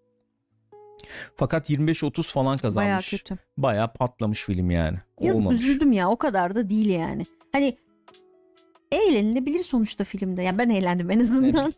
Fakat yirmi beş otuz falan kazanmış. Bayağı kötü. Bayağı patlamış film yani. Yazık Olmamış. Üzüldüm ya, o kadar da değil yani. Hani eğlenilebilir sonuçta filmde. Yani ben eğlendim en azından.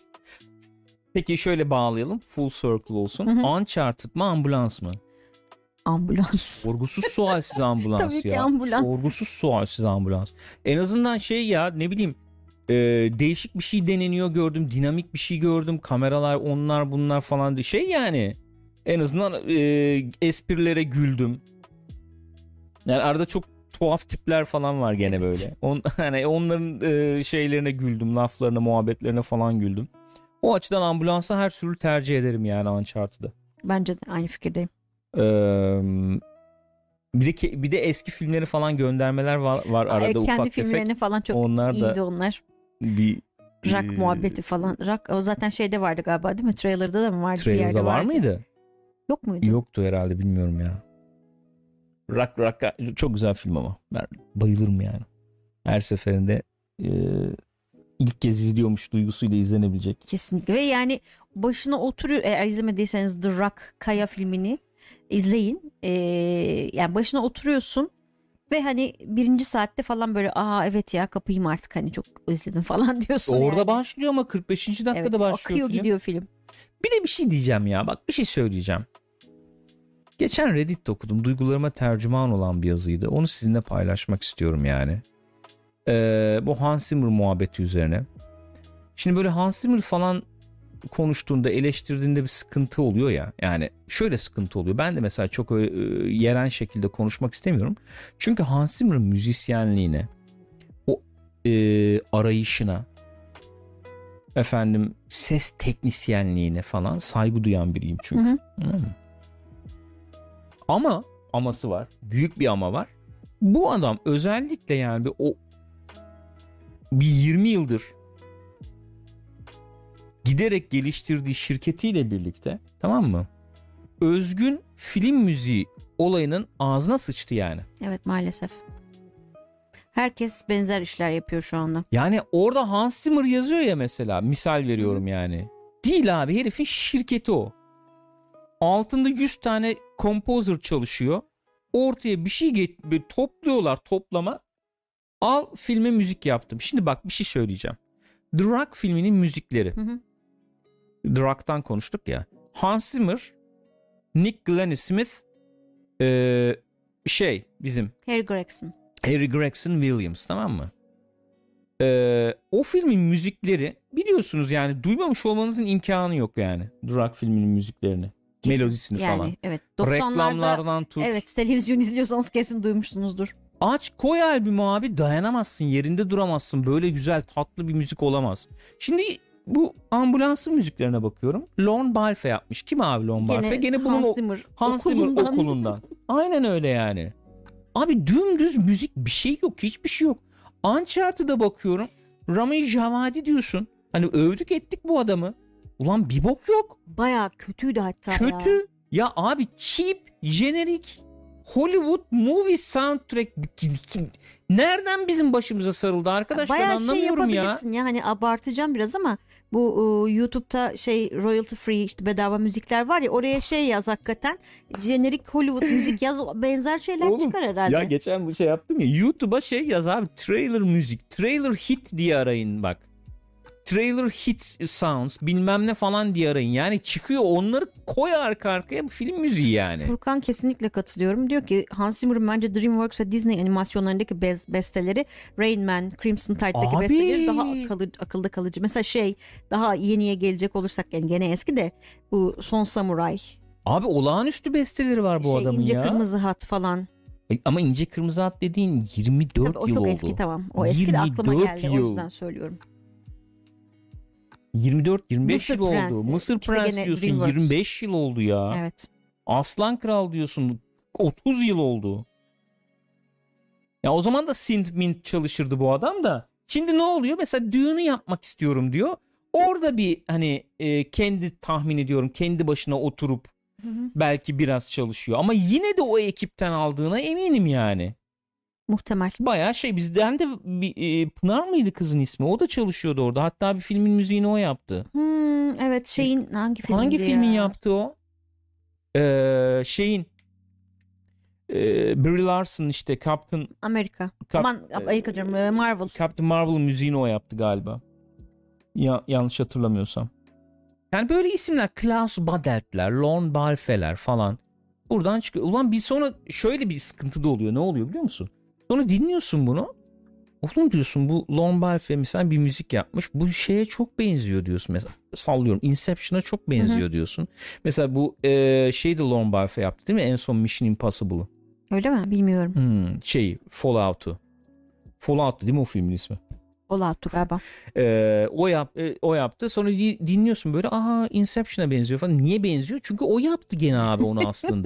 Peki şöyle bağlayalım. Full circle olsun. Hı hı. Uncharted mı ambulans mı? Ambulans. Sorgusuz sualsiz ambulans Tabii ya. Ki ambulans. Sorgusuz sualsiz ambulans. En azından şey ya ne bileyim e, değişik bir şey deneniyor gördüm. Dinamik bir şey gördüm. Kameralar onlar bunlar falan şey yani. En azından e, esprilere güldüm. Yani arada çok tuhaf tipler falan var gene evet. böyle. On, hani onların e, şeylerine güldüm, laflarına, muhabbetlerine falan güldüm. O açıdan ambulansa her türlü tercih ederim yani Uncharted'ı. Bence de aynı fikirdeyim. Ee, Bir de bir de eski filmleri falan göndermeler var, var arada kendi ufak kendi filmlerini tefek. falan çok onlar iyiydi da onlar. Bir Rock e, muhabbeti falan. Rock o zaten şeyde vardı galiba, değil mi? Trailer'da da mı vardı? Trailer'da var vardı. mıydı? Yok muydu? Yoktu herhalde, bilmiyorum ya. Rock Rock çok güzel film ama ben bayılırım yani. Her seferinde e, ilk kez izliyormuş duygusuyla izlenebilecek. Kesinlikle. Ve yani başına oturuyor. Eğer izlemediyseniz The Rock Kaya filmini izleyin. Ee, yani başına oturuyorsun ve hani birinci saatte falan böyle aa evet ya kapayım artık, hani çok izledim falan diyorsun. Orada yani. başlıyor ama kırk beşinci dakikada evet, başlıyor akıyor film. gidiyor film. Bir de bir şey diyeceğim ya, bak bir şey söyleyeceğim. Geçen Reddit'te okudum, duygularıma tercüman olan bir yazıydı. Onu sizinle paylaşmak istiyorum yani. Ee, bu Hans Zimmer muhabbeti üzerine. Şimdi böyle Hans Zimmer falan konuştuğunda, eleştirdiğinde bir sıkıntı oluyor ya. Yani şöyle sıkıntı oluyor. Ben de mesela çok öyle, e, yeren şekilde konuşmak istemiyorum. Çünkü Hans Zimmer'ın müzisyenliğine, o e, arayışına, efendim ses teknisyenliğine falan saygı duyan biriyim çünkü. Hı hı. Hmm. Ama aması var. Büyük bir ama var. Bu adam özellikle yani bir o bir yirmi yıldır giderek geliştirdiği şirketiyle birlikte, tamam mı? Özgün film müziği olayının ağzına sıçtı yani. Evet, maalesef. Herkes benzer işler yapıyor şu anda. Yani orada Hans Zimmer yazıyor ya mesela, misal veriyorum Hı. yani. Değil abi, herifin şirketi o. Altında yüz tane composer çalışıyor. Ortaya bir şey get- topluyorlar, toplama. Al filme müzik yaptım. Şimdi bak bir şey söyleyeceğim. The Rock filminin müzikleri. Hı hı. The Rock'tan konuştuk ya. Hans Zimmer, Nick Glennie Smith, ee, şey bizim Harry Gregson. Harry Gregson Williams, tamam mı? Ee, o filmin müzikleri biliyorsunuz yani, duymamış olmanızın imkanı yok yani. The Rock filminin müziklerini. Kesin, melodisini yani, falan. Evet. Reklamlardan tut. Evet, televizyon izliyorsanız kesin duymuşsunuzdur. Aç koy albümü abi, dayanamazsın, yerinde duramazsın. Böyle güzel tatlı bir müzik olamaz. Şimdi bu ambulansın müziklerine bakıyorum. Lorne Balfe yapmış. Kim abi Lorne Balfe? Gene bunun Hans Zimmer, Hans Zimmer okulundan. okulundan. Aynen öyle yani. Abi dümdüz müzik, bir şey yok, hiçbir şey yok. Uncharted'a bakıyorum. Ramin Djawadi diyorsun. Hani övdük ettik bu adamı. Ulan bir bok yok. Bayağı kötüydü hatta Kötü. Ya, ya abi cheap, jenerik Hollywood movie soundtrack. Nereden bizim başımıza sarıldı arkadaş, bayağı ben anlamıyorum şey ya. yapabilirsin ya, hani abartacağım biraz ama bu uh, YouTube'da şey royalty free işte bedava müzikler var ya, oraya şey yaz hakikaten, jenerik Hollywood müzik yaz, benzer şeyler Oğlum, çıkar herhalde. Ya geçen bu şey yaptım ya, YouTube'a şey yaz abi, trailer müzik, trailer hit diye arayın bak. Trailer hit sounds bilmem ne falan diye arayın. Yani çıkıyor, onları koy arka arkaya, bu film müziği yani. Furkan kesinlikle katılıyorum. Diyor ki Hans Zimmer'ın bence DreamWorks ve Disney animasyonlarındaki bez, besteleri, Rain Man, Crimson Tide'daki Abi. besteleri daha akıllı, akılda kalıcı. Mesela şey, daha yeniye gelecek olursak, yani gene eski de bu Son Samuray. Abi olağanüstü besteleri var bu şey, adamın İnce ya. Kırmızı Hat falan. Ama İnce Kırmızı Hat dediğin yirmi dört Tabii, o yıl oldu. O çok eski, tamam. O eski de aklıma geldi, yıl. O yüzden söylüyorum. yirmi dört yirmi beş Mısır yıl Prens. oldu. Mısır işte Prens diyorsun, DreamWorks. yirmi beş yıl oldu ya. Evet. Aslan Kral diyorsun, otuz yıl oldu. Ya o zaman da synth mint çalışırdı bu adam da. Şimdi ne oluyor? Mesela düğünü yapmak istiyorum diyor. Orada bir hani e, kendi tahmin ediyorum, kendi başına oturup hı hı. belki biraz çalışıyor. Ama yine de o ekipten aldığına eminim yani. Muhtemel. Bayağı şey, bizden de bir, e, Pınar mıydı kızın ismi? O da çalışıyordu orada. Hatta bir filmin müziğini o yaptı. Hmm, evet, şeyin hangi filmdi Hangi ya? filmin yaptı o? Ee, şeyin e, Brie Larson işte Captain Amerika. Cap, Aman Amerika diyorum, Marvel. Captain Marvel'ın müziğini o yaptı galiba. Ya, yanlış hatırlamıyorsam. Yani böyle isimler, Klaus Badelt'ler, Lorne Balfe'ler falan buradan çıkıyor. Ulan bir sonra şöyle bir sıkıntı da oluyor. Ne oluyor biliyor musun? Sonra dinliyorsun bunu. Oğlum diyorsun, bu Lorne Balfe mesela bir müzik yapmış. Bu şeye çok benziyor diyorsun mesela. Sallıyorum, Inception'a çok benziyor Hı-hı. diyorsun. Mesela bu e, şey de Lorne Balfe yaptı değil mi? En son Mission Impossible'ı. Öyle mi? Bilmiyorum. Hmm, şey Fallout'u. Fallout'tu değil mi o filmin ismi? Fallout'tu galiba. Ee, o, yap, e, o yaptı. Sonra dinliyorsun böyle, aha Inception'a benziyor falan. Niye benziyor? Çünkü o yaptı gene abi onu aslında.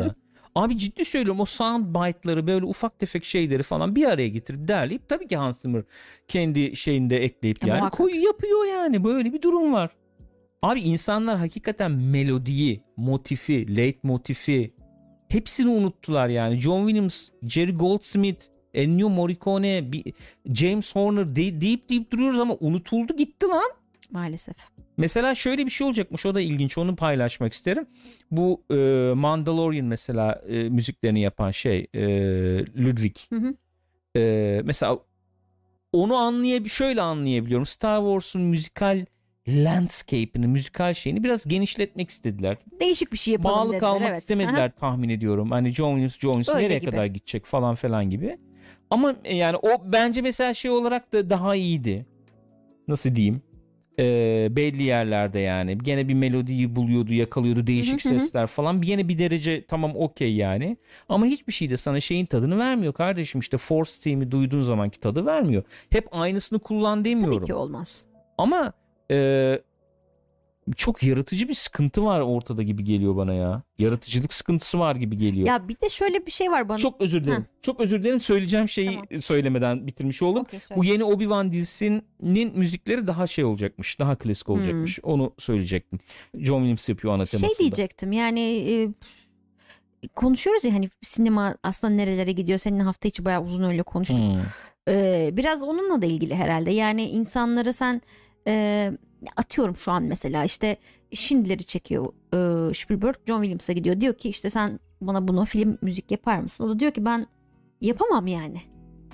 Abi ciddi söylüyorum, o soundbite'ları, böyle ufak tefek şeyleri falan bir araya getirip derleyip, tabii ki Hans Zimmer kendi şeyinde ekleyip yani koyu yapıyor yani. Böyle bir durum var. Abi insanlar hakikaten melodiyi, motifi, leitmotifi hepsini unuttular yani. John Williams, Jerry Goldsmith, Ennio Morricone, James Horner de- deyip deyip duruyoruz ama unutuldu gitti lan. Maalesef. Mesela şöyle bir şey olacakmış, o da ilginç, onu paylaşmak isterim. Bu e, Mandalorian mesela e, müziklerini yapan şey e, Ludwig. Hı hı. E, mesela onu anlayab şöyle anlayabiliyorum. Star Wars'un müzikal landscape'ini, müzikal şeyini biraz genişletmek istediler. Değişik bir şey yapalım Bağlı dediler. kalmak evet. istemediler Aha. tahmin ediyorum. Hani John Williams, John Williams Öyle nereye gibi. kadar gidecek falan falan gibi. Ama yani o bence mesela şey olarak da daha iyiydi. Nasıl diyeyim? Ee, belli yerlerde yani. Gene bir melodiyi buluyordu, yakalıyordu, değişik Hı hı hı. sesler falan. Yine bir derece tamam, okey yani. Ama hiçbir şey de sana şeyin tadını vermiyor kardeşim. İşte Force Team'i duyduğun zamanki tadı vermiyor. Hep aynısını kullan demiyorum. Tabii ki olmaz. Ama e, çok yaratıcı bir sıkıntı var ortada gibi geliyor bana ya. Yaratıcılık sıkıntısı var gibi geliyor. Ya bir de şöyle bir şey var bana. Çok özür dilerim. Heh. Çok özür dilerim. Söyleyeceğim şeyi Tamam. söylemeden bitirmiş oldum. Okay, Bu yeni Obi-Wan dizisinin müzikleri daha şey olacakmış. Daha klasik olacakmış. Hmm. Onu söyleyecektim. John Williams yapıyor ana temasında. Şey diyecektim yani e, konuşuyoruz ya hani sinema aslında nerelere gidiyor. Seninle hafta içi bayağı uzun öyle konuştuk. Hmm. E, biraz onunla da ilgili herhalde. Yani insanlara sen e, atıyorum şu an mesela işte Schindler'i çekiyor e, Spielberg, John Williams'a gidiyor. Diyor ki işte sen bana bunu film müzik yapar mısın? O da diyor ki ben yapamam yani.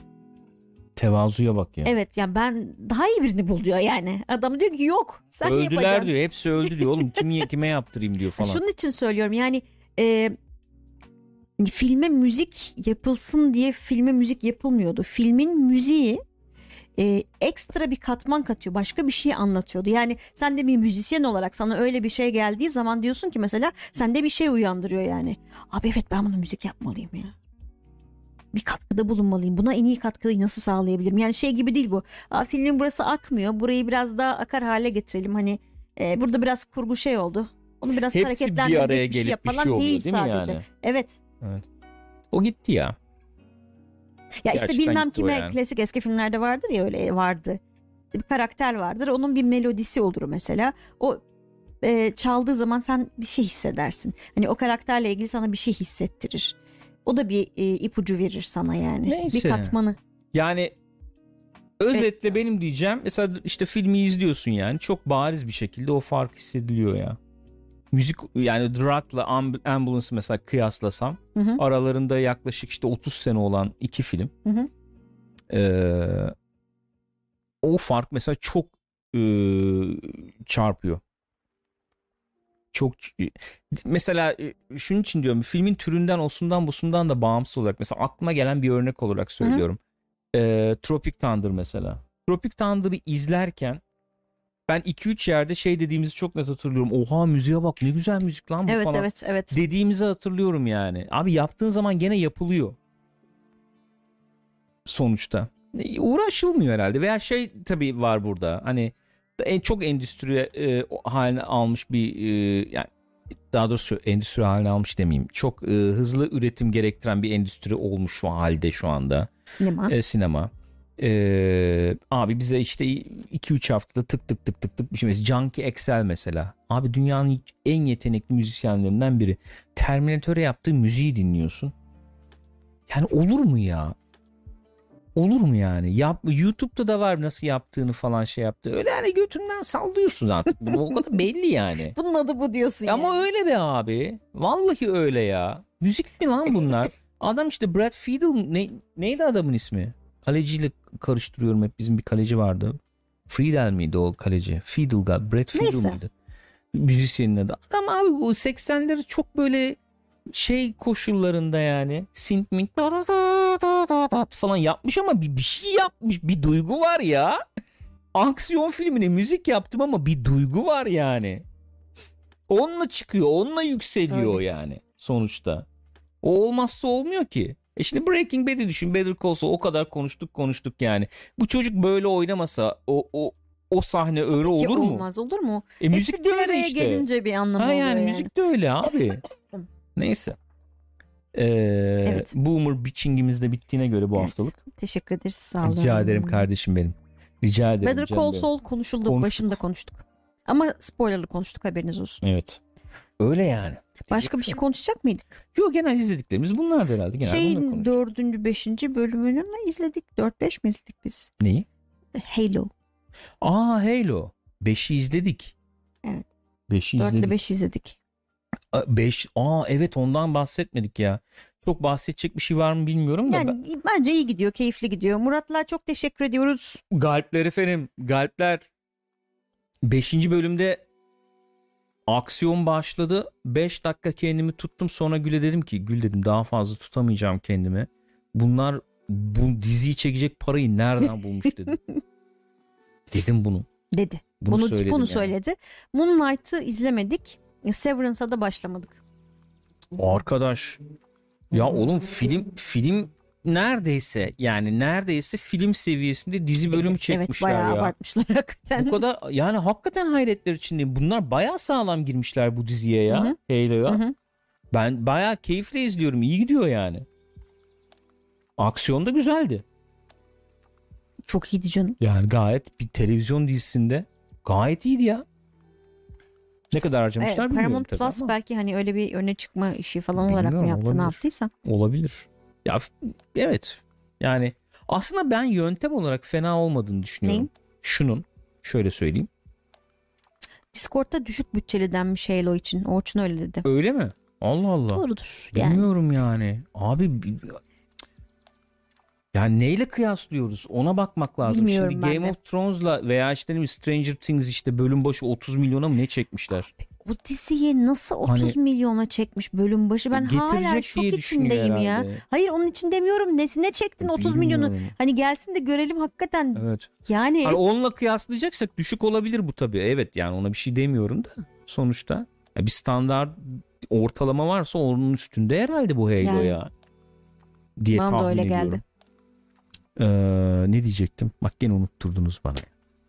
Tevazuya bak ya. Evet yani ben daha iyi birini bul diyor yani. Adam diyor ki yok sen öldüler yapacaksın. Öldüler diyor, hepsi öldü diyor. Oğlum kim kime yaptırayım diyor falan. Şunun için söylüyorum yani e, filme müzik yapılsın diye filme müzik yapılmıyordu. Filmin müziği e, ekstra bir katman katıyor. Başka bir şey anlatıyordu. Yani sen de bir müzisyen olarak sana öyle bir şey geldiği zaman diyorsun ki mesela sende bir şey uyandırıyor yani. Abi evet ben bunu müzik yapmalıyım ya. Bir katkıda bulunmalıyım. Buna en iyi katkıyı nasıl sağlayabilirim? Yani şey gibi değil bu. Aa, filmin burası akmıyor. Burayı biraz daha akar hale getirelim. Hani e, burada biraz kurgu şey oldu. Onu biraz hepsi hareketlendirecek bir, bir şey yap falan şey değil, değil sadece. Yani? Evet. Evet. O gitti ya. Ya işte Gerçekten bilmem kime yani. Klasik eski filmlerde vardır ya öyle vardı. Bir karakter vardır. Onun bir melodisi olur mesela. O e, çaldığı zaman sen bir şey hissedersin. Hani o karakterle ilgili sana bir şey hissettirir. O da bir e, ipucu verir sana yani. Neyse. Bir katmanı. Yani özetle evet. benim diyeceğim mesela işte filmi izliyorsun yani çok bariz bir şekilde o fark hissediliyor ya. Müzik yani Drug'la Ambulance mesela kıyaslasam hı hı. aralarında yaklaşık işte otuz sene olan iki film. Hı hı. Ee, o fark mesela çok e, çarpıyor. Çok mesela şunun için diyorum, filmin türünden osundan busundan da bağımsız olarak mesela aklıma gelen bir örnek olarak söylüyorum. Ee, Tropic Thunder mesela. Tropic Thunder'ı izlerken ben iki üç yerde şey dediğimizi çok net hatırlıyorum. Oha müziğe bak ne güzel müzik lan bu evet, falan. Evet evet evet. Dediğimizi hatırlıyorum yani. Abi yaptığın zaman gene yapılıyor. Sonuçta. Uğraşılmıyor herhalde. Veya şey tabii var burada. Hani en çok endüstri e, haline almış bir e, yani daha doğrusu endüstri haline almış demeyeyim. Çok e, hızlı üretim gerektiren bir endüstri olmuş şu halde şu anda. Sinema. E, sinema. E, abi bize işte iki üç haftada tık tık tık tık tık bir şey. Junkie X L mesela. Abi dünyanın en yetenekli müzisyenlerinden biri. Terminator'e yaptığı müziği dinliyorsun. Yani olur mu ya? Olur mu yani? Yap, YouTube'da da var nasıl yaptığını falan şey yaptı. Öyle hani götünden sallıyorsun artık. Bunu o kadar belli yani. Bunun adı bu diyorsun Ama yani. öyle be abi. Vallahi öyle ya. Müzik mi lan bunlar? Adam işte Brad Fiedel ne, neydi adamın ismi? Kaleciyle karıştırıyorum hep. Bizim bir kaleci vardı. Friedel miydi o kaleci? Fiedel galiba. Brad Fiedel Neyse. miydi? Müzisyenin adı. Adam abi bu seksenleri çok böyle şey koşullarında yani. Synth mink falan yapmış ama bir, bir şey yapmış. Bir duygu var ya. Aksiyon filmine müzik yaptım ama bir duygu var yani. Onunla çıkıyor, onunla yükseliyor öyle. Yani sonuçta. O olmazsa olmuyor ki. E şimdi Breaking Bad'i düşün, Better Call Saul, o kadar konuştuk konuştuk yani. Bu çocuk böyle oynamasa o o o sahne tabii öyle olur mu? Olmaz, olur mu? E müzik de öyle işte. gelince bir anlamı ha, oluyor yani. yani. Müzik de öyle abi. Neyse. Ee, evet. Boomer bitching'imiz de bittiğine göre bu evet. haftalık. Teşekkür ederiz. Sağ olun. Rica ederim kardeşim benim. Rica ederim. Better Call Saul konuşuldu. Konuştuk. Başında konuştuk. Ama spoilerlı konuştuk, haberiniz olsun. Evet. Öyle yani. Başka bir şey konuşacak mıydık? Yok, genel izlediklerimiz bunlardı herhalde. Genel Şeyin dördüncü, beşinci bölümünü mü izledik? Dört beş mi izledik biz? Neyi? Halo. Aa, Halo. beşi izledik. Evet. beşi izledik. dört ile beş izledik. beş. Aa evet, ondan bahsetmedik ya. Çok bahsedecek bir şey var mı bilmiyorum da. Yani ben... bence iyi gidiyor, keyifli gidiyor. Murat'la çok teşekkür ediyoruz. Galpler efendim, galpler. beşinci bölümde aksiyon başladı. beş dakika kendimi tuttum. Sonra Gül'e dedim ki, Gül dedim, daha fazla tutamayacağım kendimi. Bunlar bu diziyi çekecek parayı nereden bulmuş dedim. Dedim bunu. Dedi. Bunu, bunu, bunu yani. söyledi. Moonlight'ı izlemedik. Severance'a da başlamadık. Arkadaş ya oğlum, film film neredeyse yani neredeyse film seviyesinde dizi bölümü çekmişler evet, bayağı ya. Abartmışlar hakikaten. Bu kadar yani, hakikaten hayretler içindeyim. Bunlar bayağı sağlam girmişler bu diziye ya. Hı-hı. Halo'ya. Hı-hı. Ben bayağı keyifle izliyorum. İyi gidiyor yani. Aksiyon da güzeldi. Çok iyiydi canım. Yani gayet bir televizyon dizisinde gayet iyiydi ya. Ne kadar harcamışlar evet, bilmiyorum. Paramount Plus ama. Belki hani öyle bir öne çıkma işi falan bilmiyorum, olarak mı yaptı, olabilir. Ne yaptıysa. Olabilir. Ya evet. Yani aslında ben yöntem olarak fena olmadığını düşünüyorum. Neyin? Şunun şöyle söyleyeyim. Discord'da düşük bütçeli denmiş Halo için. Orçun öyle dedi. Öyle mi? Allah Allah. Doğrudur. Bilmiyorum yani. yani. Abi yani neyle kıyaslıyoruz? Ona bakmak lazım. Bilmiyorum. Şimdi Game de. of Thrones'la veya işte Stranger Things işte bölüm başı otuz milyona mı ne çekmişler? Abi, o diziyi nasıl otuz hani, milyona çekmiş bölüm başı? Ben hala şok içindeyim ya. Hayır, onun için demiyorum. Nesine çektin otuz milyonu? Hani gelsin de görelim hakikaten. Evet. Yani hani onunla kıyaslayacaksak düşük olabilir bu tabii. Evet yani ona bir şey demiyorum da sonuçta ya bir standart ortalama varsa onun üstünde herhalde bu Halo yani. Ya. Diye bana tahmin öyle ediyorum. Geldi. Ee, ne diyecektim? Bak gene unutturdunuz bana.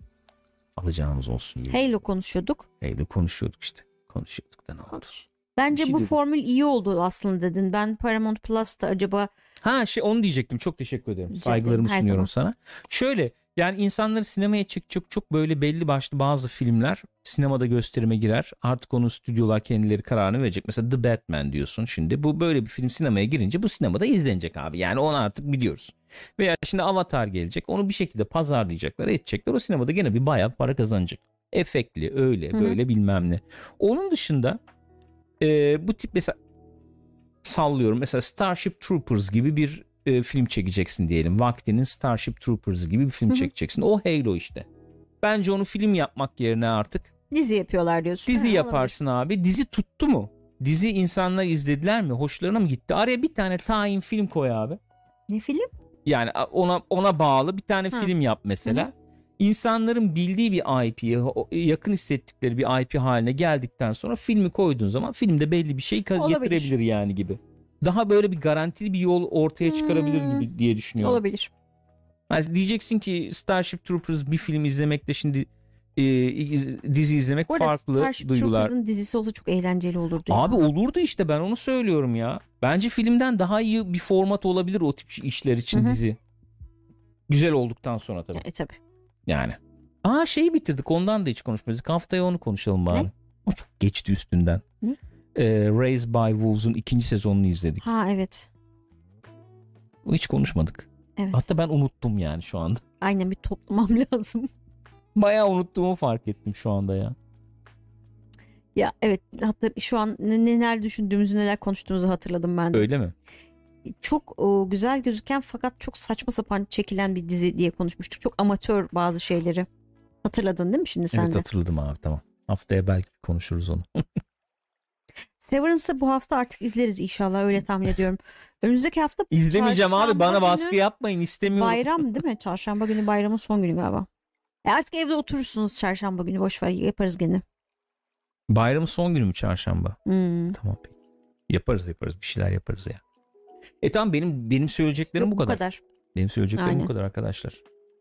Alacağımız olsun. Gibi. Halo konuşuyorduk. Halo konuşuyorduk işte. Konuşuyorduk da ne oldu? Bence şey bu dedim. formül iyi oldu aslında dedin. Ben Paramount Plus'ta acaba... Ha şey onu diyecektim. Çok teşekkür ederim. Rica Saygılarımı ederim, sunuyorum sana. Şöyle yani insanları sinemaya çek çok çok böyle belli başlı bazı filmler sinemada gösterime girer. Artık onun stüdyolar kendileri kararını verecek. Mesela The Batman diyorsun şimdi. Bu böyle bir film sinemaya girince bu sinemada izlenecek abi. Yani onu artık biliyoruz. Veya şimdi Avatar gelecek. Onu bir şekilde pazarlayacaklar, edecekler. O sinemada gene bir bayağı para kazanacak. Efektli öyle Hı-hı. böyle bilmem ne. Onun dışında e, bu tip mesela sallıyorum. Mesela Starship Troopers gibi bir e, film çekeceksin diyelim. Vaktinin Starship Troopers gibi bir film Hı-hı. çekeceksin. O Halo işte. Bence onu film yapmak yerine artık dizi yapıyorlar diyorsun. Dizi ha, yaparsın olabilir. Abi. Dizi tuttu mu? Dizi insanlar izlediler mi? Hoşlarına mı gitti? Araya bir tane tayin film koy abi. Ne film? Yani ona ona bağlı bir tane ha. film yap mesela. Hı-hı. İnsanların bildiği bir I P'ye, yakın hissettikleri bir I P haline geldikten sonra filmi koyduğun zaman filmde belli bir şey getirebilir yani gibi. Daha böyle bir garantili bir yol ortaya çıkarabilir hmm. gibi diye düşünüyorum. Olabilir. Yani diyeceksin ki Starship Troopers bir film izlemekle şimdi e, dizi izlemek Orada farklı Starship duygular. Troopers'ın dizisi olsa çok eğlenceli olurdu. Abi ya. olurdu işte, ben onu söylüyorum ya. Bence filmden daha iyi bir format olabilir o tip işler için Hı-hı. dizi. Güzel olduktan sonra tabii. E tabii. Yani. Aa şeyi bitirdik, ondan da hiç konuşmadık. Haftaya onu konuşalım bari. Ne? O çok geçti üstünden. Ne? Ee, Raised by Wolves'un ikinci sezonunu izledik. Ha evet. O hiç konuşmadık. Evet. Hatta ben unuttum yani şu anda. Aynen, bir toplamam lazım. Bayağı unuttuğumu fark ettim şu anda ya. Ya evet, hatta şu an neler düşündüğümüzü, neler konuştuğumuzu hatırladım ben de. Öyle mi? Çok o, güzel gözüken fakat çok saçma sapan çekilen bir dizi diye konuşmuştuk. Çok amatör bazı şeyleri. Hatırladın değil mi şimdi sen evet, de? Evet hatırladım abi, tamam. Haftaya belki konuşuruz onu. Severance'ı bu hafta artık izleriz inşallah, öyle tahmin ediyorum. Önümüzdeki hafta İzlemeyeceğim abi, bana baskı yapmayın, istemiyorum. Bayram değil mi? Çarşamba günü bayramın son günü galiba. E artık evde oturursunuz çarşamba günü, boşver, yaparız gene. Bayramın son günü mü çarşamba? Hmm. Tamam peki. Yaparız yaparız bir şeyler yaparız ya. E tamam, benim benim söyleyeceklerim Yok, bu kadar. Bu kadar. Benim söyleyeceklerim Aynen. bu kadar arkadaşlar.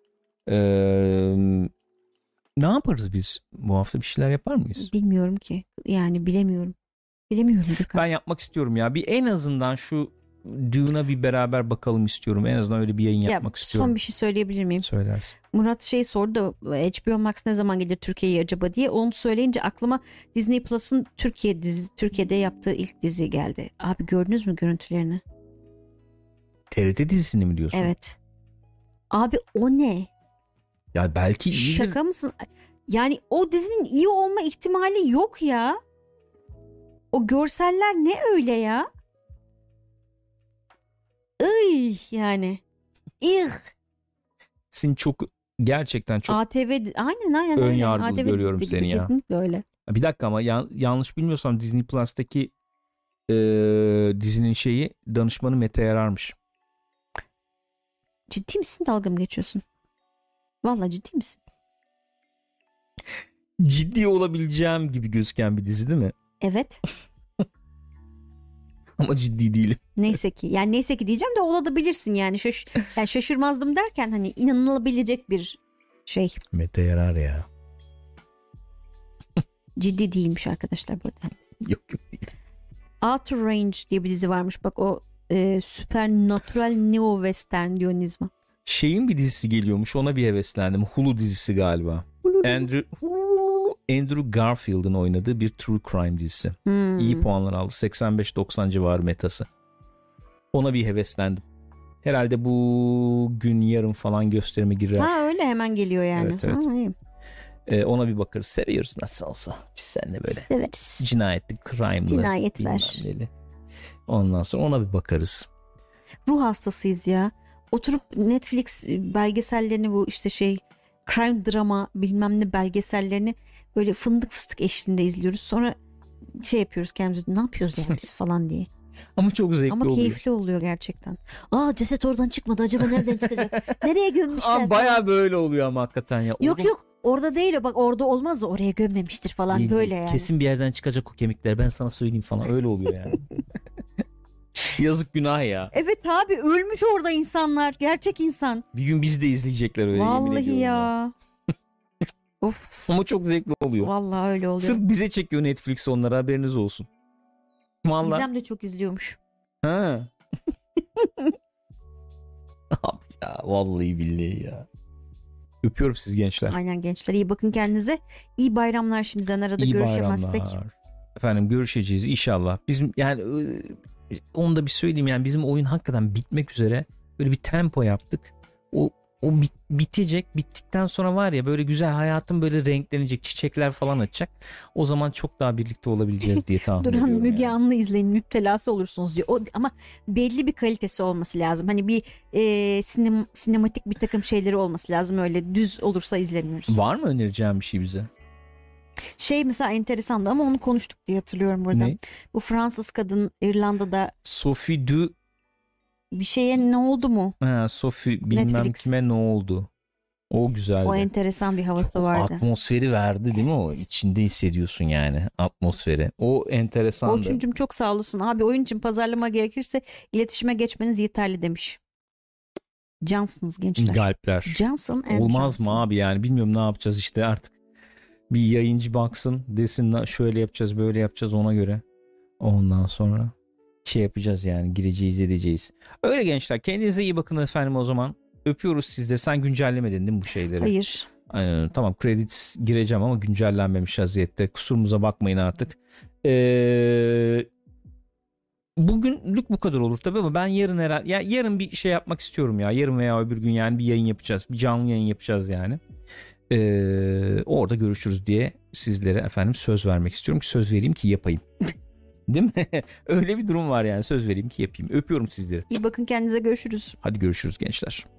Ee, ne yaparız biz? Bu hafta bir şeyler yapar mıyız? Bilmiyorum ki. Yani bilemiyorum. Bilemiyorum Gürkan. Ben yapmak istiyorum ya. Bir en azından şu Dune'a bir beraber bakalım istiyorum. En azından öyle bir yayın ya, yapmak istiyorum. Son bir şey söyleyebilir miyim? Söylersin. Murat şey sordu da H B O Max ne zaman gelir Türkiye'ye acaba diye. Onu söyleyince aklıma Disney Plus'ın Türkiye dizi, Türkiye'de yaptığı ilk dizi geldi. Abi gördünüz mü görüntülerini? T R T dizisini mi diyorsun? Evet. Abi o ne? Ya belki iyidir. Şaka mısın? Yani o dizinin iyi olma ihtimali yok ya. O görseller ne öyle ya? Iy yani. İh. Sin çok gerçekten çok A T V aynen aynen ön öyle. yargılı A T V görüyorum dizisi seni gibi, ya. kesinlikle öyle. Bir dakika ama yan, yanlış bilmiyorsam Disney Plus'taki e, dizinin şeyi danışmanı Mete Yarar'mış. Ciddi misin, dalga mı geçiyorsun? Vallahi ciddi misin? Ciddi olabileceğim gibi gözüken bir dizi değil mi? Evet. Ama ciddi değilim. Neyse ki. Yani neyse ki diyeceğim de olabilirsin yani. Şaş yani şaşırmazdım derken hani inanılabilecek bir şey. Mete Yarar ya. Ciddi değilmiş arkadaşlar burada. Yok yok değil. Outer Range diye bir dizi varmış. Bak o e, Supernatural Neo Western diyor Nizma. Şeyin bir dizisi geliyormuş, ona bir heveslendim. Hulu dizisi galiba. Andrew Andrew Garfield'ın oynadığı bir true crime dizisi. Hmm. İyi puanlar aldı. seksen beş doksan civarı metası. Ona bir heveslendim. Herhalde bu gün yarın falan gösterime girer. Ha öyle hemen geliyor yani. Evet, evet. Ha, iyi. Ee, ona bir bakarız. Seviyoruz nasıl olsa. Biz seninle böyle. Severiz. Cinayetli, crime'lı. Cinayet ver. Neli. Ondan sonra ona bir bakarız. Ruh hastasıyız ya. Oturup Netflix belgesellerini, bu işte şey crime drama bilmem ne belgesellerini böyle fındık fıstık eşliğinde izliyoruz. Sonra şey yapıyoruz kendimize, ne yapıyoruz yani biz falan diye. Ama çok zevkli Ama oluyor. Ama keyifli oluyor gerçekten. Aa ceset oradan çıkmadı, acaba nereden çıkacak? Nereye gömmüşler? Ama baya böyle oluyor ama hakikaten ya. Yok Oğlum, yok orada değil o, bak orada olmaz o, oraya gömmemiştir falan değil, böyle değil. yani. Kesin bir yerden çıkacak o kemikler, ben sana söyleyeyim falan, öyle oluyor yani. Yazık, günah ya. Evet abi, ölmüş orada insanlar, gerçek insan. Bir gün bizi de izleyecekler öyle. Vallahi ya. ya. Of. Ama çok zevkli oluyor. Vallahi öyle oluyor. Sırf bize çekiyor Netflix onları, haberiniz olsun. Vallahi. Gizem de çok izliyormuş. Ha. Abi ya, vallahi billahi ya. Öpüyorum siz gençler. Aynen gençler, iyi bakın kendinize. İyi bayramlar şimdiden, arada iyi görüşemezsek. Bayramlar. Efendim görüşeceğiz inşallah. Bizim yani onu da bir söyleyeyim, yani bizim oyun hakikaten bitmek üzere. Böyle bir tempo yaptık. O o bit, bitecek. Bittikten sonra var ya, böyle güzel hayatım böyle renklenecek, çiçekler falan açacak. O zaman çok daha birlikte olabileceğiz diye tahmin Duran ediyorum. Müge yani. Anlı izleyin, müptelası olursunuz diyor. O, ama belli bir kalitesi olması lazım. Hani bir e, sinem, sinematik bir takım şeyleri olması lazım. Öyle düz olursa izlemiyoruz. Var mı önereceğim bir şey bize? Şey mesela enteresandı ama onu konuştuk diye hatırlıyorum burada. Ne? Bu Fransız kadın İrlanda'da Sophie du bir şeye ne oldu mu? ha, Sophie bilmem Netflix. kime ne oldu? O güzeldi. O enteresan bir havası Çok vardı. atmosferi verdi değil mi o? İçinde hissediyorsun yani atmosferi. O enteresandı. Orçuncum çok sağ olasın. Abi oyun için pazarlama gerekirse iletişime geçmeniz yeterli demiş. Cansınız gençler. Galpler. Johnson and Olmaz Johnson. mı abi, yani bilmiyorum ne yapacağız işte artık. Bir yayıncı baksın desin, şöyle yapacağız böyle yapacağız, ona göre. Ondan sonra şey yapacağız yani, gireceğiz edeceğiz. Öyle gençler, kendinize iyi bakın efendim o zaman. Öpüyoruz sizleri. Sen güncellemedin değil mi bu şeyleri? Hayır. Ee, tamam, credits gireceğim ama güncellenmemiş vaziyette. Kusurumuza bakmayın artık. Ee, bugünlük bu kadar olur tabii ama ben yarın herhalde ya yarın bir şey yapmak istiyorum ya. Yarın veya öbür gün yani bir yayın yapacağız. Bir canlı yayın yapacağız yani. Ee, orada görüşürüz diye sizlere efendim söz vermek istiyorum ki söz vereyim ki yapayım. Değil mi? Öyle bir durum var yani, söz vereyim ki yapayım. Öpüyorum sizleri. İyi bakın kendinize, görüşürüz. Hadi görüşürüz gençler.